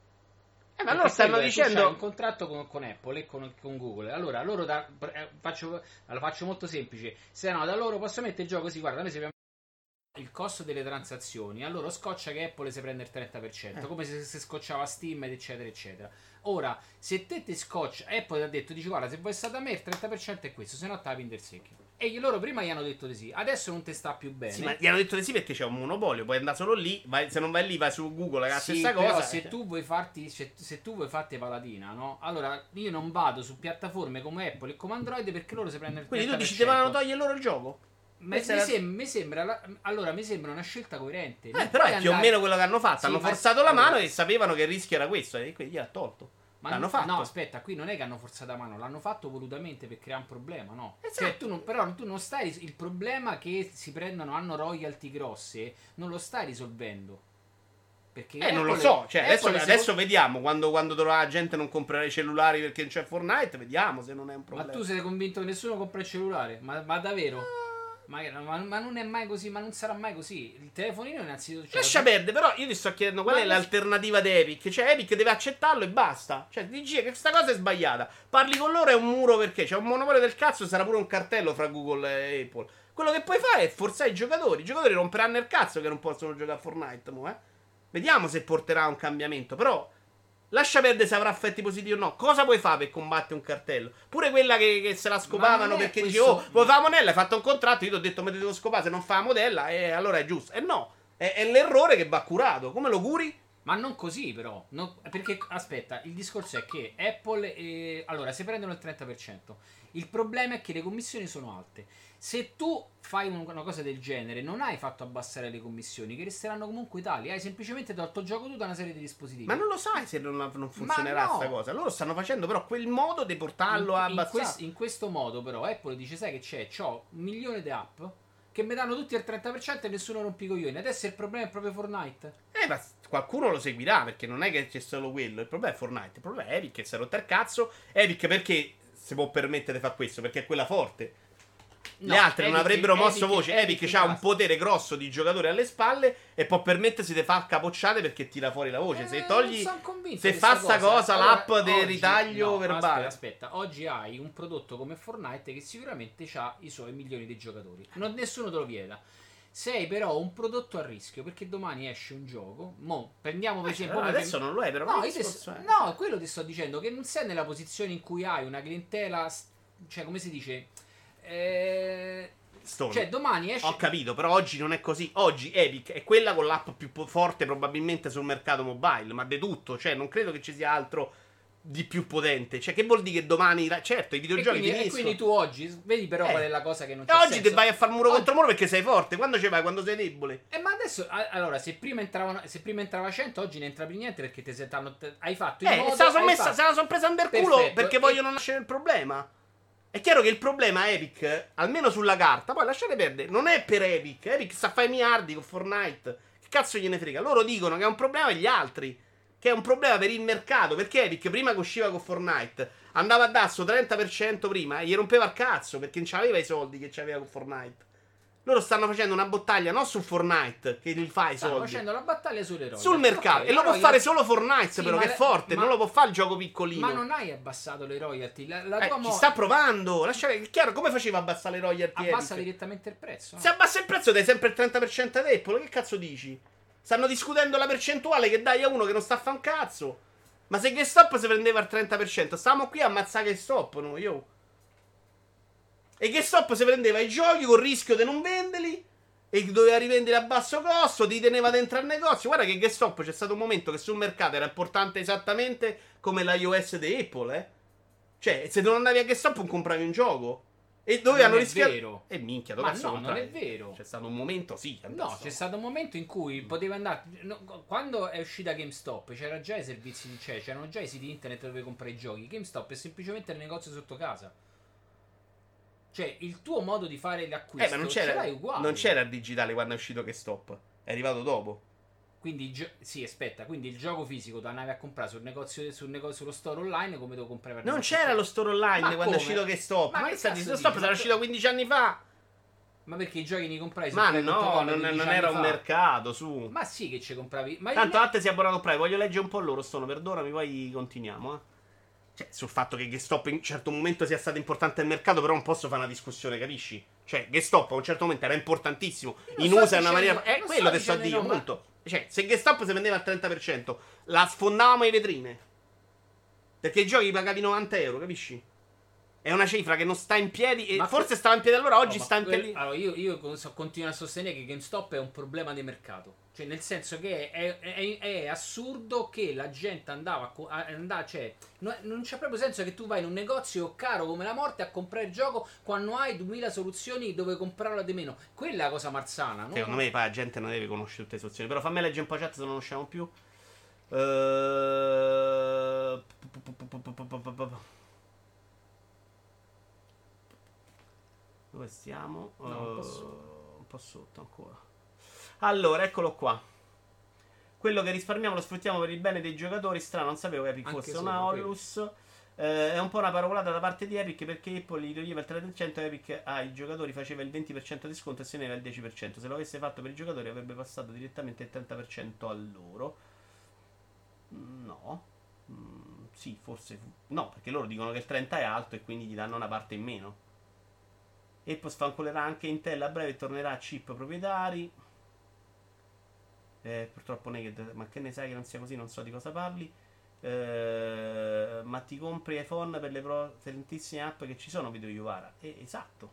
Eh, ma loro stanno dicendo... C'è un contratto con, con Apple e con, con Google. Allora, loro da, eh, faccio, lo faccio molto semplice. Se no, da loro posso mettere il gioco così, guarda, noi sappiamo il costo delle transazioni, a loro scoccia che Apple si prende il trenta per cento, eh. come se si scocciava Steam, eccetera, eccetera. Ora, se te ti scoccia, Apple ti ha detto, dici, guarda, se vuoi stare da me il trenta per cento è questo, se no te la pindi il secchio. E loro prima gli hanno detto di sì, adesso non ti sta più bene. Sì, ma gli hanno detto di sì perché c'è un monopolio, puoi andare solo lì, vai, se non vai lì vai su Google, la sì, stessa però cosa. se cioè. tu vuoi farti, se, se tu vuoi farti paladina, no? Allora io non vado su piattaforme come Apple e come Android perché loro si prendono il Quindi trenta per tu cento. dici devono togliere loro il gioco? Mi, mi, sem- mi sembra allora mi sembra una scelta coerente. Eh, però è più o meno quello che hanno fatto. Sì, hanno ma- forzato la allora- mano e sapevano che il rischio era questo, e quindi gli ha tolto. Ma L'hanno no, fatto. no, aspetta, qui non è che hanno forzato la mano, l'hanno fatto volutamente per creare un problema, no? Esatto. Cioè, tu non, però tu non stai. Il problema che si prendono, hanno royalty grosse, non lo stai risolvendo. Perché Eh, non lo Apple- so. Cioè, adesso, Apple adesso secondo- vediamo. Quando, quando dovrà la gente non comprare i cellulari perché non c'è Fortnite, vediamo se non è un Ma problema. tu sei convinto che nessuno compra il cellulare? Ma, ma davvero? Ma, ma- ma non è mai così, ma non sarà mai così. Il telefonino innanzitutto. cioè, Lascia perdere, però io ti sto chiedendo qual Ma è lo- l'alternativa di Epic. Cioè, Epic deve accettarlo e basta. Cioè, ti dici che questa cosa è sbagliata. Parli con loro è un muro perché c'è un monopolio del cazzo, sarà pure un cartello fra Google e Apple. Quello che puoi fare è forzare i giocatori. I giocatori romperanno il cazzo che non possono giocare a Fortnite, mo, eh. Vediamo se porterà un cambiamento, però lascia perdere se avrà effetti positivi o no. Cosa puoi fare per combattere un cartello? Pure quella che, che se la scopavano non è perché questo- dice, oh, vuoi fare la modella, hai fatto un contratto, io ti ho detto me devo scopare, se non fa la modella, e allora è giusto. E no, è, è l'errore che va curato. Come lo curi? Ma non così però, no, perché aspetta, il discorso è che Apple, eh, allora, se prendono il trenta per cento, il problema è che le commissioni sono alte. Se tu fai un- una cosa del genere, non hai fatto abbassare le commissioni, che resteranno comunque tali, hai semplicemente tolto il gioco tu da una serie di dispositivi. Ma non lo sai se non, non funzionerà no. sta cosa. Loro stanno facendo però quel modo di portarlo a in, in, abbassare. quest- in questo modo però Apple dice, sai che c'è? C'ho un milione di app che mi danno tutti il trenta per cento e nessuno rompe i coglioni. Adesso il problema è proprio Fortnite. Eh, ma qualcuno lo seguirà perché non è che c'è solo quello. Il problema è Fortnite. Il problema è Epic che si è rotto il cazzo. Epic perché si può permettere di fare questo? Perché è quella forte. No, Le altre non Epic- avrebbero mosso Epic- voce. Epic, Epic ha un basta. potere grosso di giocatori alle spalle e può permettersi di far capocciate perché tira fuori la voce. Eh, Se togli, non son convinto se di fa sta sta cosa, Allora, l'app di oggi- ritaglio no, verbale. Aspetta, aspetta, oggi hai un prodotto come Fortnite che sicuramente ha i suoi milioni di giocatori. Non, nessuno te lo vieta. Sei però un prodotto a rischio perché domani esce un gioco. Mo, prendiamo per Eh, esempio. allora, come- adesso non lo è, però. No, che io ti discorso sto- è? no, quello ti sto dicendo che non sei nella posizione in cui hai una clientela, s- cioè come si dice, eh, Stone. cioè domani esce. Ho capito, però oggi non è così. Oggi Epic è quella con l'app più po- forte probabilmente sul mercato mobile, ma di tutto, cioè non credo che ci sia altro di più potente. Cioè che vuol dire che domani, certo, i E videogiochi quindi, e finiscono. quindi tu oggi vedi però Eh. qual è la cosa che non c'è E oggi senso. te vai a fare muro Oggi- contro muro perché sei forte. Quando ci vai? Quando sei debole. Eh, ma adesso, a- allora, se prima entrava, se prima entrava cento, oggi ne entra più niente perché ti sei tanto- te- hai fatto in Eh, modo, se la sono hai messa, fatto- se la son presa under culo Perfetto, perché e- vogliono nascere il problema. È chiaro che il problema Epic, almeno sulla carta, poi lasciate perdere, non è per Epic. Epic sta a fare i miliardi con Fortnite. Che cazzo gliene frega? Loro dicono che è un problema per gli altri. Che è un problema per il mercato. Perché Epic prima che usciva con Fortnite andava a dar sto trenta per cento prima e gli rompeva il cazzo perché non c'aveva i soldi che c'aveva con Fortnite. Loro stanno facendo una battaglia non su Fortnite che gli fa i stanno soldi. facendo la battaglia sulle royalty. Sul mercato. Ok, e lo la può royalty- fare solo Fortnite, Sì, però ma che è le- forte. ma- Non lo può fare il gioco piccolino. Ma non hai abbassato le royalty. La, la Eh, tua ci mo- sta provando. Lasciare, è chiaro, come faceva a abbassare le royalty abbassa Epic? direttamente il prezzo. no? Se abbassa il prezzo dai sempre il trenta per cento ad Apple. Che cazzo dici? Stanno discutendo la percentuale che dai a uno che non sta a fa un cazzo. Ma se GameStop si prendeva il trenta per cento, stavamo qui a ammazzare GameStop, no? Io. E GameStop si prendeva i giochi con il rischio di non venderli e doveva rivendere a basso costo, ti teneva dentro al negozio. Guarda che GameStop c'è stato un momento che sul mercato era importante esattamente come l'iOS di Apple, eh. Cioè, se non andavi a GameStop non compravi un gioco. E dove non hanno è rischiato. vero. E minchia, dove Ma cazzo no, non comprai? è vero. C'è stato un momento, sì. No, c'è stato un momento in cui potevi andare. No, quando è uscita GameStop, c'era già i servizi, cioè c'erano già i siti internet dove comprare i giochi. GameStop è semplicemente il negozio sotto casa. Cioè, il tuo modo di fare l'acquisto Eh, ma non ce c'era, l'hai uguale. non c'era il digitale quando è uscito GameStop. È arrivato dopo. Quindi, il gio- sì, aspetta, quindi il gioco fisico tu andavi a comprare sul negozio, sul negozio, sullo store online come devo comprare per Non negozio c'era fisico. lo store online Ma quando come? è uscito GameStop. Ma Ma che che sta cazzo dicendo? dici? Stop sarà Ma- uscito quindici anni fa. Ma perché i giochi li comprai su Ma play punto no, com non, quindici non anni era un fa? mercato, su. Ma sì che ci compravi. Ma Tanto io- Atte si è abbonato a Prime. Voglio leggere un po' loro, sono, perdonami, poi continuiamo, eh. Cioè, sul fatto che GameStop in un certo momento sia stato importante nel mercato, però non posso fare una discussione, capisci? Cioè, GameStop a un certo momento era importantissimo. non In sto U S A è una dicendo- maniera. È non quello sto che sto a dicendo dire, no, ma- appunto. Cioè, se GameStop si vendeva al trenta per cento, la sfondavamo in vetrine. Perché i giochi pagavi novanta euro, capisci? È una cifra che non sta in piedi. E Ma forse que- stava in piedi allora, oggi No, ma sta in quel- piedi. Allora, io, io con- so- continuo a sostenere che GameStop è un problema di mercato. Cioè, nel senso che è, è- è assurdo che la gente andava a, co- a- andava- cioè, no- non c'è proprio senso che tu vai in un negozio caro come la morte a comprare il gioco quando hai duemila soluzioni dove comprarlo di meno. Quella è la cosa malsana, no? Secondo me poi la gente non deve conoscere tutte le soluzioni. Però fammi leggere un po' chat se non usciamo più. Eh, Dove stiamo? No, un po' Eh, sotto. un po' sotto ancora. Allora, eccolo qua. Quello che risparmiamo lo sfruttiamo per il bene dei giocatori. Strano, non sapevo che Epic Anche fosse solo una quello. Onlus. Eh, è un po' una parabolata da parte di Epic, perché Apple gli toglieva il trenta per cento, Epic ai giocatori faceva il venti per cento di sconto e se ne aveva il dieci per cento. Se lo avesse fatto per i giocatori avrebbe passato direttamente il trenta per cento a loro. No. Mm, sì, forse. No, perché loro dicono che il trenta è alto e quindi gli danno una parte in meno. Apple sfanculerà anche Intel a breve e tornerà a chip proprietari. Eh, purtroppo Naked, ma che ne sai che non sia così, non so di cosa parli. Eh, ma ti compri iPhone per le potentissime app che ci sono, video Yuvara. Eh, esatto.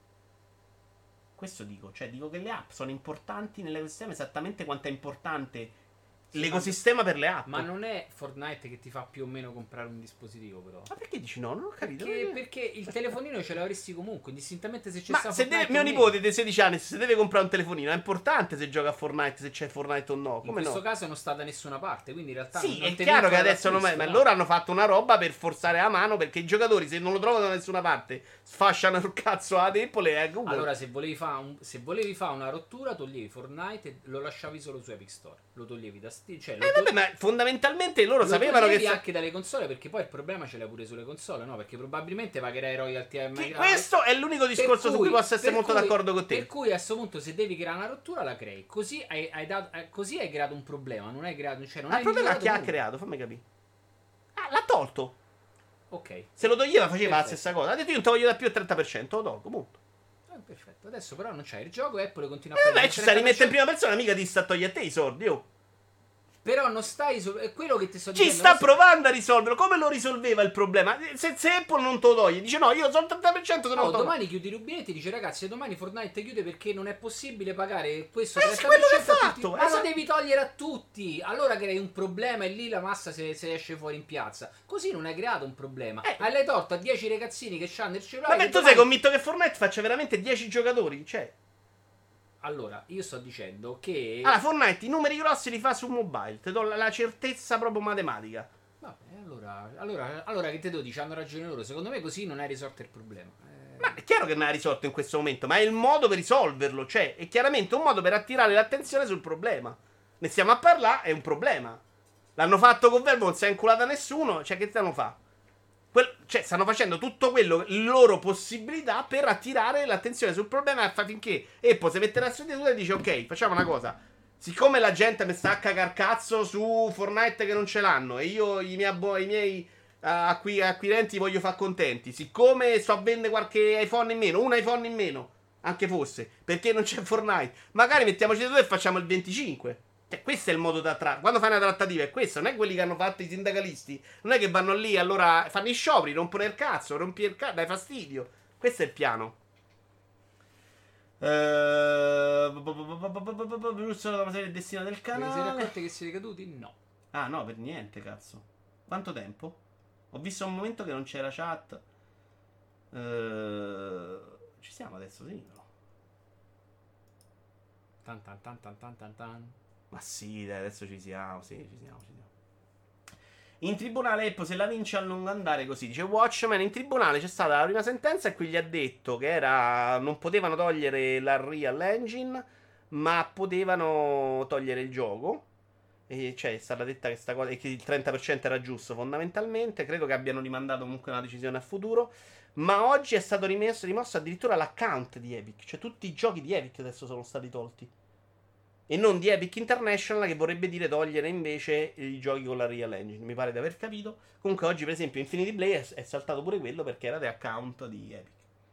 Questo dico, cioè dico che le app sono importanti nell'ecosistema esattamente quanto è importante Sì, l'ecosistema per le app. Ma non è Fortnite che ti fa più o meno comprare un dispositivo, però. Ma perché dici no? Non ho capito. Perché, perché il telefonino ce l'avresti comunque, indistintamente se c'è Ma stato se deve, mio nipote di sedici anni, se deve comprare un telefonino, è importante se gioca a Fortnite, se c'è Fortnite o no. In Come questo no? caso non sta da nessuna parte, quindi in realtà Sì, non è ti chiaro che vincola adesso non. Ma l'acquisto, no. loro hanno fatto una roba per forzare la mano, perché i giocatori, se non lo trovano da nessuna parte, sfasciano il cazzo ad Apple e a Google. Allora, se volevi fare un, se volevi fare una rottura, toglievi Fortnite e lo lasciavi solo su Epic Store. Lo toglievi da Steam, cioè lo Eh, to- vabbè, ma fondamentalmente loro lo sapevano che. toglievi sa- anche dalle console, perché poi il problema ce l'hai pure sulle console, no? Perché probabilmente pagherai royalty a Che a- questo è l'unico Per discorso su cui posso essere per molto cui- d'accordo con te. Per cui a questo punto, se devi creare una rottura, la crei. Così hai, hai dato, eh, così hai creato un problema. Non hai creato. Cioè, non Ma hai il problema è migliorato chi ha nulla. creato, fammi capire. Ah, l'ha tolto. Ok. Se lo toglieva faceva la Perfetto. stessa cosa. Ha detto io non te voglio da più il trenta per cento, lo tolgo, punto. Eh, perfetto. Adesso però non c'è il gioco. Apple continua a E prendere vabbè, il ci sta rimette in trenta per cento. prima persona, mica ti sta a togliere a te i soldi, oh. Però non stai. Su- è quello che ti sto Ci dicendo. sta adesso- provando a risolverlo. Come lo risolveva il problema? Se, se Apple non te lo toglie, dice no, io sono il trenta per cento se non No, lo tolgo. domani chiudi i rubinetti e dice ragazzi, domani Fortnite chiude perché non è possibile pagare questo Eh, trenta per cento quello che ha a tutti. fatto, Ma lo esatto. devi togliere a tutti. Allora crei un problema e lì la massa se, se esce fuori in piazza. Così non hai creato un problema. Eh. Hai l'hai torto a dieci ragazzini che hanno il cellulare. Vabbè, che tu domani- sei convinto che Fortnite faccia veramente dieci giocatori? Cioè, Allora, io sto dicendo che. allora, Fortnite i numeri grossi li fa su mobile. Ti do la, la certezza proprio matematica. Vabbè, allora, allora, allora che te lo dici? Hanno ragione loro. Secondo me così non hai risolto il problema. Eh, Ma è chiaro che non ha risolto in questo momento, ma è il modo per risolverlo. Cioè, è chiaramente un modo per attirare l'attenzione sul problema. Ne stiamo a parlare, è un problema. L'hanno fatto con Valve, non si è inculata nessuno. Cioè, che stanno fa? Quel- cioè, stanno facendo tutto quello, le loro possibilità per attirare l'attenzione sul problema affinché Apple si metterà su di tu e dice ok, facciamo una cosa. Siccome la gente mi sta a cagar cazzo su Fortnite che non ce l'hanno e io i miei, abbo- i miei uh, acqui- acquirenti voglio far contenti, siccome sto a vendere qualche iPhone in meno, un iPhone in meno, anche fosse, perché non c'è Fortnite, magari mettiamoci da due e facciamo il venticinque. Cioè, questo è il modo da trattare. Quando fai una trattativa è questo, non è quelli che hanno fatto i sindacalisti. Non è che vanno lì, allora fanno i scioperi, rompono il cazzo, rompi il cazzo, dai fastidio. Questo è il piano. Giusto la serie del destino del vi siete canale. accorti che siete caduti? No. Ah, no, per niente, cazzo. Quanto tempo? Ho visto un momento che non c'era chat. Uh, ci siamo adesso, sì. No? Tan tan tan tan tan tan tan. Ma sì, dai, adesso ci siamo, sì, ci siamo, ci siamo. In tribunale Apple se la vince a lungo andare così, dice Watchmen. In tribunale c'è stata la prima sentenza e qui gli ha detto che era non potevano togliere l'Unreal Engine, ma potevano togliere il gioco. E cioè è stata detta che, sta cosa, e che il trenta per cento era giusto fondamentalmente. Credo che abbiano rimandato comunque una decisione a futuro. Ma oggi è stato rimesso, rimosso addirittura l'account di Epic. Cioè tutti i giochi di Epic adesso sono stati tolti. E non di Epic International, che vorrebbe dire togliere invece i giochi con la Real Engine. Mi pare di aver capito. Comunque oggi per esempio Infinity Blade è saltato pure quello perché era di account di Epic.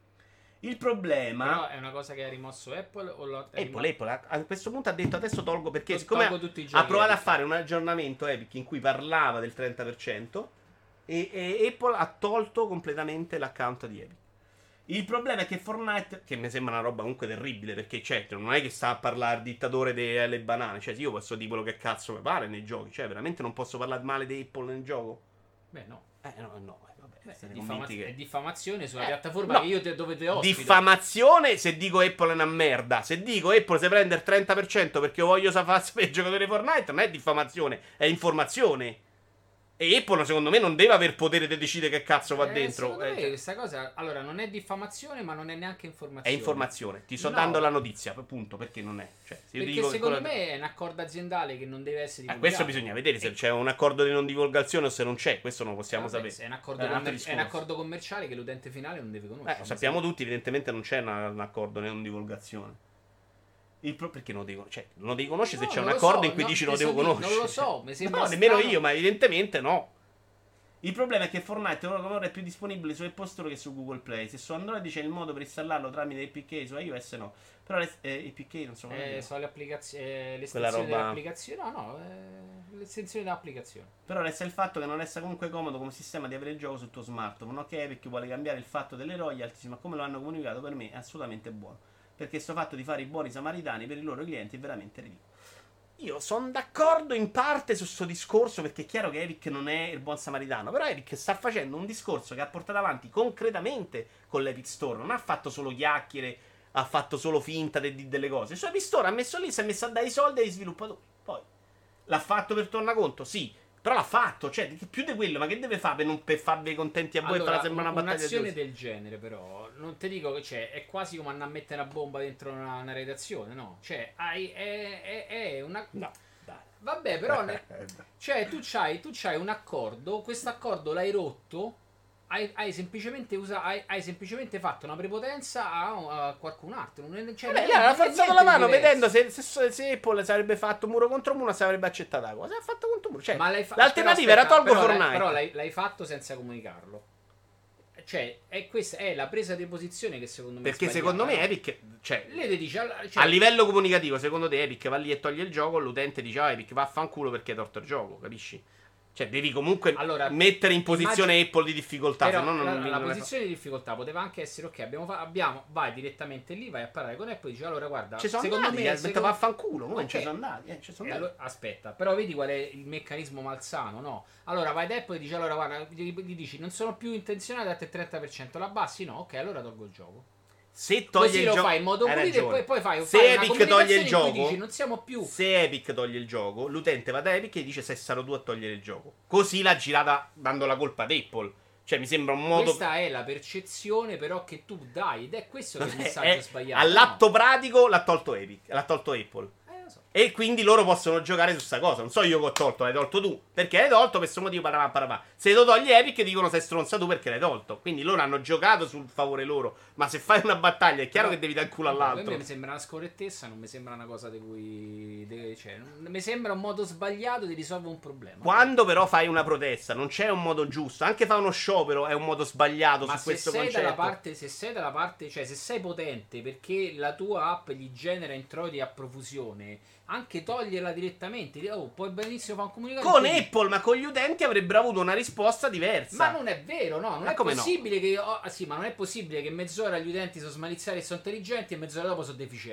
Il problema... Però è una cosa che ha rimosso Apple o lo... Apple, Apple a questo punto ha detto adesso tolgo perché Lo siccome tolgo tutti i ha giochi provato Epic. a fare un aggiornamento Epic in cui parlava del trenta per cento e, e Apple ha tolto completamente l'account di Epic. Il problema è che Fortnite, che mi sembra una roba comunque terribile, perché certo non è che sta a parlare il dittatore delle banane, cioè io posso dire quello che cazzo mi pare nei giochi, cioè veramente non posso parlare male di Apple nel gioco? Beh no. Eh no, no, eh, vabbè, Beh, è, siete diffama- convinti che... è diffamazione sulla Eh, piattaforma no. che io te, dove te ospito. Diffamazione se dico Apple è una merda. Se dico Apple si prende il trenta per cento perché io voglio sapere per i giocatori di Fortnite, non è diffamazione, è informazione. E Apple secondo me non deve aver potere di decidere che cazzo va Eh, dentro. secondo Eh, me cioè, questa cosa, allora, non è diffamazione, ma non è neanche è informazione. informazione. Ti sto No. dando la notizia, punto, perché non è. Cioè, se io Perché dico che secondo quella- me è un accordo aziendale che non deve essere Eh, divulgato. questo bisogna vedere se c'è un accordo di non divulgazione o se non c'è. Questo non possiamo Vabbè, sapere. se È un, accordo È un altro commer- è un discorso. accordo commerciale che l'utente finale non deve Eh, conoscere. lo sappiamo tutti, evidentemente non c'è una- un accordo di non divulgazione. Il pro- perché non lo devo, cioè, non lo devi conoscere No, se c'è un non lo accordo so, in cui no, dici te lo devo so dire, conoscere. non lo so, mi sembra No, nemmeno strano. io, ma evidentemente no. Il problema è che Fortnite ora come ora è più disponibile su Apple Store che su Google Play. Se su Android c'è il modo per installarlo tramite A P K, su iOS no. Però le, eh, A P K non so come Eh, dire. sono le applicazioni, eh, le Quella estensioni roba- dell'applicazione. No, no, eh, le estensioni dell'applicazione. Però resta il fatto che non resta comunque comodo come sistema di avere il gioco sul tuo smartphone. Ok, perché vuole cambiare il fatto delle royalties, ma come lo hanno comunicato per me è assolutamente buono. Perché sto fatto di fare i buoni samaritani per i loro clienti è veramente ridicolo. Io sono d'accordo in parte su questo discorso, perché è chiaro che Epic non è il buon samaritano, però Epic sta facendo un discorso che ha portato avanti concretamente con l'Epic Store, non ha fatto solo chiacchiere, ha fatto solo finta de- di delle cose. Su Epic Store ha messo lì, si è messo a dare i soldi ai sviluppatori. Poi l'ha fatto per tornaconto, sì, però l'ha fatto, cioè più di quello, ma che deve fare per, non, per farvi contenti a voi Allora, e farla sembrare una battaglia di un'azione osi? del genere, però, non ti dico che c'è, è quasi come andare a mettere una bomba dentro una, una redazione, no? Cioè, hai, è, è, è una. No, dai. Vabbè, però. ne- Cioè, tu c'hai, tu c'hai un accordo, questo accordo l'hai rotto, hai, hai semplicemente usa, hai, hai semplicemente fatto una prepotenza a, a qualcun altro. Non è, cioè, Beh, non lei è- ha non è forzato niente la di mano diverso. vedendo se, se, se Apple si avrebbe fatto muro contro muro, si avrebbe accettata la cosa. Ha fatto contro muro. Cioè, Ma l'hai fa- l'alternativa però era aspetta, tolgo però l'hai- Fortnite. Però l'hai, l'hai fatto senza comunicarlo. Cioè, è questa è la presa di posizione che secondo me Perché è secondo me sbagliata, no? Epic, cioè, Lei ti dice, alla- cioè, a livello comunicativo, secondo te Epic va lì e toglie il gioco, l'utente dice, ah, Epic vaffanculo perché hai torto il gioco, capisci? Cioè, devi comunque Allora, mettere in posizione immagini- Apple di difficoltà, Però se no non, la, non la ne fa- posizione di difficoltà poteva anche essere ok, abbiamo, fa- abbiamo vai direttamente lì, vai a parlare con Apple e dici allora guarda, Ci sono secondo andati, me eh, secondo- vaffanculo, come Ok. ci sono andati, eh, ci sono E andati. allora- aspetta, però vedi qual è il meccanismo malsano, no? Allora vai da Apple e dici allora guarda, gli, gli dici non sono più intenzionato a te il trenta per cento, la abbassi? No, ok, allora tolgo il gioco. Se toglie Così il lo gioco, fai in modo hai pulito e ragione. poi, poi fai, Se fai una Epic toglie il comunicazione in cui gioco, dici non siamo più. se Epic toglie il gioco, l'utente va da Epic e dice se sarò tu a togliere il gioco. Così l'ha girata dando la colpa ad Apple. Cioè mi sembra un modo... Questa è la percezione però che tu dai ed è questo che è il messaggio è- sbagliato. all'atto no? pratico l'ha tolto Epic, l'ha tolto Apple. Eh, lo so. E quindi loro possono giocare su sta cosa. Non so io che ho tolto, l'hai tolto tu. Perché l'hai tolto per questo motivo parava, parava. Se lo togli Epic dicono sei stronza tu perché l'hai tolto. Quindi loro hanno giocato sul favore loro. Ma se fai una battaglia è chiaro Però- che devi dare il culo A all'altro. me mi sembra una scorrettezza, non mi sembra una cosa di cui. de- cioè, non- mi sembra un modo sbagliato di risolvere un problema. Quando però fai una protesta, non c'è un modo giusto. Anche fare uno sciopero è un modo sbagliato Ma su se questo sei concetto. dalla parte, se sei dalla parte, cioè se sei potente perché la tua app gli genera introiti a profusione, anche toglierla direttamente. Oh, puoi benissimo fare un comunicato. Con in cui- Apple, ma con gli utenti avrebbero avuto una risposta diversa. Ma non è vero, no, non Ma è come no? possibile che oh, ah, sì, ma non è possibile che mezz'ora gli utenti sono smaliziati e sono intelligenti e mezz'ora dopo sono deficienti.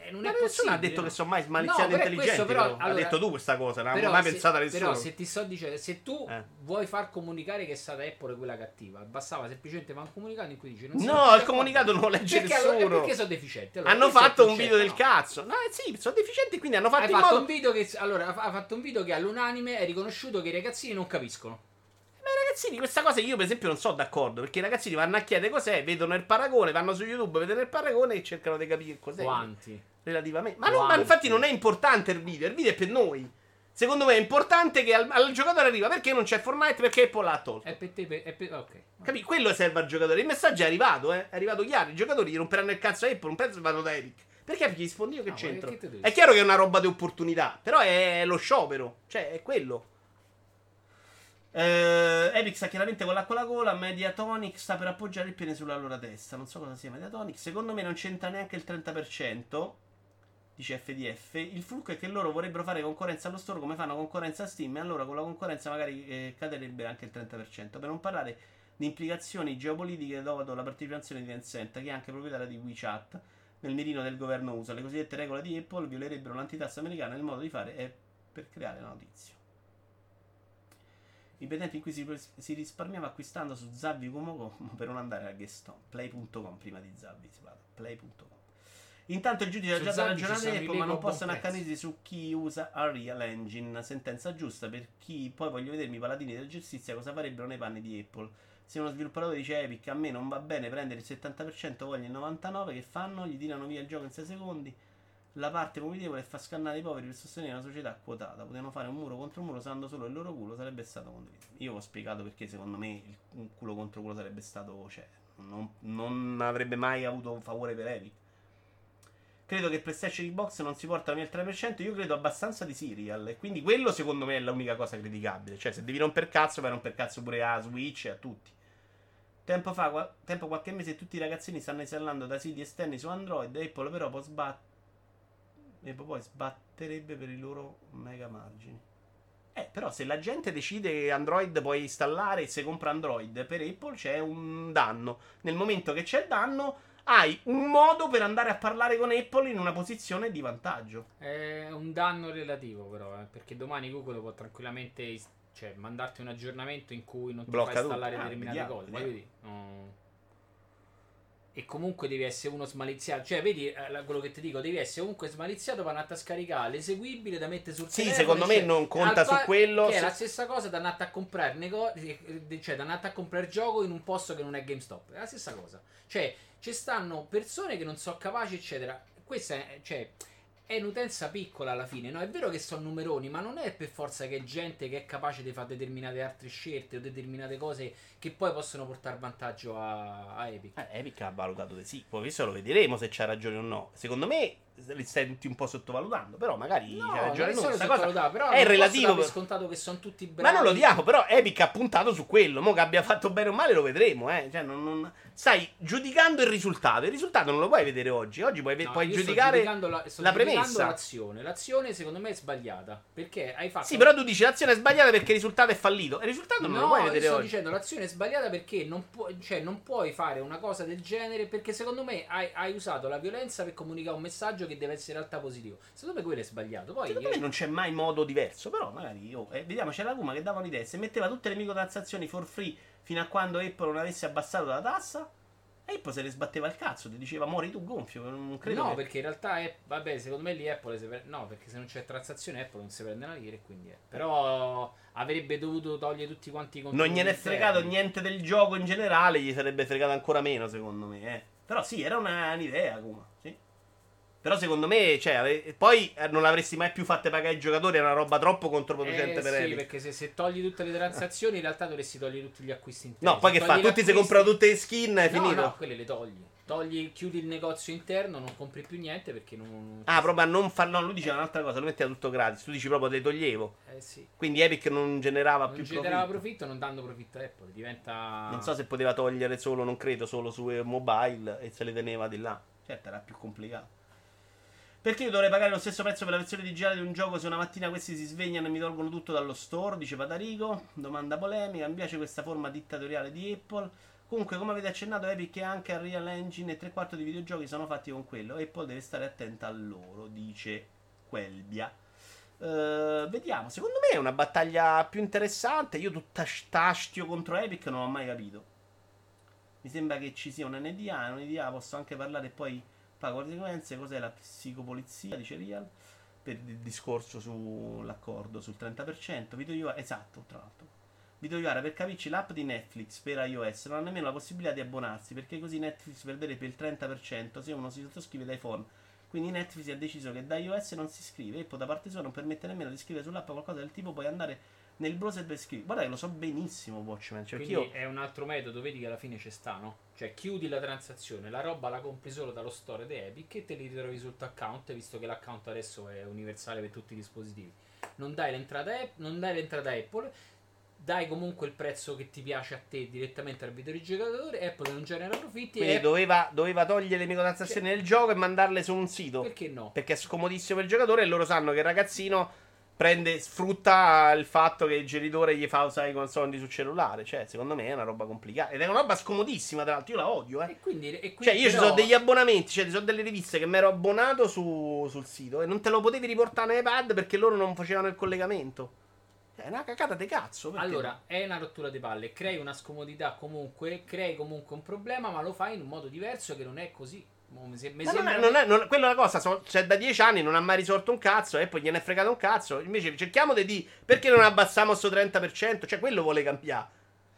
Eh, non Ma è nessuno possibile, ha detto no. che sono mai No, smaliziati però è intelligenti. questo, però, però. allora, ha detto tu questa cosa, non però l'ha mai se, pensata nessuno. però se ti sto dicendo, se tu Eh. vuoi far comunicare che è stata Apple quella cattiva, bastava semplicemente fare un comunicato in cui dici non No, siamo il tutti comunicato d'accordo. non lo legge perché, allora, nessuno. perché sono deficienti? Allora, Hanno questo è il fatto un concetto, video del no? cazzo. No, eh sì, sono deficienti, quindi hanno fatto Hai in fatto modo... un video che allora ha fatto un video che all'unanime è riconosciuto che i ragazzini non capiscono. Ma i ragazzini, questa cosa io per esempio non sono d'accordo, perché i ragazzini vanno a chiedere cos'è, vedono il paragone, vanno su YouTube, vedono il paragone e cercano di capire cos'è. Quanti? Relativamente. Ma, non, ma Quanti? infatti non è importante il video, il video è per noi. Secondo me è importante che al, al giocatore arriva perché non c'è Fortnite, perché Apple l'ha tolto. È per te, per- è per- ok. Capì? Quello serve al giocatore. Il messaggio è arrivato, eh. È arrivato chiaro. I giocatori gli romperanno il cazzo a Apple, non penso che vanno da Epic. Perché Epic gli rispondi io che No, c'entro? che te devi È chiaro che è una roba di opportunità, però è lo sciopero. Cioè, è quello. Eh, Epic sta chiaramente con l'acqua alla gola. Mediatonic sta per appoggiare il pene sulla loro testa. Non so cosa sia Mediatonic. Secondo me non c'entra neanche il trenta per cento. Dice F D F. Il fulcro è che loro vorrebbero fare concorrenza allo store come fanno concorrenza a Steam. E allora con la concorrenza magari eh, caderebbe anche il trenta per cento. Per non parlare di implicazioni geopolitiche dopo la partecipazione di Tencent, che è anche proprietaria di WeChat, nel mirino del governo U S A. Le cosiddette regole di Apple violerebbero l'antitassa americana. Il modo di fare è per creare la notizia. I bei tempi in cui si, si risparmiava acquistando su Zavvi come per non andare a Gueston. Play punto com prima di Zavvi si parla. Play punto com. Intanto il giudice ha Su già Zavvi ragionato ci sono i Apple, ma Lego non a buon possono prezzo. accanirsi su chi usa Unreal Engine. Sentenza giusta per chi poi voglio vedermi i paladini del giustizia cosa farebbero nei panni di Apple. Se uno sviluppatore dice Epic a me non va bene prendere il settanta per cento, voglio il novantanove per cento, che fanno? Gli tirano via il gioco in sei secondi. La parte profittevole è far scannare i poveri per sostenere una società quotata. Potevano fare un muro contro un muro usando solo il loro culo, sarebbe stato condiviso. Io ho spiegato perché secondo me il un culo contro culo sarebbe stato, cioè, non, non avrebbe mai avuto un favore per Epic. Credo che PlayStation Xbox non si portano nel tre per cento. Io credo abbastanza di Serial. E quindi quello secondo me è l'unica cosa criticabile. Cioè, se devi romper cazzo, vai a romper cazzo pure a Switch e a tutti. Tempo fa, qual- tempo qualche mese, tutti i ragazzini stanno installando da siti esterni su Android. Apple però può sbattere. E poi sbatterebbe per i loro mega margini. Eh, però se la gente decide che Android puoi installare, se compra Android per Apple c'è un danno. Nel momento che c'è il danno, hai un modo per andare a parlare con Apple in una posizione di vantaggio. È un danno relativo, però, eh, perché domani Google può tranquillamente is- cioè, mandarti un aggiornamento in cui non ti Blocca fa installare tutto. Ah, determinate vediamo, cose. vediamo. Voglio dire, no. E comunque devi essere uno smaliziato. Cioè, vedi eh, la- quello che ti dico, devi essere comunque smaliziato per andare a scaricare l'eseguibile da mettere sul Sì, telefono. secondo me cioè, non conta al pa- su quello. Che è se- la stessa cosa da andare a comprare nego- eh, cioè da andare a comprare il gioco in un posto che non è GameStop. È la stessa cosa. Cioè, ci stanno persone che non sono capaci, eccetera. Questa è, cioè, è un'utenza piccola alla fine, no? È vero che sono numeroni, ma non è per forza che è gente che è capace di fare determinate altre scelte o determinate cose che poi possono portare vantaggio a, a Epic. Eh, Epic ha valutato di sì. Poi questo lo vedremo se c'ha ragione o no. Secondo me li stai tutti un po' sottovalutando. Però magari No, c'ha non ragione è lui. solo Questa cosa sottovalutato, però è non posso relativo. dare per per- scontato che sono tutti bravi. Ma non lo diamo, però Epic ha puntato su quello. Mo' che abbia fatto bene o male lo vedremo, eh. Cioè, non, non- stai giudicando il risultato. Il risultato non lo puoi vedere oggi. Oggi puoi, ve- No, puoi io sto giudicare giudicando la, sto la giudicando premessa. l'azione. L'azione secondo me è sbagliata. Perché hai fatto. Sì, però tu dici l'azione è sbagliata perché il risultato è fallito. E il risultato non No, lo puoi io vedere sto oggi. dicendo l'azione è sbagliata perché non, pu- cioè, non puoi fare una cosa del genere perché secondo me hai, hai usato la violenza per comunicare un messaggio che deve essere in realtà positivo. Secondo me quello è sbagliato. Poi Secondo me non c'è mai modo diverso. Però magari io. Eh, vediamo, c'era Kuma che dava un'idea. Se metteva tutte le microtransazioni for free fino a quando Apple non avesse abbassato la tassa. E Apple se ne sbatteva il cazzo. Ti diceva muori tu gonfio. Non credo. no, che... perché in realtà è, vabbè, secondo me lì Apple si pre- no, perché se non c'è transazione Apple non si prende una lira e quindi è. Però avrebbe dovuto togliere tutti quanti i controlli Non gliene è interni. fregato niente del gioco in generale. Gli sarebbe fregato ancora meno, secondo me. Eh. Però sì, era una, un'idea, Kuma. Sì. Però secondo me, cioè, ave- poi eh, non l'avresti mai più fatte pagare ai giocatori. È una roba troppo controproducente Eh, per sì, Epic. perché se, se togli tutte le transazioni in realtà dovresti togliere tutti gli acquisti interni. No, poi Se che fa? togli Tutti si l'acquisti- comprano tutte le skin, è no, finito. no, quelle le togli. Togli, chiudi il negozio interno, non compri più niente perché non... Ah, proprio a non farlo. No, lui diceva un'altra cosa, lo metteva tutto gratis. Tu dici proprio te toglievo. Eh sì. Quindi Epic non generava Non più generava profitto. profitto non dando profitto a Apple. Diventa... Non so se poteva togliere solo, non credo, solo su eh, mobile e se le teneva di là. Certo, era più complicato. Perché io dovrei pagare lo stesso prezzo per la versione digitale di un gioco se una mattina questi si svegliano e mi tolgono tutto dallo store? Dice Patarico. Domanda polemica. Mi piace questa forma dittatoriale di Apple. Comunque, come avete accennato, Epic e anche Unreal Engine e tre quarti dei videogiochi sono fatti con quello. Apple deve stare attenta a loro, dice Quelbia. Uh, vediamo, secondo me è una battaglia più interessante. Io tutta stastio contro Epic non l'ho mai capito. Mi sembra che ci sia un N D A, un N D A posso anche parlare e poi pago le conseguenze. Cos'è la psicopolizia, dice Real, per il discorso sull'accordo sul trenta per cento. Video U I, esatto, tra l'altro. Video U R, per capirci, l'app di Netflix per iOS non ha nemmeno la possibilità di abbonarsi, perché così Netflix perderebbe il trenta per cento se uno si sottoscrive da iPhone. Quindi Netflix ha deciso che da iOS non si scrive, e poi da parte sua non permette nemmeno di scrivere sull'app qualcosa del tipo puoi andare nel browser per scrivere. Guarda che lo so benissimo Watchmen, cioè Quindi io... è un altro metodo, vedi che alla fine ci sta, no? Cioè chiudi la transazione, la roba la compri solo dallo store di Epic e te li ritrovi sul tuo account, visto che l'account adesso è universale per tutti i dispositivi. Non dai l'entrata, non dai l'entrata Apple, dai comunque il prezzo che ti piace a te direttamente al videogiocatore. Apple non genera profitti. Quindi e doveva, doveva togliere le microtransazioni cioè, nel gioco e mandarle su un sito. Perché no? Perché è scomodissimo per il giocatore e loro sanno che il ragazzino prende, sfrutta il fatto che il genitore gli fa usare i consoli sul cellulare. Cioè, secondo me è una roba complicata. Ed è una roba scomodissima, tra l'altro. Io la odio, eh. E quindi, e quindi cioè, io però... ci sono degli abbonamenti, cioè, ci sono delle riviste che mi ero abbonato su, sul sito e non te lo potevi riportare in iPad perché loro non facevano il collegamento. È una cacata di cazzo. Allora, no? è una rottura di palle. Crei una scomodità comunque, crei comunque un problema, ma lo fai in un modo diverso che non è così. Mi se- mi Ma non sembra... è, non è, non, quella è la cosa. So, cioè, da dieci anni non ha mai risolto un cazzo e poi gliene è fregato un cazzo. Invece cerchiamo di dire perché non abbassiamo sto trenta per cento. Cioè, quello vuole cambiare.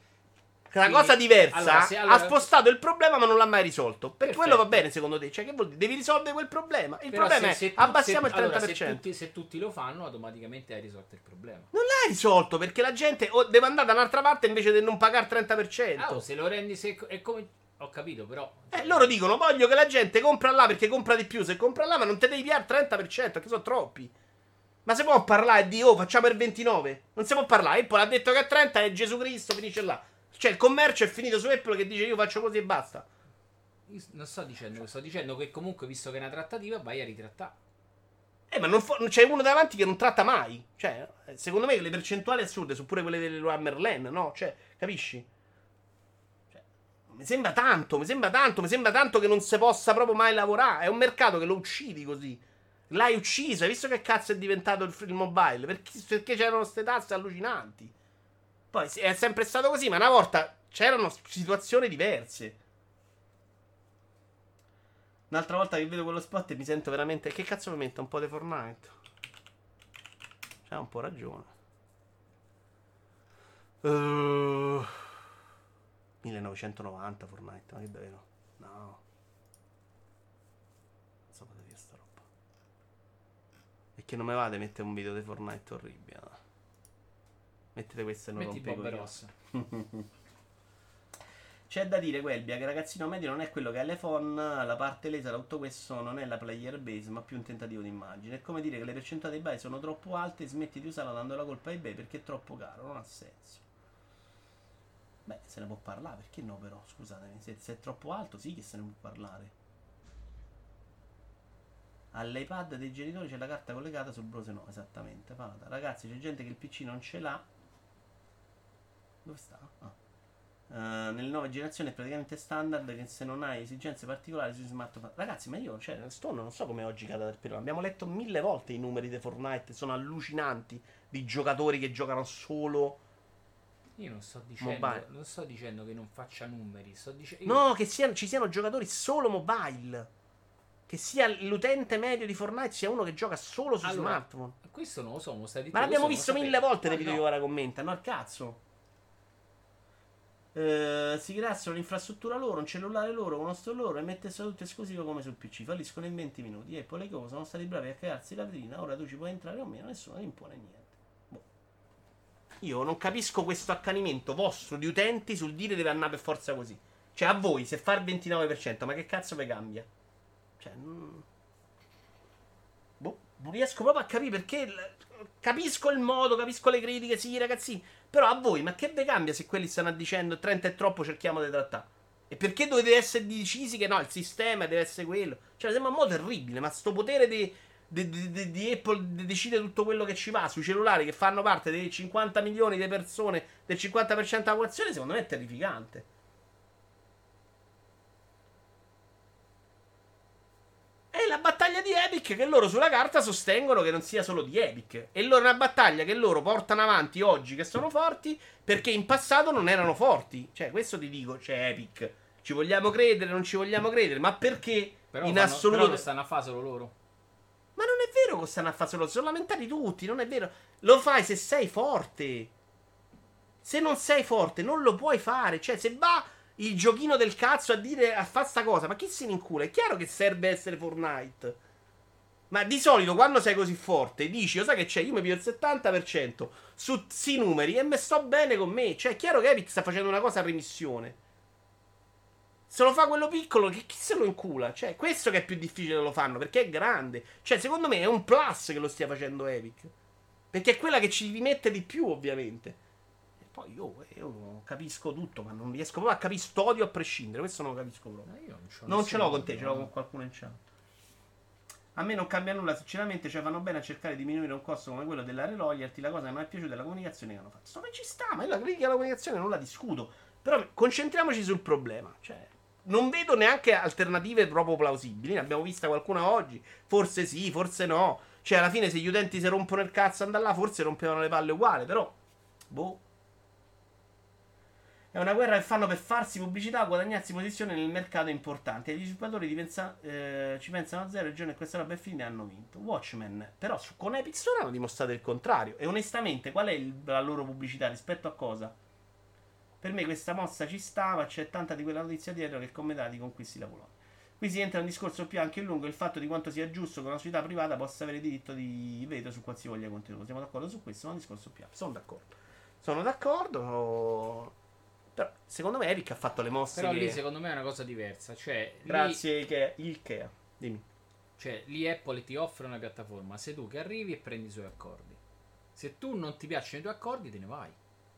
Una Quindi, cosa diversa. allora, se, allora... Ha spostato il problema, ma non l'ha mai risolto. Per Perfetto. quello va bene, secondo te. Cioè, che vuol dire? Devi risolvere quel problema. Il Però problema se, se è tu, abbassiamo se, il trenta per cento. Allora, se, tutti, se tutti lo fanno, automaticamente hai risolto il problema. Non l'hai risolto perché la gente o deve andare da un'altra parte invece di non pagare il trenta per cento. Ah, oh, se lo rendi secco è come... Ho capito, però... Eh, loro dicono, voglio che la gente compra là perché compra di più. Se compra là, ma non te devi piare il trenta per cento, perché sono troppi. Ma si può parlare di, oh, facciamo il ventinove? Non si può parlare. Apple ha detto che è trenta e Gesù Cristo finisce là. Cioè, il commercio è finito su Apple che dice io faccio così e basta. Io non sto dicendo, sto dicendo che comunque, visto che è una trattativa, vai a ritrattare. Eh, ma non fo- c'è uno davanti che non tratta mai. Cioè, secondo me le percentuali assurde sono pure quelle del Leroy Merlin, no? Cioè, capisci? Cioè, mi sembra tanto, mi sembra tanto, mi sembra tanto che non si possa proprio mai lavorare. È un mercato che lo uccidi così. L'hai ucciso, hai visto che cazzo è diventato il, il mobile? Perché, perché c'erano queste tasse allucinanti. Poi è sempre stato così, ma una volta c'erano situazioni diverse. Un'altra volta che vedo quello spot e mi sento veramente... Che cazzo mi metto? Un po' di Fortnite? C'ha un po' ragione. Uh, millenovecentonovanta Fortnite, ma che davvero? No. Non so cosa dire sta roba. E che non mi vade mettere un video di Fortnite orribile, no? Mettete queste e non Metti rompe Bob i Ross. C'è da dire, Quelbia, che il ragazzino medio non è quello che ha l'iPhone. La parte lesa da tutto questo non è la player base, ma più un tentativo di immagine. È come dire che le percentuali dei buy sono troppo alte e smetti di usarla dando la colpa ai eBay perché è troppo caro. Non ha senso. Beh, se ne può parlare, perché no però? Scusatemi, se, se è troppo alto sì che se ne può parlare. all'iPad dei genitori c'è la carta collegata, sul browser no, esattamente. Fata. Ragazzi, c'è gente che il P C non ce l'ha. Dove sta? Ah. Uh, nelle nuove generazioni è praticamente standard che se non hai esigenze particolari sui smartphone. Ragazzi, ma io, cioè, Stone non so come oggi cade dal pirone. Abbiamo letto mille volte i numeri di Fortnite, sono allucinanti, di giocatori che giocano solo. Io non sto dicendo, mobile. non sto dicendo che non faccia numeri, sto dicendo... No, che siano, ci siano giocatori solo mobile. Che sia l'utente medio di Fortnite sia uno che gioca solo su allora, smartphone. Questo non lo so, mo stai Ma l'abbiamo questo visto non lo mille volte no, nei video no. che ora commenta, no al cazzo. Uh, si creassero l'infrastruttura loro, un cellulare loro, uno store loro e mettessero tutto esclusivo come sul P C. Falliscono in venti minuti. E poi le cose sono stati bravi a crearsi la vetrina. Ora tu ci puoi entrare o meno, nessuno ti impone niente. Boh. Io non capisco questo accanimento vostro di utenti sul dire deve andare per forza così. Cioè, a voi se fa il ventinove per cento, ma che cazzo vi cambia? Cioè, mm... boh, non riesco proprio a capire perché. Capisco il modo, capisco le critiche, sì, ragazzi. Però a voi, ma che vi cambia se quelli stanno dicendo trenta è troppo, cerchiamo di trattare? E perché dovete essere decisi che no, il sistema deve essere quello? Cioè, sembra un modo terribile, ma sto potere di, di, di, di Apple di decidere tutto quello che ci va sui cellulari che fanno parte dei cinquanta milioni di persone, del cinquanta per cento della popolazione, secondo me è terrificante. battaglia di Epic che loro sulla carta sostengono che non sia solo di Epic. E loro è una battaglia che loro portano avanti oggi che sono forti perché in passato non erano forti. Cioè, questo ti dico, c'è Epic. Ci vogliamo credere, non ci vogliamo credere, ma perché Però, in fanno, assoluto... però lo stanno a fare solo loro. Ma non è vero che stanno a fare solo, sono lamentati tutti, non è vero. Lo fai se sei forte. Se non sei forte non lo puoi fare. Cioè, se va il giochino del cazzo a dire a fare sta cosa, ma chi se ne incula? È chiaro che serve essere Fortnite. Ma di solito quando sei così forte dici, lo sai che c'è, io mi piglio il settanta per cento su sti numeri e me sto bene con me. Cioè, è chiaro che Epic sta facendo una cosa a remissione. Se lo fa quello piccolo, che chi se lo incula? Cioè, questo che è più difficile lo fanno, perché è grande. Cioè, secondo me è un plus che lo stia facendo Epic. Perché è quella che ci rimette di più, ovviamente. E poi io, io capisco tutto, ma non riesco proprio a capire sto odio a prescindere. Questo non lo capisco proprio. Eh, io non, c'ho Non ce l'ho nessuno con te, odio, ce l'ho no. con qualcuno in chat. A me non cambia nulla, sinceramente, cioè fanno bene a cercare di diminuire un costo come quello della royalty. La cosa che non è piaciuta è la comunicazione che hanno fatto. Sto che ci sta, ma io la critica alla comunicazione non la discuto. Però concentriamoci sul problema. Cioè, non vedo neanche alternative proprio plausibili. Ne abbiamo vista qualcuna oggi. Forse sì, forse no. Cioè, alla fine, se gli utenti si rompono il cazzo andare là, forse rompevano le palle uguale. Però, boh. È una guerra che fanno per farsi pubblicità, guadagnarsi posizione nel mercato importante. E gli sviluppatori di pensa- eh, ci pensano a zero. Il giorno che questa roba è finita e hanno vinto. Watchmen, però, su, con Epic Store hanno dimostrato il contrario. E onestamente, qual è il- la loro pubblicità rispetto a cosa? Per me questa mossa ci stava, c'è tanta di quella notizia dietro che con metà di conquisti la Polonia. Qui si entra in un discorso più anche lungo, il fatto di quanto sia giusto che una società privata possa avere diritto di veto su qualsivoglia contenuto. Siamo d'accordo su questo, ma è un discorso più ampio. Sono d'accordo. Sono d'accordo. Però secondo me Eric ha fatto le mosse. Però che... lì secondo me è una cosa diversa. Cioè, lì, Grazie Ikea. Ikea. Dimmi. cioè, lì Apple ti offre una piattaforma. Sei tu che arrivi e prendi i suoi accordi. Se tu non ti piacciono i tuoi accordi, te ne vai.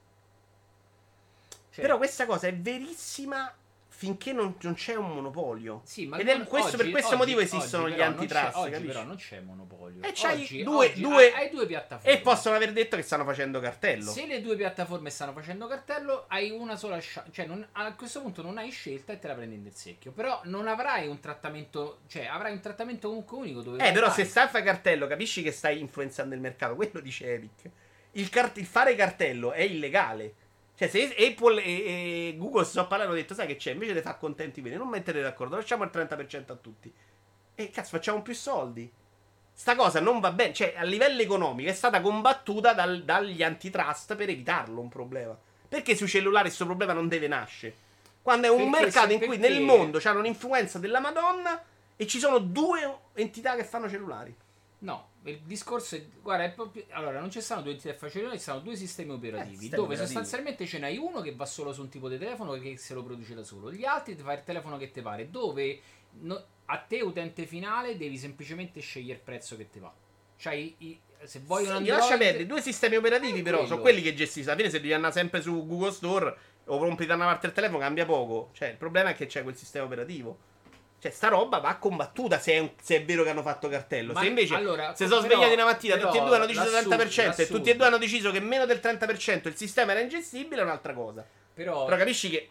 Cioè, Però questa cosa è verissima finché non, non c'è un monopolio. sì, ma Ed è non- questo, oggi- per questo oggi- motivo esistono oggi gli però non antitrust, c'è- Oggi capisci? però non c'è monopolio. E c'hai Oggi- due- oggi due- hai, hai due piattaforme. E possono aver detto che stanno facendo cartello. Se le due piattaforme stanno facendo cartello, hai una sola scelta. Cioè, non- a questo punto non hai scelta e te la prendi nel secchio. Però non avrai un trattamento. Cioè, avrai un trattamento comunque unico. Dove Eh, vai, però vai. se stai a fare cartello, capisci che stai influenzando il mercato. Quello dice Epic. Il, cart- il fare cartello è illegale. Cioè, se Apple e, e Google si sono parlato, hanno detto, sai che c'è, invece di far contenti bene, non mettete d'accordo, facciamo il trenta per cento a tutti. E cazzo, facciamo più soldi. Sta cosa non va bene. Cioè, a livello economico è stata combattuta dal- dagli antitrust per evitarlo un problema. Perché sui cellulari questo problema non deve nascere? Quando è un Perché mercato se- in cui perché- nel mondo c'hanno un'influenza della Madonna e ci sono due entità che fanno cellulari. No, il discorso è. Guarda, è proprio. Allora, non ci stanno due entità facilità, ci stanno due sistemi operativi. Eh, sistemi dove operativi. sostanzialmente ce n'hai uno che va solo su un tipo di telefono che se lo produce da solo. Gli altri ti fai il telefono che ti pare. Dove no- a te, utente finale, devi semplicemente scegliere il prezzo che ti va. Cioè, i- i- se vuoi Sì, un mi Android. lascia perdere. I due sistemi operativi, Eh, però, quello. sono quelli che gestiscono. Alla fine, se devi andare sempre su Google Store o rompi da una parte il telefono, cambia poco. Cioè, il problema è che c'è quel sistema operativo. Cioè, sta roba va combattuta se è, un- se è vero che hanno fatto cartello. Ma se invece allora, si sono però- svegliati una mattina, però tutti e due hanno deciso il l'assurdo- trenta per cento e tutti e l'assurdo. due hanno deciso che meno del trenta per cento il sistema era ingestibile, è un'altra cosa. Però, Però capisci che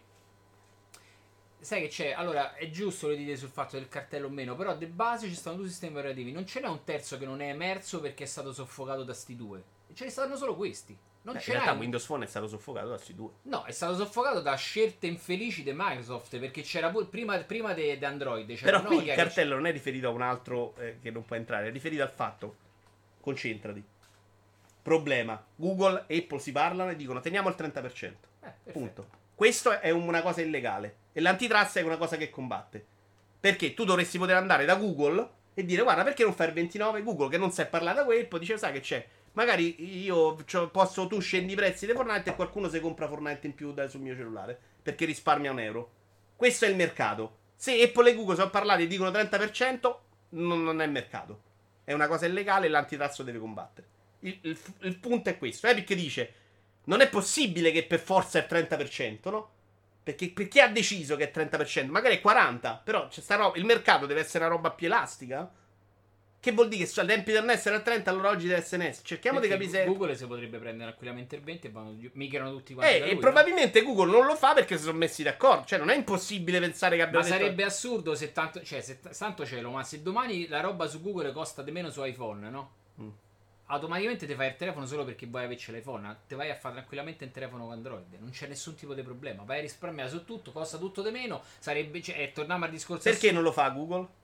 sai che c'è? Allora, è giusto le dite sul fatto del cartello o meno, però de base ci stanno due sistemi operativi. Non ce n'è un terzo che non è emerso perché è stato soffocato da sti due. Ce ne stanno solo questi. Non eh, in ce realtà n'è. Windows Phone è stato soffocato da questi due. No, è stato soffocato da scelte infelici di Microsoft perché c'era pure prima, prima di Android. C'era Però qui Nokia il che cartello non è riferito a un altro eh, che non può entrare, è riferito al fatto. Concentrati. Problema. Google e Apple si parlano e dicono teniamo il trenta per cento. Eh, perfetto. Punto. Questo è una cosa illegale. E l'antitrust è una cosa che combatte. Perché tu dovresti poter andare da Google e dire guarda perché non fai il ventinove? Google che non sa parlare da Apple dice sai che c'è. Magari io c'ho- posso, tu scendi i prezzi di Fortnite e qualcuno si compra Fortnite in più da- sul mio cellulare. Perché risparmia un euro. Questo è il mercato. Se Apple e Google sono parlati e dicono trenta per cento, non, non è mercato. È una cosa illegale e l'antitrust lo deve combattere. Il, il- il punto è questo. Epic dice non è possibile che per forza è il trenta per cento, no? Perché, perché ha deciso che è il trenta per cento? Magari è quaranta per cento, però c'è sta roba, il mercato deve essere una roba più elastica. Che vuol dire che se ai tempi del N E S era a trenta, allora oggi deve essere N E S? Cerchiamo Perché di capire se... Google si potrebbe prendere tranquillamente il venti e vanno, migrano tutti quanti Eh, da e lui, probabilmente no? Google non lo fa perché si sono messi d'accordo. Cioè, non è impossibile pensare che no? abbiano Ma detto... sarebbe assurdo se tanto, cioè, se t- tanto cielo, ma se domani la roba su Google costa di meno su iPhone, no? Mm. Automaticamente ti fai il telefono solo perché vuoi averci l'iPhone, ti vai a fare tranquillamente un telefono con Android, non c'è nessun tipo di problema, vai a risparmiare su tutto, costa tutto di meno, sarebbe, cioè, e torniamo al discorso Perché assurdo. non lo fa Google?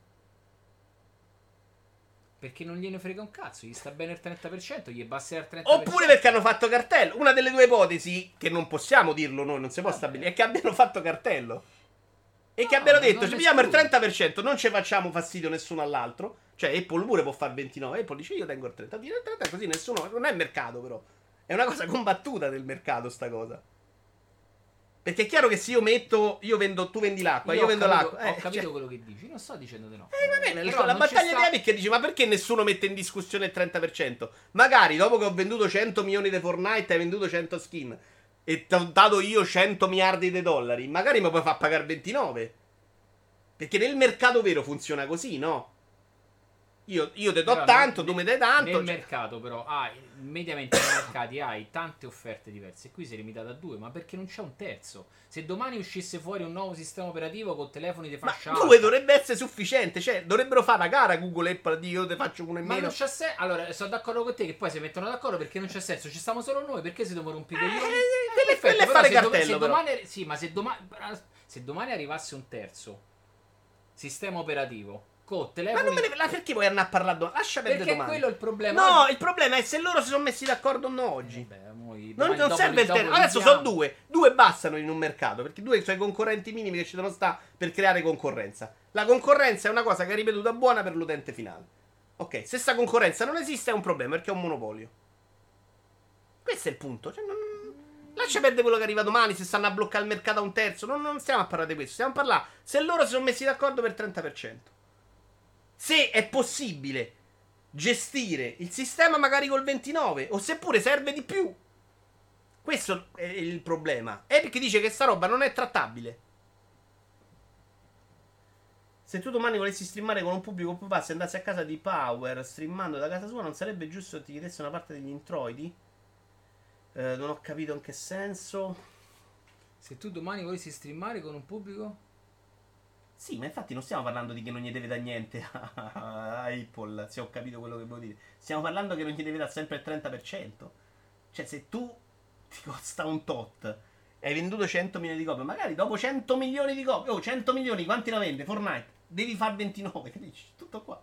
Perché non gliene frega un cazzo, gli sta bene il trenta per cento, gli basterà il trenta per cento. Oppure perché hanno fatto cartello. Una delle due ipotesi, che non possiamo dirlo noi, non si può Vabbè. stabilire, è che abbiano fatto cartello. E No, che abbiano ma detto, non ci pigliamo il escludo. trenta per cento, non ci facciamo fastidio nessuno all'altro. Cioè, Apple pure può fare ventinove. Apple dice, io tengo il trenta. Tira il trenta, così nessuno... Non è mercato, però. È una cosa combattuta del mercato, sta cosa. Perché è chiaro che se io metto... Io vendo... Tu vendi l'acqua, io, Io ho vendo capito, l'acqua. ho Eh, capito cioè- quello che dici, non sto dicendo di no. Eh, va bene, Però la non ci battaglia sta- di Epic dice, ma perché nessuno mette in discussione il trenta per cento? Magari dopo che ho venduto cento milioni di Fortnite hai venduto cento skin e ti ho dato io cento miliardi di dollari, magari mi puoi far pagare ventinove. Perché nel mercato vero funziona così, no? Io, io te do Però tanto, nel- tu mi dai tanto. Nel cioè- mercato, però, hai mediamente nei mercati hai tante offerte diverse. Qui sei limitato a due, ma perché non c'è un terzo? Se domani uscisse fuori un nuovo sistema operativo con telefoni di Ma fascia due alta, dovrebbe essere sufficiente. Cioè, dovrebbero fare una gara Google e Apple di io te faccio uno in ma meno. non c'è senso. Allora, sono d'accordo con te che poi si mettono d'accordo perché non c'è senso. Ci stiamo solo noi, perché si devono rompere i coglioni? Eh, Eh, quello è- perfetto, quello è però fare se do- cartello, se però. domani, sì, ma se domani, se domani arrivasse un terzo sistema operativo con Ma telefoni, non me ne... la- perché vuoi andare a parlare domani? Lascia perdere perché domani. quello è il problema. No, il problema è se loro si sono messi d'accordo o no oggi. Vabbè, noi Non, domani non dopo serve li- il dopo terzo. li Adesso diamo. sono due. Due bastano in un mercato. Perché due sono i concorrenti minimi che ci devono stare per creare concorrenza. La concorrenza è una cosa che è ripetuta buona per l'utente finale. Ok, se sta concorrenza non esiste è un problema perché è un monopolio. Questo è il punto. Cioè, non... Lascia perdere quello che arriva domani. Se stanno a bloccare il mercato a un terzo. Non, non stiamo a parlare di questo. Stiamo a parlare se loro si sono messi d'accordo per il trenta per cento. Se è possibile gestire il sistema magari col ventinove o seppure serve di più. Questo è il problema. Epic dice che sta roba non è trattabile. Se tu domani volessi streamare con un pubblico più basso e andassi a casa di Power streamando da casa sua, non sarebbe giusto che ti chiedesse una parte degli introiti? Eh, non ho capito in che senso. Se tu domani volessi streamare con un pubblico, Sì, ma infatti non stiamo parlando di che non gli deve da niente a, a Apple, se ho capito quello che vuoi dire. Stiamo parlando che non gli deve dare sempre il trenta per cento. Cioè, se tu ti costa un tot e hai venduto cento milioni di copie, magari dopo cento milioni di copie, oh, cento milioni, quanti la vende? Fortnite, devi far ventinove, capisci? Tutto qua.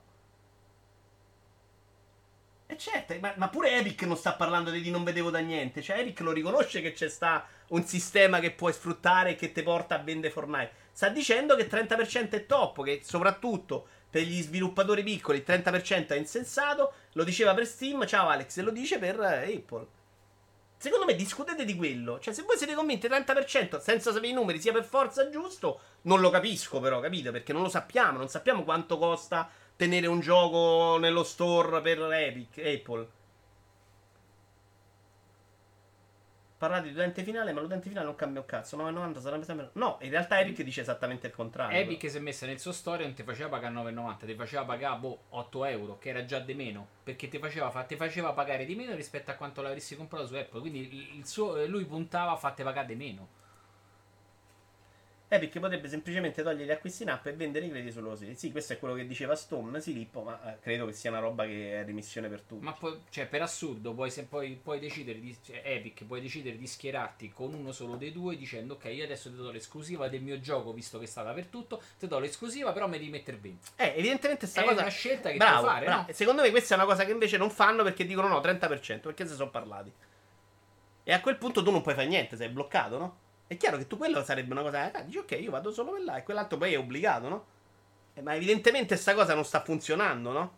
E certo, ma, ma pure Epic non sta parlando di non vedevo da niente. Cioè, Epic lo riconosce che c'è sta un sistema che puoi sfruttare e che ti porta a vendere Fortnite. Sta dicendo che il trenta per cento è troppo, che soprattutto per gli sviluppatori piccoli il trenta per cento è insensato. Lo diceva per Steam, ciao Alex, e lo dice per eh, Apple. Secondo me discutete di quello. Cioè, se voi siete convinti il trenta per cento senza sapere i numeri sia per forza giusto, non lo capisco però, capite? Perché non lo sappiamo, non sappiamo quanto costa tenere un gioco nello store per Epic, Apple. Parlate di utente finale, ma l'utente finale non cambia un cazzo. nove e novanta sarebbe sempre... No, in realtà Epic dice esattamente il contrario. Epic si è messa nel suo store e non ti faceva pagare nove e novanta, ti faceva pagare boh, otto euro, che era già di meno, perché ti faceva, fa- ti faceva pagare di meno rispetto a quanto l'avresti comprato su Apple. Quindi il- il suo- lui puntava a farti pagare di meno. Epic potrebbe semplicemente togliere gli acquisti in app e vendere i crediti sul loro sito. Sì, questo è quello che diceva Stone, Filippo, ma eh, credo che sia una roba che è rimissione per tutti. Ma poi, cioè, per assurdo, puoi, se, puoi, puoi decidere di, cioè, Epic, puoi decidere di schierarti con uno solo dei due dicendo ok, io adesso ti do l'esclusiva del mio gioco, visto che è stata per tutto, ti do l'esclusiva, però mi devi mettere venti. Eh, evidentemente sta È cosa... una scelta che bravo, puoi fare, bravo. no? Secondo me questa è una cosa che invece non fanno perché dicono no, trenta per cento, perché se sono parlati. E a quel punto tu non puoi fare niente, sei bloccato, no? È chiaro che tu quello sarebbe una cosa... Eh, dici ok, io vado solo per là e quell'altro poi è obbligato, no? Eh, ma evidentemente sta cosa non sta funzionando, no?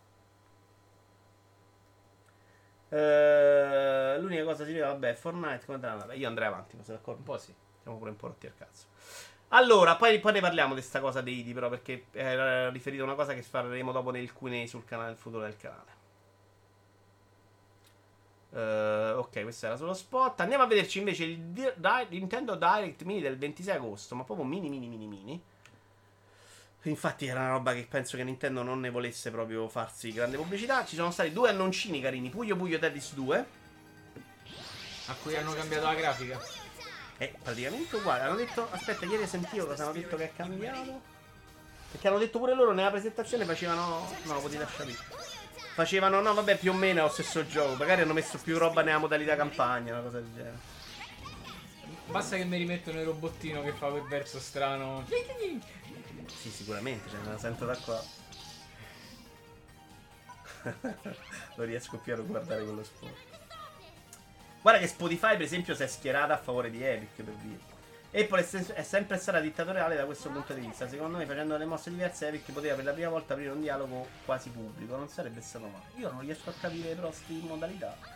Uh, l'unica cosa si vede, vabbè, Fortnite come andrà? Vabbè, io andrei avanti, ma sei d'accordo? Un po' sì. Siamo pure un po' rotti al cazzo. Allora, poi, poi ne parliamo di sta cosa dei I D, però, perché era riferito a una cosa che faremo dopo nel Q and A sul canale, il futuro del canale. Uh, ok, questo era solo spot. Andiamo a vederci invece il di- di- Nintendo Direct Mini del ventisei agosto, ma proprio mini mini mini mini. Infatti era una roba che penso che Nintendo non ne volesse proprio farsi grande pubblicità. Ci sono stati due annoncini carini, Puyo Puyo Tetris due. A cui hanno cambiato la grafica. È praticamente uguale. Hanno detto, aspetta, ieri sentivo cosa hanno detto che è cambiato. Perché hanno detto pure loro nella presentazione facevano... No, lo potevi lasciare lì. Facevano, no vabbè, più o meno è lo stesso gioco. Magari hanno messo più roba nella modalità campagna, una cosa del genere. Basta che mi rimettono il robottino che fa quel verso strano. Sì, sicuramente, cioè me la sento da qua. Non riesco più a guardare quello sport. Guarda che Spotify, per esempio, si è schierata a favore di Epic, per dire. Apple è, se- è sempre stata dittatoriale da questo punto di vista. Secondo me, facendo delle mosse diverse, Epic poteva per la prima volta aprire un dialogo quasi pubblico. Non sarebbe stato male. Io non riesco a capire però sti modalità.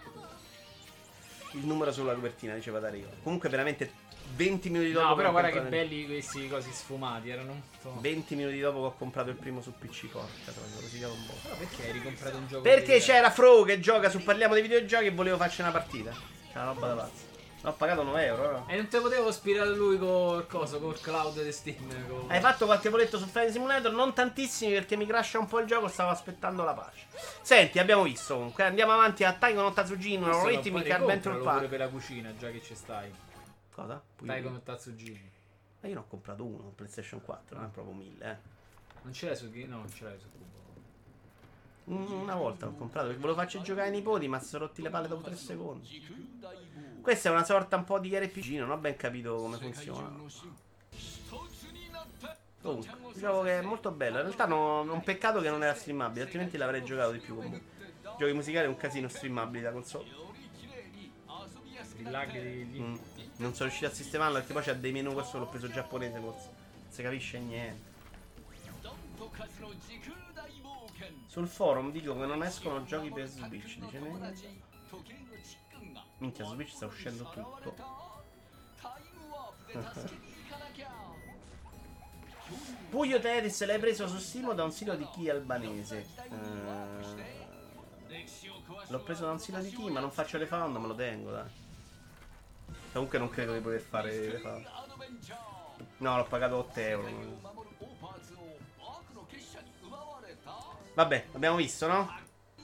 Il numero sulla copertina, diceva Dario. Comunque veramente venti minuti dopo. No, però ho guarda che comprato il- belli questi cosi sfumati. Erano molto. venti minuti dopo che ho comprato il primo su P C, porca, ho rosicato un po'. Però perché hai ricomprato un gioco? Perché di- c'era Fro che gioca su Parliamo dei videogiochi e volevo farci una partita. C'è una roba da pazzo. L'ho pagato nove euro, no? E non te potevo ispirare lui col coso, col cloud di Steam. Col... Hai fatto qualche voletto su Flight Simulator? Non tantissimi perché mi crasha un po' il gioco, stavo aspettando la pace. Senti, abbiamo visto comunque. Andiamo avanti a Taiko no Tatsujin, un Rhythmic Adventure pure Pack. per la cucina, già che ci stai. Cosa? Taiko no Tatsujin. Ma io ne ho comprato uno, un PlayStation quattro, non è proprio mille, eh. Non ce l'hai su no, non ce l'hai su Cubo. Una volta l'ho comprato perché volevo farci giocare ai nipoti, ma si sono rotti le palle dopo tre secondi. Questa è una sorta un po' di R P G, non ho ben capito come funziona. Comunque, un gioco che è molto bello. In realtà no, è un peccato che non era streamabile, altrimenti l'avrei giocato di più. Comunque. Giochi musicali è un casino streamabili da console. Il lag di lì. Mm. Non sono riuscito a sistemarlo perché poi c'ha dei menu, questo l'ho preso giapponese forse. Non si capisce niente. Sul forum dico che non escono giochi per Switch, dice ne. Minchia, Switch sta uscendo tutto. Puyo Tetris l'hai preso su Steam o da un sito di chi albanese? Eh, l'ho preso da un sito di chi, ma non faccio le found, me lo tengo, dai. Comunque non credo di poter fare le found. No, l'ho pagato otto euro. Vabbè, abbiamo visto, no?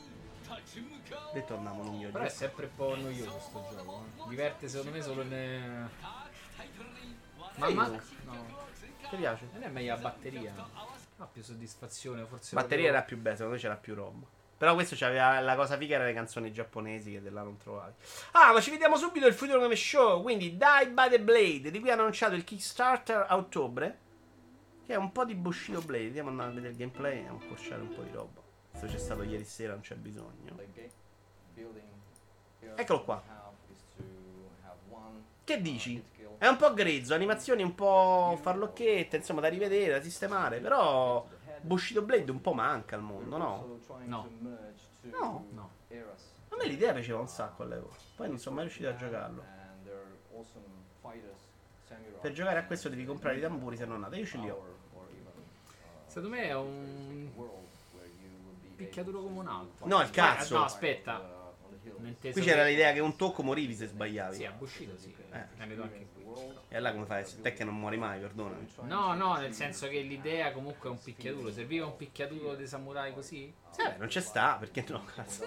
E torniamo noi oggi. Però è sempre un po' noioso sto gioco. Eh. Diverte secondo me solo in. Ma Sì. ma no. Ti piace? Non è meglio la batteria. Ha più soddisfazione, forse. La batteria proprio- era più bella, secondo me c'era più roba. Però questo c'aveva la cosa figa, era le canzoni giapponesi che là non trovavi. Ah, ma ci vediamo subito il Futuro Game Show. Quindi Die by the Blade, di cui ha annunciato il Kickstarter a ottobre. Che è un po' di Bushido Blade. Andiamo ad andare a vedere il gameplay e a accorciare un po' di roba. Questo c'è stato ieri sera, non c'è bisogno. Eccolo qua. Che dici? È un po' grezzo, animazioni un po' farlocchette, insomma, da rivedere, da sistemare. Però Bushido Blade un po' manca al mondo, no? No. No. No. A me l'idea piaceva un sacco all'epoca. Poi non sono mai riuscito a giocarlo. Per giocare a questo devi comprare i tamburi, se non nata. Io ce li ho. Secondo me è un picchiaduro come un altro. No, il cazzo. Eh, no, aspetta. Non inteso Qui c'era che- l'idea che un tocco morivi se sbagliavi. Sì, a Bushido sì. Eh. Ne vedo anche qui. E allora come fai? Se te che non muori mai, perdonami. No, no, nel senso che l'idea comunque è un picchiaduro. Serviva un picchiaduro dei samurai così? Sì, non c'è sta, perché no? Cazzo.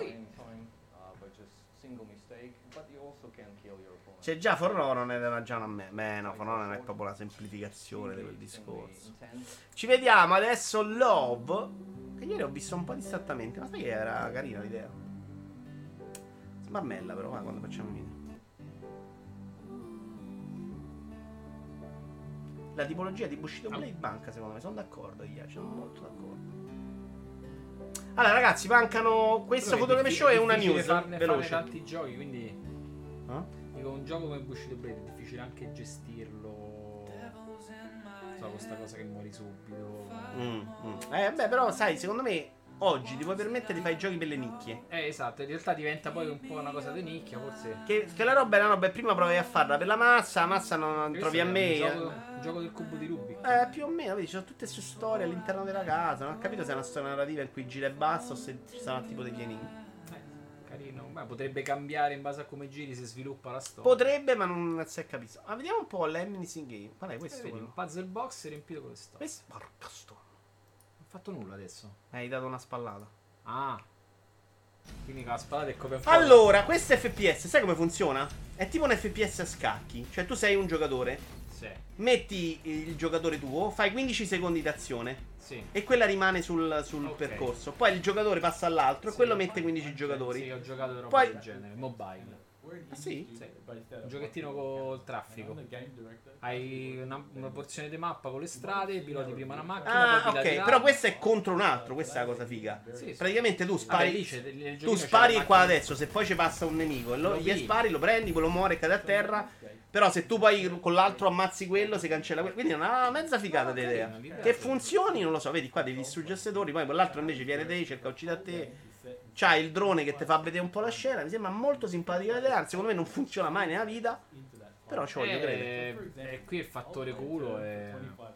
C'è già For Honor non era già una me. Beh, no, For Honor è proprio la semplificazione di quel discorso. Ci vediamo adesso Love. Che ieri ho visto un po' distrattamente, ma sai che era carina l'idea. Smarmella però, eh, quando facciamo i video. La tipologia di Bushido Blade manca secondo me, sono d'accordo, Ia, sono molto d'accordo. Allora ragazzi, mancano questo Però è Futuro Game diffi- Show e è una difficile news farne, veloce. Farne tanti giochi, quindi Eh? dico, un gioco come Bushido Blade è difficile anche gestirlo. So, questa cosa che muori subito. Mm, mm. Eh beh, però sai, secondo me oggi ti puoi permettere di fare i giochi per le nicchie. Eh, esatto, in realtà diventa poi un po' una cosa di nicchia, forse. Che, che la roba è una roba e prima provi a farla per la massa, la massa non Questo trovi a è me. Un gioco, un gioco del cubo di Rubik. Eh, più o meno, vedi, ci sono tutte queste storie all'interno della casa. Non ho capito se è una storia narrativa in cui gira e basta o se ci saranno tipo degli enigmi. Eh, carino. Beh, potrebbe cambiare in base a come giri se sviluppa la storia. Potrebbe, ma non si è capito. Ma vediamo un po' l'Emmys in game. Qual è questo? Eh, vedi, quello? un puzzle box riempito con le storie. Questo? Porca sto. Non ho fatto nulla adesso. Hai dato una spallata. Ah. Quindi con la spada è come Allora, questo F P S, sai come funziona? È tipo un F P S a scacchi. Cioè, tu sei un giocatore, Sì. metti il giocatore tuo, fai quindici secondi d'azione. Sì. E quella rimane sul, sul Ok. percorso. Poi il giocatore passa all'altro e Sì. quello mette quindici giocatori. Sì, ho giocato roba Poi- del genere. Mobile. Ah, sì? Sì. Un giochettino col traffico. Hai una, una porzione di mappa con le strade, piloti prima una macchina, Ah, poi piloti ok. là. Però questo è contro un altro. Questa è la cosa figa. Sì, sì. Praticamente tu Vabbè, spari. lì c'è- nel Tu giochino spari c'è la qua macchina. adesso. Se poi ci passa un nemico e lo, Lo gli pigli. spari, lo prendi, quello muore e cade a terra. Però se tu poi con l'altro ammazzi quello, si cancella quello. Quindi è una mezza figata No, d'idea. carino, l'idea Che è funzioni, non lo so. Vedi qua devi distruggere settori. Poi quell'altro invece viene te, cerca di uccidere a te. C'hai il drone che ti fa vedere un po' la scena. Mi sembra molto simpatica l'idea. Secondo me non funziona mai nella vita. Però ci voglio credere. Eh, e qui il fattore culo è...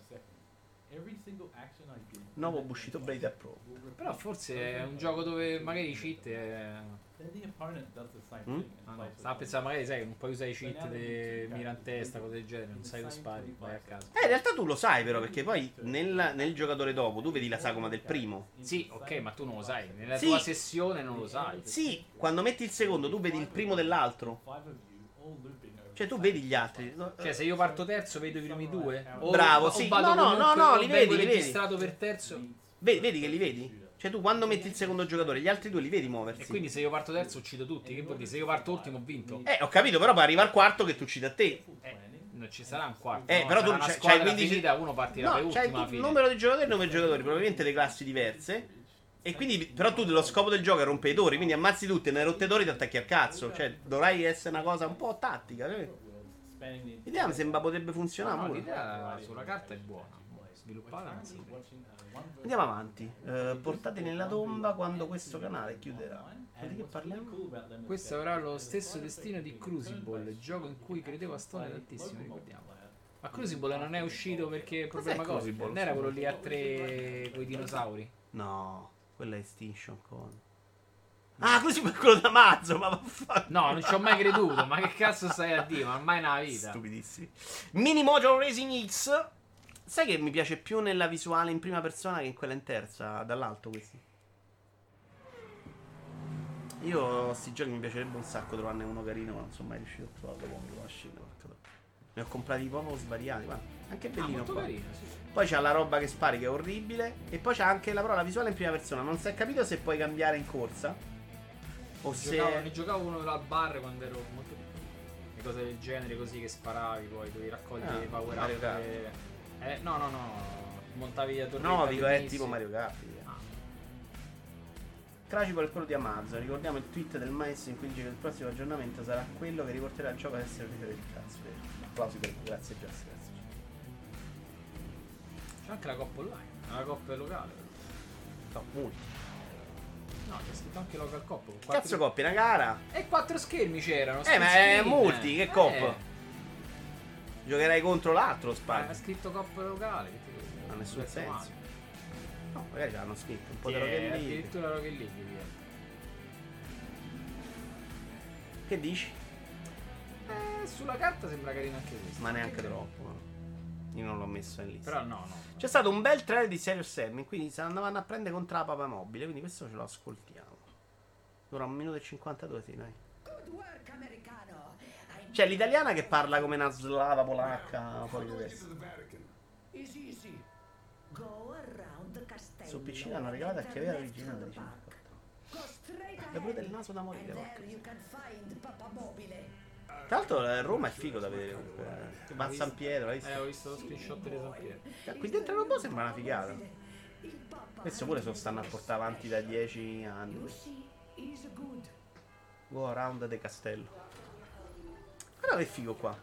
Nuovo Bushido Blade Pro. Però forse è un gioco dove magari i cheat è... Mm? Ah, no. Stavo a pensare magari sai non puoi usare i cheat di mira in testa, cose del genere, non sai lo spari, vai a casa. Eh, in realtà tu lo sai però, perché poi nel, nel giocatore dopo tu vedi la sagoma del primo. Sì, ok, ma tu non lo sai. Nella Sì. tua sessione non lo sai. Sì, quando metti il secondo tu vedi il primo dell'altro. Cioè tu vedi gli altri. No, Cioè, se io parto terzo vedo i primi due? O, Bravo, o sì. vado No, no, comunque- no, no, o li vengo vedi, li vedi. registrato per terzo. Vedi, vedi che li vedi? Cioè tu quando metti il secondo giocatore gli altri due li vedi muoversi. E quindi se io parto terzo uccido tutti. Che vuol dire? Se io parto ultimo ho vinto. Eh, ho capito, però poi arriva al quarto che tu uccidi a te. Eh, non ci sarà un quarto. Eh, no? però Sarà tu una c'hai- squadra c'hai quindici finita, uno partirà per No, ultimo c'hai alla il fine. numero di giocatori e nove giocatori, probabilmente le classi diverse. E quindi, però tu lo scopo del gioco è rompere i tori, quindi ammazzi tutti e nei rotte i tori ti attacchi al cazzo. Cioè, dovrai essere una cosa un po' tattica. eh. L'idea mi sembra potrebbe funzionare No, no, pure. l'idea sulla carta è buona. Sviluppata non si vede. Andiamo avanti. Eh, portati nella tomba quando questo canale chiuderà. Ma di che parliamo? Questo avrà lo stesso destino di Crucible, il gioco in cui credevo a Stone tantissimo, ricordiamo. Ma Crucible non è uscito perché problema cosa? Crucible? Non era quello lì a tre con i dinosauri? No, quella è Extinction Con. Ah, così per quello da mazzo, ma vaffanculo. No, non ci ho mai creduto, ma che cazzo stai a dire? Ma mai nella vita. Stupidissimi. Mini Mojo Racing X. Sai che mi piace più nella visuale in prima persona che in quella in terza, dall'alto questi. Io sti giochi mi piacerebbe un sacco trovarne uno carino, ma non sono mai riuscito a trovarlo con la scena. Ne ho comprati proprio svariati, guarda. Anche Ah, bellino molto qua. carino, sì. Poi c'ha la roba che spari che è orribile. E poi c'ha anche la, però, la visuale in prima persona. Non si è capito se puoi cambiare in corsa. O se... Giocavo, ne giocavo uno al bar quando ero molto piccolo. Le cose del genere così che sparavi, poi dovevi raccogliere Ah, i power Mario up. Kart. e- Eh, no, no, no. Montavi a tornare. No, dico è tipo Mario Kart. Ah. Crucible è quello di Amazon. Ricordiamo il tweet del maestro in cui dice che il prossimo aggiornamento sarà quello che riporterà il gioco ad essere preferito. Cazzo, vero. Applausi per grazie Jess, grazie. C'è anche la coppa online, la coppa locale. No, multi. No, c'è scritto anche local cop. con Cazzo quattro- coppia, una gara. E quattro schermi c'erano. Eh, ma è screen. multi, che cop? Eh, Giocherai contro l'altro, ma sparo. è scritto coppa locale. Che ti devo dire? Non ha nessun Detto senso. male. No, magari l'hanno scritto un po' Sì, di Rocket League. addirittura Rocket League. via. Che dici? Eh, sulla carta sembra carino anche questo. Ma neanche troppo. no. Io non l'ho messo in lista. Però no, no. C'è stato un bel trailer di Serious Sam, quindi se andavano a prendere contro la papa mobile, quindi questo ce lo ascoltiamo. Dura un minuto e cinquantadue, sì, dai. C'è l'italiana che parla come una slava polacca fuori di testa. Su P C l'hanno regalato a chi aveva l'originale, dice Marco. È pure del naso da morire, porca. Tra l'altro eh, Roma è figo da vedere comunque. eh. Va a San Pietro, hai visto? Eh, ho visto lo screenshot di San Pietro. Cioè, qui dentro il robot sembra una figata. Questo pure se lo stanno a portare avanti da dieci anni. Go around the castello. Guarda che figo qua.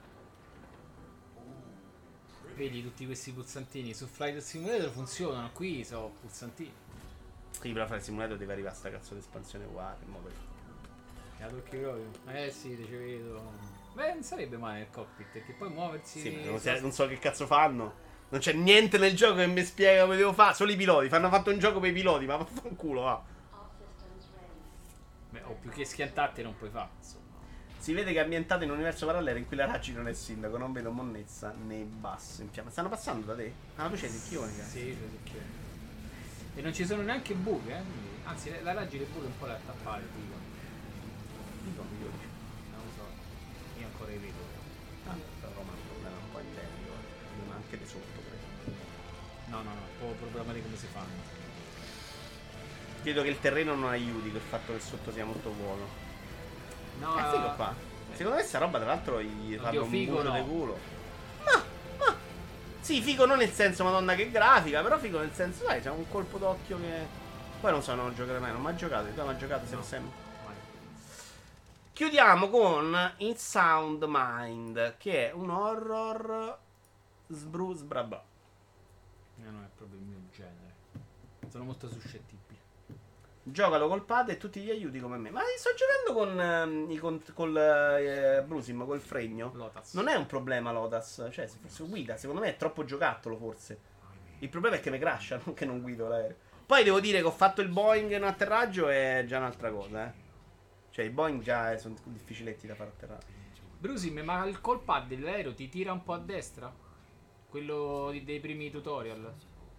Vedi tutti questi pulsantini su Flight Simulator funzionano, qui sono pulsantini. Sì, però fra il simulator deve arrivare a sta cazzo di espansione uguale. mo per- La tocchi proprio. Eh sì, ti ci vedo. Beh, non sarebbe male nel cockpit, perché poi muoversi. Sì, ma non, si- non so che cazzo fanno. Non c'è niente nel gioco che mi spiega come devo fare. Solo i piloti. Fanno fatto un gioco per i piloti, ma vaffanculo va. Beh, o più che schiantarti non puoi fare, insomma. Si vede che è ambientato in un universo parallelo in cui la Raggi non è sindaco, non vedo monnezza né basso in fiamma. Stanno passando da te? Ah, tu c'hai secchioni, Sì, c'è secchioni. E non ci sono neanche buche, eh? Quindi- anzi, la Raggi le buche un po' le ha tappate, dico. Dico migliori. Non lo so. Io ancora i vedo. Ah, però Roma è un problema un po' interno, ma anche di sotto, credo. No, no, no, un po' problema di come si fanno. Credo che il terreno non aiuti col fatto che sotto sia molto vuoto. No, È figo qua. Secondo me sta roba tra l'altro gli fanno un figo buco no. di culo. Ma, ma sì, figo non nel senso madonna che grafica, però figo nel senso, dai, c'è un colpo d'occhio che. Poi non so, non giocherò mai, non ho mai giocato, tu hai mai giocato No. sempre. Vai. Chiudiamo con In Sound Mind, che è un horror sbru sbrabà. Eh, non è proprio il mio genere. Sono molto suscettibile. Giocalo col pad e tutti gli aiuti come me. Ma sto giocando con ehm, i con, col eh, Brusim, col fregno. Lotas. Non è un problema Lotas, cioè se fosse guida, secondo me è troppo giocattolo forse. Il problema è che mi crasha, non che non guido l'aereo. Poi devo dire che ho fatto il Boeing in atterraggio è già un'altra cosa, eh. Cioè i Boeing già sono difficiletti da far atterrare. Brusim, ma il col pad dell'aereo ti tira un po' a destra? Quello di- dei primi tutorial.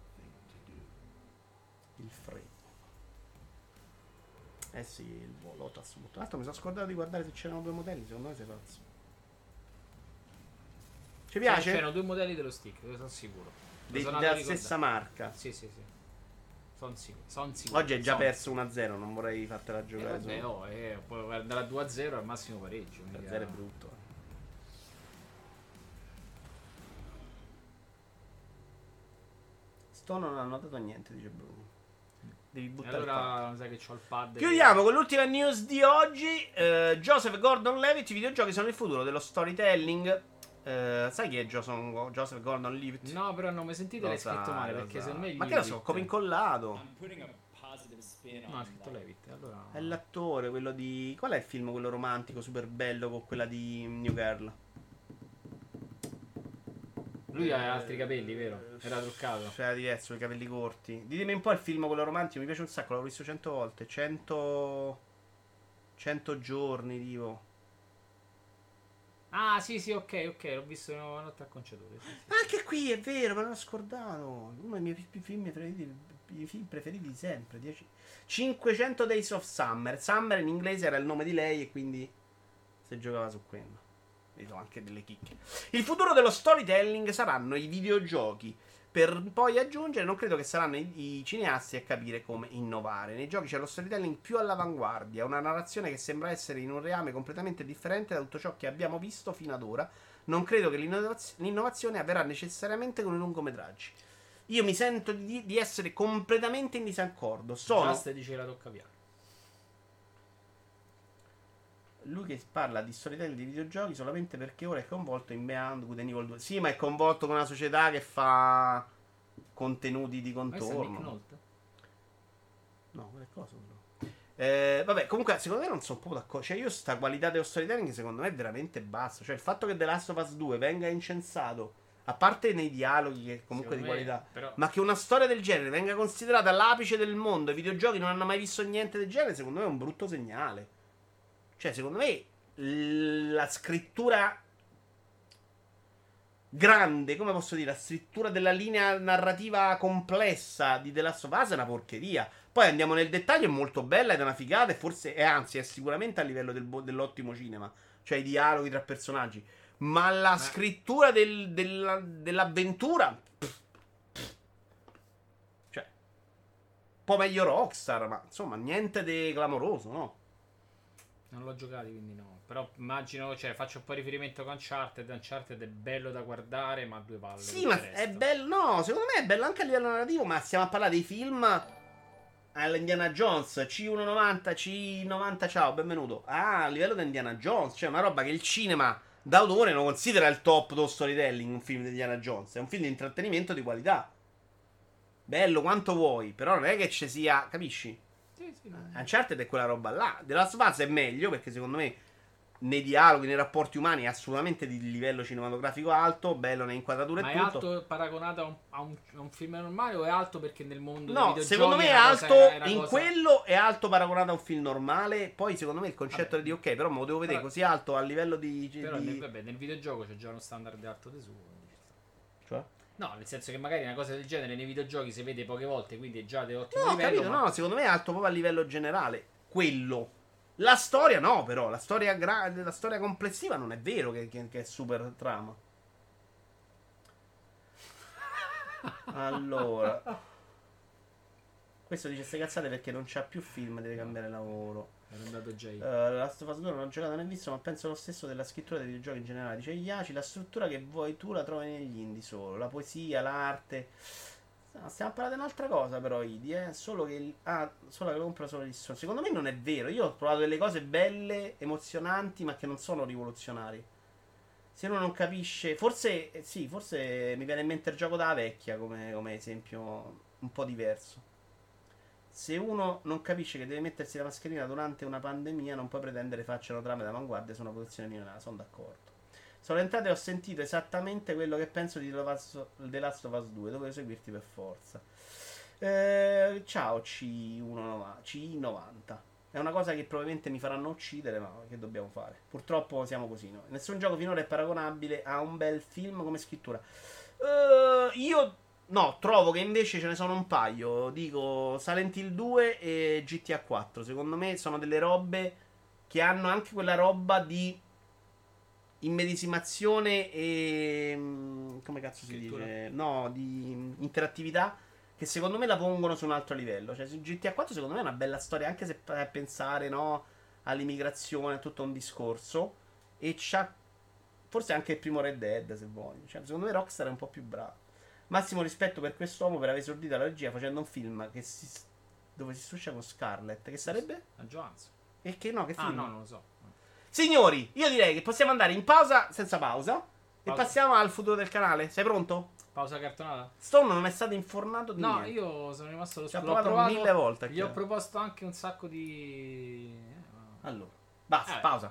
Il fregno. Eh sì, il Lotus. Tra l'altro mi sono scordato di guardare se c'erano due modelli, secondo me sei pazzo. Ci piace? C'erano due modelli dello stick, ne sono sicuro. Me De- sono della andato a stessa ricordare. marca. Sì, sì, sì. Sono sicuro. Son sicuro. Oggi è già Son perso uno a zero, non vorrei fartela sicuro. giocare. Eh, vabbè, solo. oh, eh, puoi andare a due a zero al massimo pareggio. uno a mica- zero è brutto. eh. Sto non ha notato niente, dice Bruno. Devi E buttare il pad. allora mi sa che c'ho il pad. Chiudiamo con l'ultima news di oggi. Eh, Joseph Gordon-Levitt, i videogiochi sono il futuro dello storytelling. Eh, sai chi è Joseph, Joseph Gordon-Levitt? No, però non mi sentite Lo l'hai scritto sai, male lo perché sai. secondo me Ma che lo so, come incollato. I'm putting a positive spin No, ha on scritto that. Levitt. Allora. È l'attore, quello di. Qual è il film, quello romantico, super bello, con quella di New Girl? Lui ha altri capelli, vero? Era truccato. Cioè, diverso, i capelli corti. Ditemi un po' il film, quello romantico, mi piace un sacco, l'ho visto cento volte. Cento. Cento giorni, tipo. Ah, sì, sì, ok, ok. L'ho visto in una notte a conciature. Sì, sì. Anche qui è vero, me l'ho scordato. Uno dei miei fi- film preferiti, i film preferiti di sempre. dieci cinquecento Days of Summer. Summer in inglese era il nome di lei e quindi si giocava su quello. Vedo anche delle chicche. Il futuro dello storytelling saranno i videogiochi. Per poi aggiungere, non credo che saranno i, i cineasti a capire come innovare. Nei giochi c'è lo storytelling più all'avanguardia, una narrazione che sembra essere in un reame completamente differente da tutto ciò che abbiamo visto fino ad ora. Non credo che l'innovaz- l'innovazione avverrà necessariamente con i lungometraggi. Io mi sento di, di essere completamente in disaccordo. Sono Just dice la tocca piano. lui che parla di storytelling di videogiochi solamente perché ora è coinvolto in Beyond Good and Evil due. Sì, ma è coinvolto con una società che fa contenuti di Ma questo è Nick contorno. Nolte? No, quelle cose no. Eh, vabbè, comunque secondo me non sono proprio d'accordo. Cioè io sta qualità dello storytelling secondo me è veramente bassa. Cioè il fatto che The Last of Us due venga incensato, a parte nei dialoghi che comunque Secondo di me, qualità, però- ma che una storia del genere venga considerata l'apice del mondo, i videogiochi non hanno mai visto niente del genere, secondo me è un brutto segnale. Cioè, secondo me l- la scrittura grande, come posso dire, la scrittura della linea narrativa complessa di The Last of Us è una porcheria. Poi andiamo nel dettaglio, è molto bella ed è una figata e forse, e anzi, è sicuramente a livello del bo- dell'ottimo cinema. Cioè i dialoghi tra personaggi. Ma la Ma- scrittura del- della- dell'avventura... pff, pff. Cioè, un po' meglio Rockstar, ma insomma, niente di clamoroso, no? Non l'ho giocato, quindi no. Però immagino, cioè, faccio un po' riferimento con Uncharted. Uncharted è bello da guardare, ma a due palle. Sì, tutto ma il è resto. bello. No, secondo me è bello anche a livello narrativo. Ma stiamo a parlare dei film all'Indiana Jones C centonovanta, C novanta. Ciao, benvenuto. Ah, a livello di Indiana Jones, cioè una roba che il cinema d'autore non considera il top dello storytelling. Un film di Indiana Jones è un film di intrattenimento di qualità. Bello quanto vuoi, però non è che ci sia, capisci? Sì, sì, no. Uncharted è quella roba là. The Last of Us è meglio perché secondo me nei dialoghi, nei rapporti umani è assolutamente di livello cinematografico alto, bello nelle inquadrature Ma e è tutto. alto paragonato a un, a, un, a un film normale o è alto perché nel mondo dei No, videogiochi secondo me è una cosa- alto, è una in cosa- quello è alto paragonato a un film normale, poi secondo me il concetto Vabbè. di ok, però me lo devo vedere Però- così alto a livello di... Però di- nel, vabbè, nel videogioco c'è già uno standard alto di suo. quindi ci sta. Cioè? No, nel senso che magari una cosa del genere nei videogiochi si vede poche volte, quindi è già di ottimo No, ho livello. capito, ma- no, secondo me è alto proprio a livello generale. Quello. La storia no, però, la storia, gra- la storia complessiva non è vero che, che- che è super trama. Allora. Questo dice ste cazzate perché non c'ha più film, deve cambiare lavoro. Era andato già io. Uh, Last of Us due non ho giocato né visto, ma penso lo stesso della scrittura dei videogiochi in generale. Dice Iaci, la struttura che vuoi tu la trovi negli indie solo. La poesia, l'arte. No, stiamo parlando di un'altra cosa, però, Idi, eh. Solo che, il- ah, solo che lo compra solo gli Sony. Secondo me non è vero. Io ho provato delle cose belle, emozionanti, ma che non sono rivoluzionarie. Se uno non capisce, forse, eh, sì, forse mi viene in mente il gioco della vecchia come, come esempio un po' diverso. Se uno non capisce che deve mettersi la mascherina durante una pandemia, non può pretendere facciano trame d'avanguardia su una posizione milionaria. Sono d'accordo. Sono entrato e ho sentito esattamente quello che penso di The Last of Us due. Dovevo seguirti per forza. Eh, ciao C uno novanta. È una cosa che probabilmente mi faranno uccidere, ma che dobbiamo fare? Purtroppo siamo così noi. Nessun gioco finora è paragonabile a un bel film come scrittura. Eh, io no, trovo che invece ce ne sono un paio. Dico Silent Hill due e G T A quattro. Secondo me sono delle robe che hanno anche quella roba di immedesimazione e mm, come cazzo si Scrittura. dice? No, di mm, interattività che secondo me la pongono su un altro livello. Cioè, su G T A quattro secondo me è una bella storia, anche se vai a pensare, no, all'immigrazione, a tutto un discorso. E c'ha forse anche il primo Red Dead, se voglio. Cioè, secondo me Rockstar è un po' più bravo. Massimo rispetto per quest'uomo per aver esordito la regia facendo un film che si, dove si struscia con Scarlett. Che sarebbe? A Johansson. E che no, che Ah, film? no, non lo so. Signori, io direi che possiamo andare in pausa senza pausa. E Pausa. passiamo al futuro del canale. Sei pronto? Pausa cartonata? Stone non è stato infornato di No, niente. io sono rimasto lo Ci ha scudo. L'ho provato mille volte. Gli ho chiaro. proposto anche un sacco di. eh, ma- Allora, basta, Eh. pausa.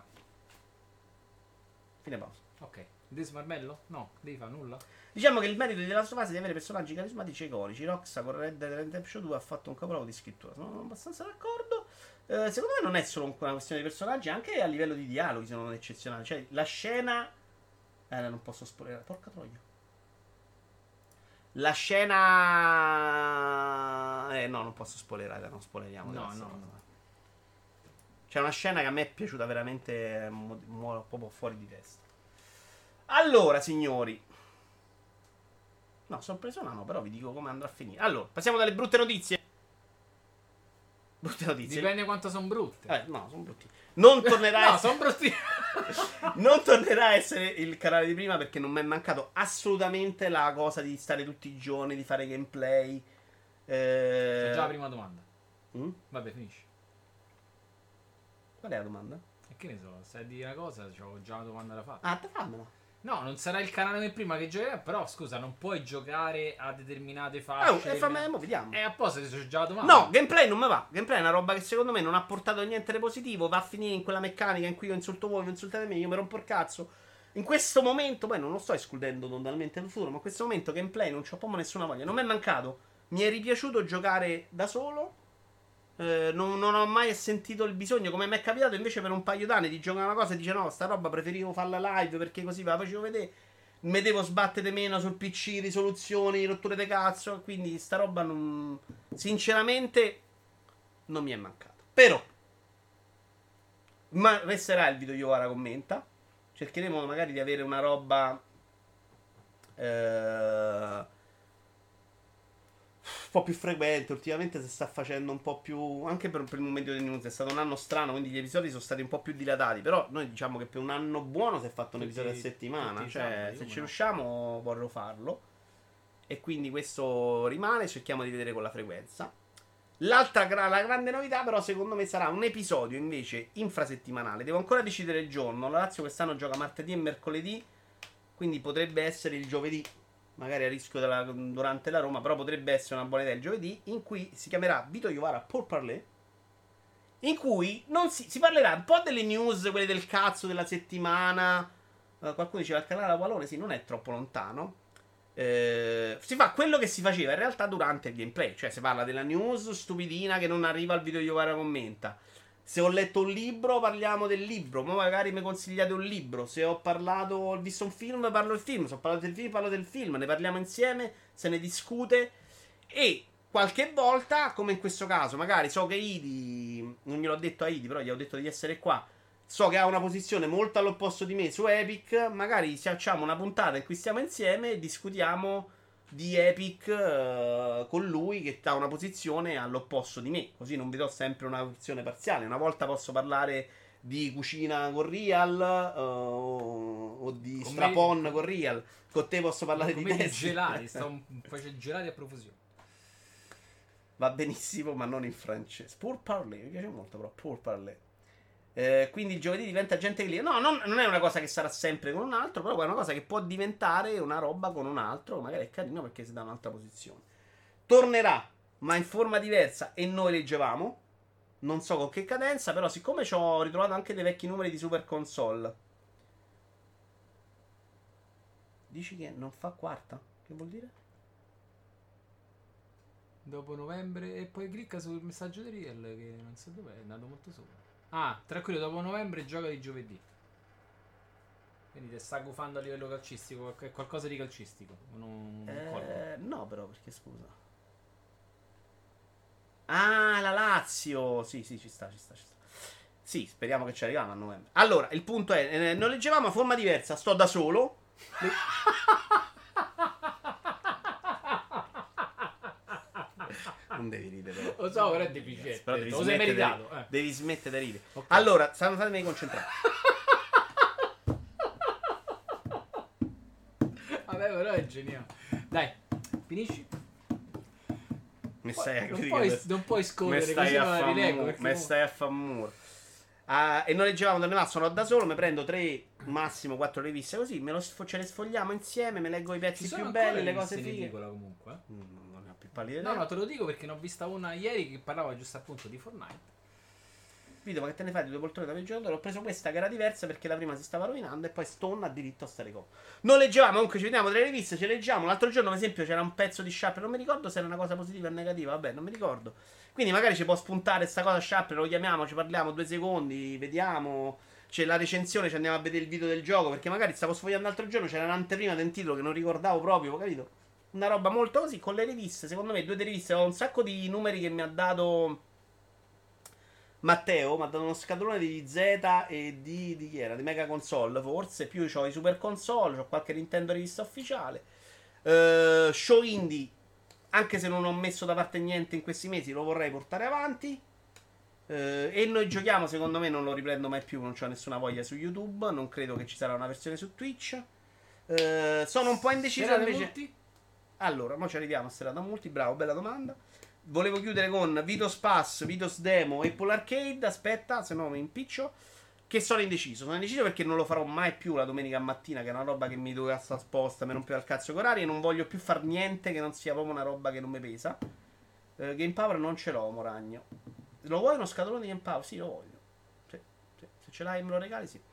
Fine pausa. Ok. Des Marmello? No, devi fare nulla. Diciamo che il merito di Last of Us è di avere personaggi carismatici e iconici. Rockstar con Red Dead Redemption due ha fatto un capolavoro di scrittura. Sono abbastanza d'accordo. Eh, secondo me non è solo una questione di personaggi, anche a livello di dialoghi sono eccezionali. Cioè, la scena. Eh, non posso spoilerare. Porca troia. La scena. Eh, no, non posso spoilerare. Non spoileriamo. No, adesso. no, no. C'è una scena che a me è piaciuta veramente. Mo- mo- proprio fuori di testa. Allora, signori. No, sorpreso no, però vi dico come andrà a finire. Allora, passiamo dalle brutte notizie. Brutte notizie. Dipende quanto sono brutte. Eh, no, sono brutti. Non tornerà a No, essere... sono brutti. non tornerà a essere il canale di prima perché non mi è mancato assolutamente la cosa di stare tutti i giorni, di fare gameplay. Eh... C'è già la prima domanda. Mm? Vabbè, finisci. Qual è la domanda? E che ne so, se di una cosa, c'ho già una domanda da fare. Ah, te fammela. No, non sarà il canale come prima che giocherà, però scusa, non puoi giocare a determinate Ah, fasce. e fammi, mo vediamo. È apposta, se c'è già la domanda. No, gameplay non mi va. Gameplay è una roba che secondo me non ha portato niente di positivo. Va a finire in quella meccanica in cui io insulto voi, vi insultate me, io mi rompo il cazzo. In questo momento, poi non lo sto escludendo totalmente nel futuro, ma in questo momento gameplay non c'ho proprio nessuna voglia. Non mi è mancato. Mi è ripiaciuto giocare da solo. Eh, non, non ho mai sentito il bisogno, come mi è capitato invece per un paio d'anni, di giocare una cosa e dice no, sta roba preferivo farla live perché così ve la facevo vedere. Mi devo sbattere meno sul P C, risoluzioni, rotture di cazzo. Quindi sta roba non... sinceramente non mi è mancata. Però ma resterà il video Iovara commenta. Cercheremo magari di avere una roba eh, un po' più frequente. Ultimamente si sta facendo un po' più. Anche per, per il momento di news è stato un anno strano, quindi gli episodi sono stati un po' più dilatati. Però noi diciamo che per un anno buono si è fatto un Tutti- episodio a settimana. tutti i Cioè, sabati, se come ci no. riusciamo, vorrò farlo. E quindi questo rimane. Cerchiamo di vedere con la frequenza. L'altra gra- la grande novità, però, secondo me sarà un episodio invece infrasettimanale. Devo ancora decidere il giorno. La Lazio quest'anno gioca martedì e mercoledì. Quindi potrebbe essere il giovedì. Magari a rischio della- durante la Roma. Però potrebbe essere una buona idea il giovedì. In cui si chiamerà Vito Iovara Pour Parler. in cui non si, si parlerà un po' delle news, quelle del cazzo della settimana. Uh, qualcuno diceva il canale Avalone, sì, non è troppo lontano. Uh, si fa quello che si faceva in realtà durante il gameplay. Cioè si parla della news stupidina che non arriva al video Iovara commenta. Se ho letto un libro, parliamo del libro. Ma magari mi consigliate un libro. Se ho parlato, ho visto un film, parlo del film. Se ho parlato del film, parlo del film. Ne parliamo insieme, se ne discute. E qualche volta, come in questo caso, magari so che Idi, non gliel'ho detto a Idi, però gli ho detto di essere qua. So che ha una posizione molto all'opposto di me su Epic. Magari ci facciamo una puntata in cui stiamo insieme e discutiamo di Epic uh, con lui che ha una posizione all'opposto di me. Così non vi do sempre una posizione parziale. Una volta posso parlare di cucina con Real uh, o di Come- strapon con Real. Con te posso parlare di Come di Destiny. gelati, sto facendo gelati a profusione. Va benissimo, ma non in francese. Pour parler, mi piace molto però, pour parler. Eh, quindi il giovedì diventa gente che lì. No, non, non è una cosa che sarà sempre con un altro, però è una cosa che può diventare una roba con un altro. Magari è carino perché si dà un'altra posizione. Tornerà, ma in forma diversa e noi leggevamo. Non so con che cadenza, però siccome ci ho ritrovato anche dei vecchi numeri di Super Console. Dici che non fa quarta? Che vuol dire? Dopo novembre e poi clicca sul messaggio di Riel che non so dov'è, è andato molto sopra. Ah, tranquillo, dopo novembre gioca di giovedì. Quindi ti sta gufando a livello calcistico, è qualcosa di calcistico. Non, non Eh, no, però, perché scusa. Ah, la Lazio. Sì, sì, ci sta, ci sta, ci sta. Sì, speriamo che ci arriviamo a novembre. Allora, il punto è, eh, non leggevamo a forma diversa, sto da solo. Non devi ridere, però. Lo so, però è deficiente. Però devi Lo sei smettere, meritato. di, eh. devi smettere di ridere. Ok. Allora, stanno fatemi concentrare. Vabbè, però è geniale. Dai, finisci. Mi stai a non, criticare puoi, adesso. non puoi Me scorrere stai così a non la fa rileggo. mu- perché me mo- stai a fa muro. Ah, e noi leggevamo da Nevazzo, sono da solo, mi prendo tre, massimo quattro riviste così, me lo sfo- ce le sfogliamo insieme, me leggo i Ci pezzi sono più ancora belli, le riviste cose in fighe. edicola comunque. eh. Mm, non ne ho più pallida No, idea. no, te lo dico perché ne ho vista una ieri che parlava giusto appunto di Fortnite. Video, ma che te ne fai di due poltrone da viaggiatore? Ho preso questa che era diversa perché la prima si stava rovinando e poi Stone ha diritto a stare con. Non leggevamo, comunque ci vediamo tre riviste, ce leggiamo. L'altro giorno, per esempio, c'era un pezzo di Sharp, non mi ricordo se era una cosa positiva o negativa, vabbè, non mi ricordo. Quindi magari ci può spuntare sta cosa Sharp, lo chiamiamo, ci parliamo due secondi, vediamo. C'è la recensione, ci andiamo a vedere il video del gioco, perché magari stavo sfogliando l'altro giorno, c'era un'anteprima di un titolo che non ricordavo proprio, capito? Una roba molto così, con le riviste, secondo me, due delle riviste, ho un sacco di numeri che mi ha dato Matteo, mi ha dato uno scatolone di Z e di, di chi era? Di Mega Console, forse, più ho i Super Console, ho qualche Nintendo rivista ufficiale. Uh, show indie, anche se non ho messo da parte niente in questi mesi, lo vorrei portare avanti. Uh, e noi giochiamo, secondo me non lo riprendo mai più, non c'ho nessuna voglia su YouTube, non credo che ci sarà una versione su Twitch. Uh, sono un po' indeciso Serate invece. multi? Allora, mo ci arriviamo a serata multi, bravo, bella domanda. Volevo chiudere con Vitos Pass, Vitos Demo, Apple Arcade. Aspetta, se no mi impiccio. Che sono indeciso. Sono indeciso perché non lo farò mai più la domenica mattina, che è una roba che mi doveva stare sposta, mi rompeva il cazzo con orari. E non voglio più far niente che non sia proprio una roba che non mi pesa. Uh, Game Power non ce l'ho, Moragno. Lo vuoi uno scatolone di Game Power? Sì, lo voglio. Sì, sì. Se ce l'hai e me lo regali, sì.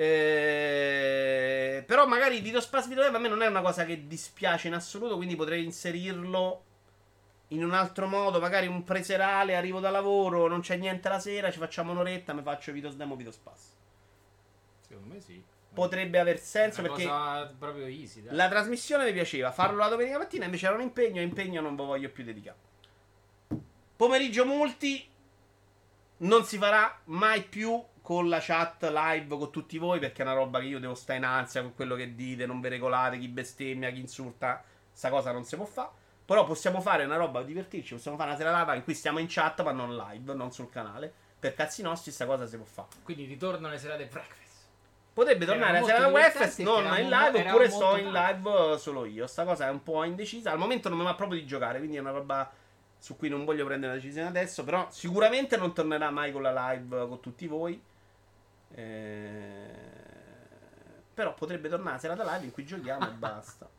Eh, però magari Vitos Pass, Vitos Demo a me non è una cosa che dispiace in assoluto, quindi potrei inserirlo in un altro modo, magari un preserale, arrivo da lavoro, non c'è niente la sera, ci facciamo un'oretta, mi faccio Vitos Demo, Vitos Pass. Secondo me sì. Potrebbe aver senso È una perché cosa proprio easy, dai. la trasmissione mi piaceva, farlo la domenica mattina invece era un impegno, e impegno non ve lo voglio più dedicare. Pomeriggio multi non si farà mai più con la chat live con tutti voi, perché è una roba che io devo stare in ansia con quello che dite, non vi regolate, chi bestemmia, chi insulta, sta cosa non si può fare. Però possiamo fare una roba, divertirci, possiamo fare una serata in cui stiamo in chat ma non live, non sul canale. Per cazzi nostri sta cosa si può fare. Quindi ritornano le serate breakfast. Potrebbe tornare Erano la serata molto Webfest, divertenti non perché in eravamo- live, eravamo oppure sto molto in tanti. live solo io. Sta cosa è un po' indecisa. Al momento non mi va proprio di giocare, quindi è una roba su cui non voglio prendere una decisione adesso. Però sicuramente non tornerà mai con la live con tutti voi. Eh... Però potrebbe tornare la serata live in cui giochiamo e basta.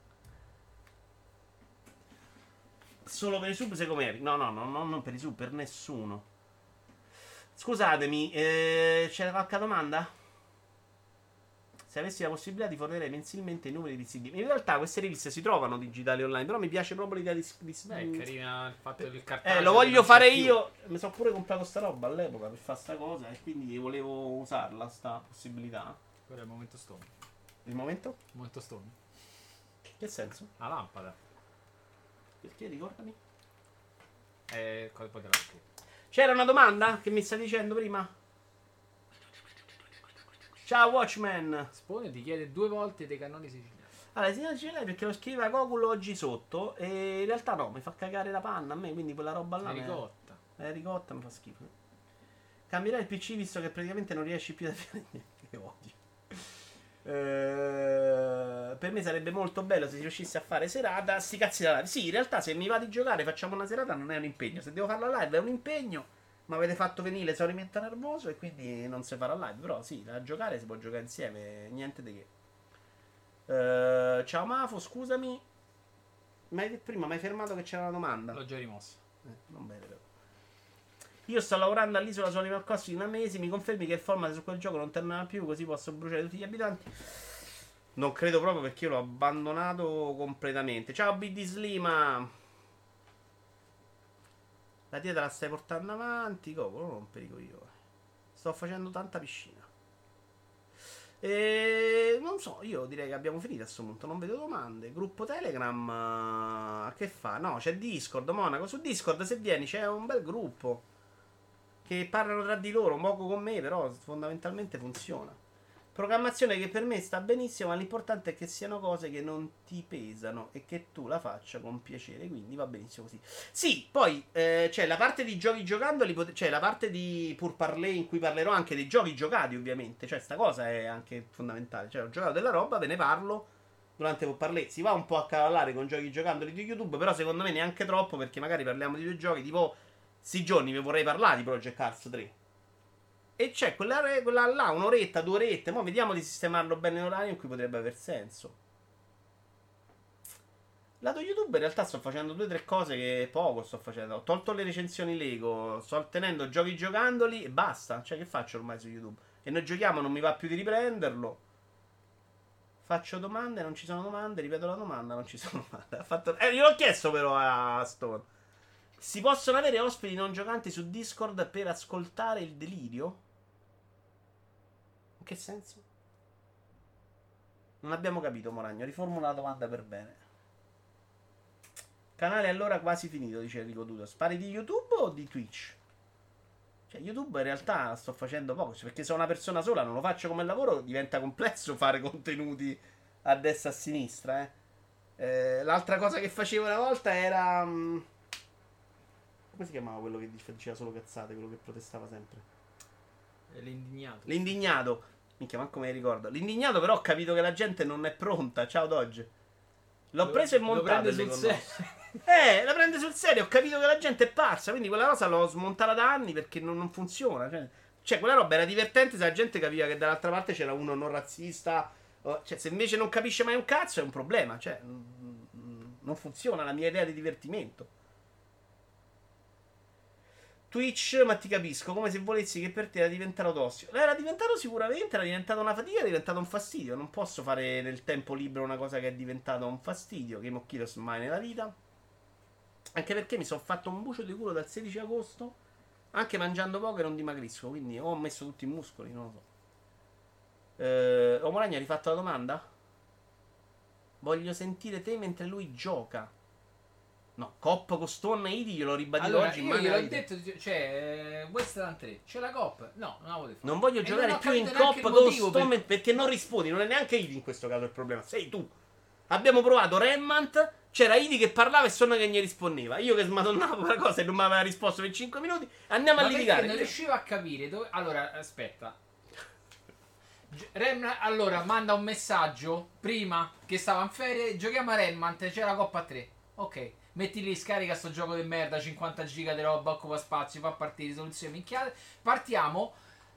Solo per i sub sei come Epic. No, no, no, no, non per i sub, per nessuno. Scusatemi, eh, c'era qualche domanda? Se avessi la possibilità di fornire mensilmente i numeri di C D. In realtà queste riviste si trovano digitali online, però mi piace proprio l'idea di... di Beh, è carina il fatto del cartaceo. Eh, lo che voglio non fare c'è più. io. Mi sono pure comprato sta roba all'epoca per fare sta cosa e quindi volevo usarla, sta possibilità. Quello è il momento stone. Il momento? Il momento stone. Che senso? La lampada. Perché ricordami? Eh, poi te la spiego. C'era una domanda che mi sta dicendo prima? Ciao Watchman. Spone ti chiede due volte dei cannoni siciliani. Allora, si dice lei perché lo scriveva Gokul oggi sotto e in realtà no, mi fa cagare la panna a me, quindi quella roba là... La me- ricotta. Eh, ricotta mi fa schifo. Cambierai il P C visto che praticamente non riesci più a fare niente. Che odio. Eh, per me sarebbe molto bello se si riuscisse a fare serata. Sti cazzi da live. Sì, in realtà se mi va di giocare facciamo una serata non è un impegno. Se devo farla live è un impegno. Ma avete fatto venire l'esaurimento nervoso e quindi non si farà live. Però sì, da giocare si può giocare insieme. Niente di che. Eh, ciao Mafo, scusami. Ma hai- prima mi hai fermato che c'era una domanda. L'ho già rimossa. Eh, non bene però. Io sto lavorando all'isola su Animal Crossing da mesi. Mi confermi che il format su quel gioco non tornerà più, così posso bruciare tutti gli abitanti? Non credo proprio perché io l'ho abbandonato completamente. Ciao B D Slima. La dieta la stai portando avanti, Coco, non rompere i coglioni. Sto facendo tanta piscina. E non so, io direi che abbiamo finito a questo punto. Non vedo domande. Gruppo Telegram. eh, Che fa? No, c'è Discord, Monaco. Su Discord, se vieni, c'è un bel gruppo. Che parlano tra di loro, poco con me, però fondamentalmente funziona. Programmazione che per me sta benissimo, ma l'importante è che siano cose che non ti pesano e che tu la faccia con piacere, quindi va benissimo così. Sì, poi eh, c'è la parte di giochi giocandoli, pot- c'è la parte di Pur Parler in cui parlerò anche dei giochi giocati, ovviamente. Cioè, sta cosa è anche fondamentale. Cioè, ho giocato della roba, ve ne parlo durante Pur Parler. Si va un po' a cavallare con giochi giocandoli di YouTube, però secondo me neanche troppo, perché magari parliamo di due giochi, tipo, sti giorni vi vorrei parlare di Project Cars tre. E c'è quella, re- quella là, un'oretta, due orette. Mo' vediamo di sistemarlo bene in orario in cui potrebbe aver senso. Lato YouTube in realtà sto facendo due o tre cose che poco sto facendo. Ho tolto le recensioni Lego, sto tenendo giochi giocandoli e basta. Cioè che faccio ormai su YouTube? E noi giochiamo, non mi va più di riprenderlo. Faccio domande, non ci sono domande. Ripeto la domanda, non ci sono domande. Ha fatto... Eh, io l'ho chiesto però a Stone. Si possono avere ospiti non giocanti su Discord per ascoltare il delirio? In che senso? Non abbiamo capito, Moragno. Riformula la domanda per bene. Canale allora quasi finito, dice Enrico Dudos. Pari di YouTube o di Twitch? Cioè, YouTube in realtà sto facendo poco. Cioè, perché sono una persona sola, non lo faccio come lavoro, diventa complesso fare contenuti a destra e a sinistra. Eh. Eh, l'altra cosa che facevo una volta era... mm, come si chiamava quello che diceva solo cazzate, quello che protestava sempre? È l'indignato. L'indignato. Minchia, manco me ne ricordo. L'indignato, però ho capito che la gente non è pronta. Ciao Dodge. L'ho Lo- preso e lo montato prende il sul Lego serio. Eh, la prende sul serio. Ho capito che la gente è pazza. Quindi quella cosa l'ho smontata da anni perché non, non funziona. Cioè, cioè, quella roba era divertente se la gente capiva che dall'altra parte c'era uno non razzista. o- Cioè, se invece non capisce mai un cazzo è un problema. Cioè, mm, mm, non funziona la mia idea di divertimento. Twitch, ma ti capisco, come se volessi che per te era diventato tossico. Era diventato sicuramente, era diventata una fatica, era diventato un fastidio. Non posso fare nel tempo libero una cosa che è diventata un fastidio. Game of Kilos mai nella vita. Anche perché mi sono fatto un bucio di culo dal sedici agosto, anche mangiando poco e non dimagrisco. Quindi ho messo tutti i muscoli, non lo so. Eh, Omoragna, hai rifatto la domanda? Voglio sentire te mentre lui gioca. No, Cop con Stone e Idi glielo ribadito Allora, oggi. io mai gliel'ho nella vita. detto, cioè, eh, Westland tre, c'è la Cop? No, non la volevo fare. Non voglio E giocare non ho più in capito neanche Cop il con motivo per- Stone perché non rispondi. Non è neanche Idi in questo caso il problema. Sei tu. Abbiamo provato Remmant. C'era Idi che parlava e Stone che gli rispondeva. Io che smadonnavo la cosa e non mi aveva risposto per cinque minuti. Andiamo Ma a perché litigare. non riuscivo a capire dove... Allora, aspetta. Gi- Rem- allora, manda un messaggio prima che stava in ferie. Giochiamo a Remmant, c'è la Coppa tre. Ok, metti lì, scarica sto gioco di merda, cinquanta giga di roba, occupa spazio, fa partire risoluzione minchiate. Partiamo.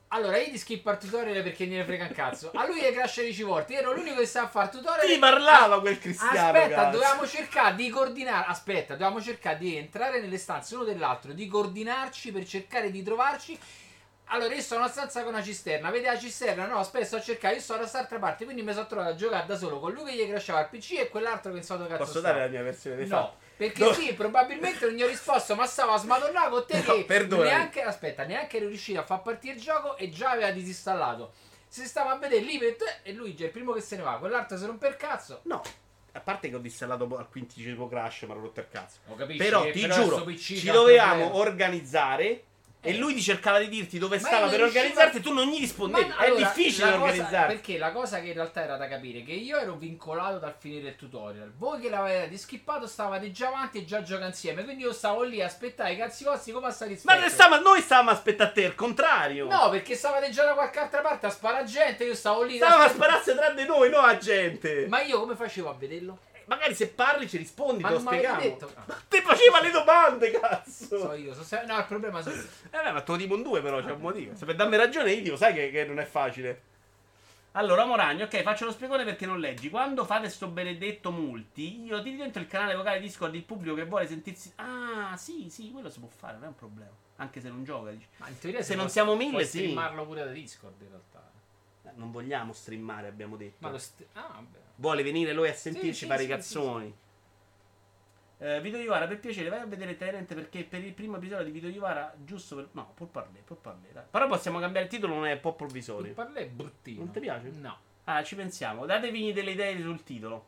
Allora, io ti skippo il tutorial perché ne frega un cazzo. A lui gli crash dieci volte. Io ero l'unico che sa fare il tutorial. Ti parlava quel cristiano. Aspetta, cazzo. dovevamo cercare di coordinare. Aspetta, dovevamo cercare di entrare nelle stanze uno dell'altro, di coordinarci per cercare di trovarci. Allora, io sto in una stanza con una cisterna. Vedi la cisterna? No, aspetta, sto a cercare. Io sto da quest'altra parte. Quindi mi sono trovato a giocare da solo con lui che gli crashava il P C e quell'altro che non so dove cazzo Posso stava. dare la mia versione dei No, fatti? perché No. sì, probabilmente non gli ho risposto, ma stavo a smadonnare con te No, che perdonami. neanche, aspetta, neanche ero riuscito a far partire il gioco e già aveva disinstallato. Si stava a vedere lì per te e lui già è il primo che se ne va, quell'altro si rompe il cazzo. No. A parte che ho disinstallato al quindicesimo crash, mi ha rotto il cazzo. Lo capisci? Però che ti però giuro, sto P C ci c'ha dovevamo problemi. organizzare. E Eh. lui ti cercava di dirti dove Ma stava io per non riuscivo organizzarti a- e tu non gli rispondevi. Ma È allora, difficile la cosa- organizzarti. Perché la cosa che in realtà era da capire è che io ero vincolato dal finire il tutorial. Voi che l'avete skippato stavate già avanti e già gioca insieme. Quindi io stavo lì a aspettare i cazzi vostri come a stare Ma ne stava- noi stavamo aspettando a te, il contrario. No, perché stavate già da qualche altra parte a sparare gente. Io stavo lì. Stavamo a aspettare- spararsi tra di noi, no a gente. Ma io come facevo a vederlo? Magari se parli ci rispondi, Ma te lo non mi avete spieghiamo. detto. Ma te faceva le domande, cazzo. So io, so se- no, il problema sono io. Eh beh, ma te lo dico in due però, c'è un motivo. Se per darmi ragione io dico, sai che, che non è facile. Allora, Moragno, ok, faccio lo spiegone perché non leggi. Quando fate sto benedetto multi, io ti dentro il canale vocale Discord il pubblico che vuole sentirsi... Ah, sì, sì, quello si può fare, non è un problema. Anche se non gioca, dici. Ma in teoria Se si non può- siamo mille, puoi sì. streamarlo pure da Discord in realtà. Eh, Non vogliamo streamare, abbiamo detto. Ma lo st- ah, vabbè. Vuole venire lui a sentirci, Sì, sì, fare sì, i cazzoni. Eh, Vito Iovara, per piacere, vai a vedere Tyrant perché per il primo episodio di Vito Iovara, giusto per... No, può parlare, può parlare. dai. Però possiamo cambiare il titolo, non è un po' provvisorio. Il parlé è bruttino. Non ti piace? No. Ah, ci pensiamo. Datevi delle idee sul titolo.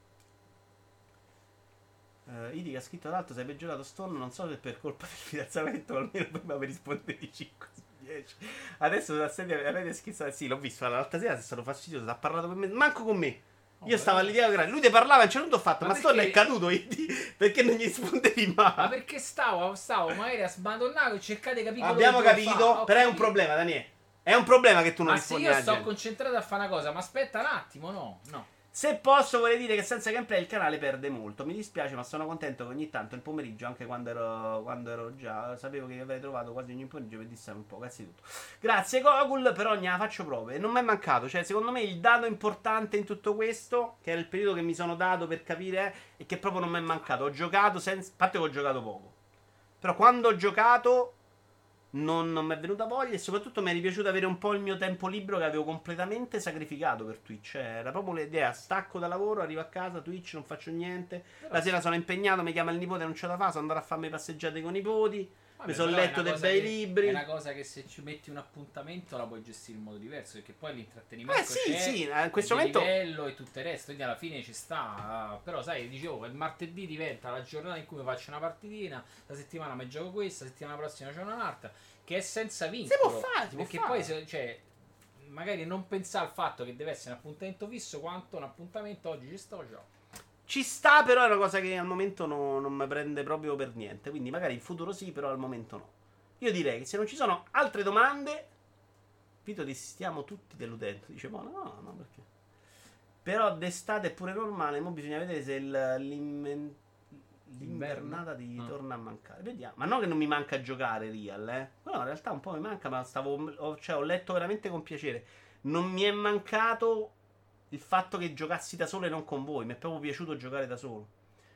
Uh, Idi che ha scritto l'altro, sei peggiorato Stone, non so se per colpa del fidanzamento, almeno prima mi rispondevi cinque su dieci. Adesso la serie avete schizzato. Sì, l'ho visto l'altra sera, è stato fastidioso, ha parlato con me, manco con me. Io Oh, stavo beh. all'idea grande, lui ti parlava, a un certo punto ho fatto, ma, Ma Stone è perché- caduto, Idi, perché non gli rispondevi mai. Ma perché stavo, stavo magari a smadonnare e cercate di capire Abbiamo quello che devo capito, fare. Ho però è un capito. problema, Daniele. È un problema che tu non Ma se rispondi io alla sto gente. concentrato a fare una cosa, ma aspetta un attimo, no, no. Se posso, vorrei dire che senza gameplay il canale perde molto. Mi dispiace, ma sono contento che ogni tanto il pomeriggio, anche quando ero, quando ero già, sapevo che avrei trovato quasi ogni pomeriggio per dissare un po'. Grazie di tutto. Grazie Gogul, però ne la faccio prove. E non mi è mancato. Cioè, secondo me il dato importante in tutto questo, che era il periodo che mi sono dato per capire, è che proprio non mi è mancato. Ho giocato senza... A parte che ho giocato poco. Però quando ho giocato... Non, non mi è venuta voglia e soprattutto mi è ripiaciuto avere un po' il mio tempo libero che avevo completamente sacrificato per Twitch. Cioè, era proprio l'idea, stacco da lavoro, arrivo a casa, Twitch, non faccio niente. Però La sì. sera sono impegnato, mi chiama il nipote, non c'è da fare, sono andato a farmi passeggiate con i nipoti. Vabbè, mi sono però è letto una dei cosa bei che- libri. È una cosa che se ci metti un appuntamento la puoi gestire in modo diverso, perché poi l'intrattenimento Eh sì, c'è, sì, eh, in questo di momento... livello e tutto il resto, quindi alla fine ci sta. Però sai, dicevo, il martedì diventa la giornata in cui mi faccio una partitina, la settimana mi gioco questa, la settimana prossima c'è un'altra, che è senza vincolo. Si può fare, si può perché fare. poi se- cioè, magari non pensare al fatto che deve essere un appuntamento fisso quanto un appuntamento oggi ci sto, gioco. Ci sta, però è una cosa che al momento no- non mi prende proprio per niente. Quindi magari in futuro sì, però al momento no. Io direi che se non ci sono altre domande, Vito, ti stiamo tutti deludendo. Dice, ma no, no, no, perché? Però d'estate è pure normale. Mo bisogna vedere se il- l'immen- l'invernata ti Ah. torna a mancare. Vediamo. Ma non che non mi manca a giocare Real, eh. No, in realtà un po' mi manca, ma stavo. Ho, cioè, ho letto veramente con piacere. Non mi è mancato il fatto che giocassi da solo e non con voi. Mi è proprio piaciuto giocare da solo.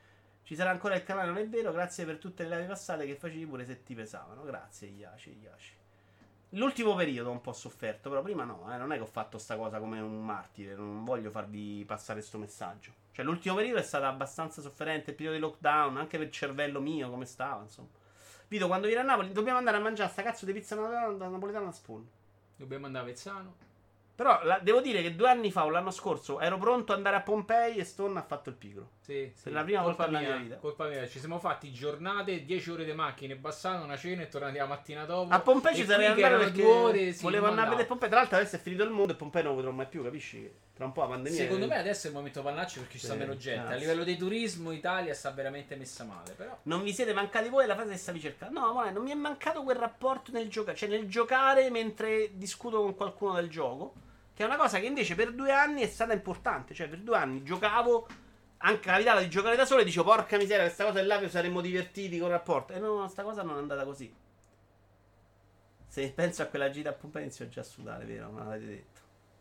Ci sarà ancora il canale, non è vero? Grazie per tutte le live passate che facevi pure se ti pesavano. Grazie, Iaci, Iaci. L'ultimo periodo ho un po' sofferto, però prima no, eh, non è che ho fatto sta cosa come un martire, non voglio farvi passare sto messaggio. Cioè l'ultimo periodo è stato abbastanza sofferente, il periodo di lockdown, anche per il cervello mio, come stava, insomma. Vito, quando vieni a Napoli dobbiamo andare a mangiare sta cazzo di pizza napoletana, napoletana a Spoon. Dobbiamo andare a Vezzano. Però la- devo dire che due anni fa o l'anno scorso ero pronto ad andare a Pompei e Stone ha fatto il pigro. Sì, sì. Per la prima Colpa volta nella mia, mia vita. Colpa mia, ci siamo fatti giornate, dieci ore di macchine, Bassano, una cena e tornati la mattina dopo. A Pompei E ci qui sarei che andato erano perché due ore, sì, volevo non andare a vedere andavo. Pompei. Tra l'altro adesso è finito il mondo e Pompei non lo vedrò mai più, capisci? Tra un po' la pandemia. Secondo me adesso è il momento pannaccio perché ci Sì, sta meno gente. grazie. A livello di turismo Italia sta veramente messa male, però. Non vi siete mancati voi alla fase che stavi cercando. No, ma non mi è mancato quel rapporto nel giocare. Cioè nel giocare mentre discuto con qualcuno del gioco. Che è una cosa che invece per due anni è stata importante. Cioè per due anni giocavo. Anche capitava di giocare da solo e dicevo porca miseria, questa cosa è là che saremmo divertiti con il rapporto. E no, sta cosa non è andata così. Se penso a quella gita a pompa inizio già a sudare, vero? Non l'avete detto.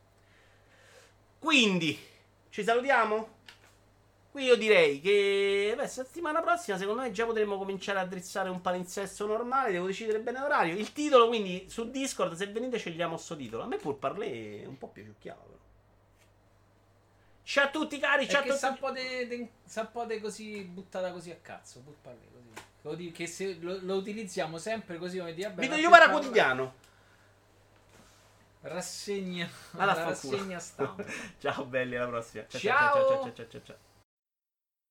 Quindi, ci salutiamo? Qui io direi che beh, settimana prossima secondo me già potremmo cominciare a drizzare un palinsesto normale. Devo decidere bene l'orario. Il titolo, quindi, su Discord, se venite scegliamo sto titolo. A me pur parlé un po' piaciucchiava, però. Ciao a tutti cari, ciao a tutti. Sa un po' de, de, sa un po' de così buttata così a cazzo, pur parlé così. Lo di- Che se lo, lo utilizziamo sempre così come dire, vabbè, Video ma io per para parlare- quotidiano. Rassegna, Alla la fanculo. rassegna stampa. Ciao belli, alla prossima. Ciao Ciao. ciao ciao ciao ciao ciao. ciao.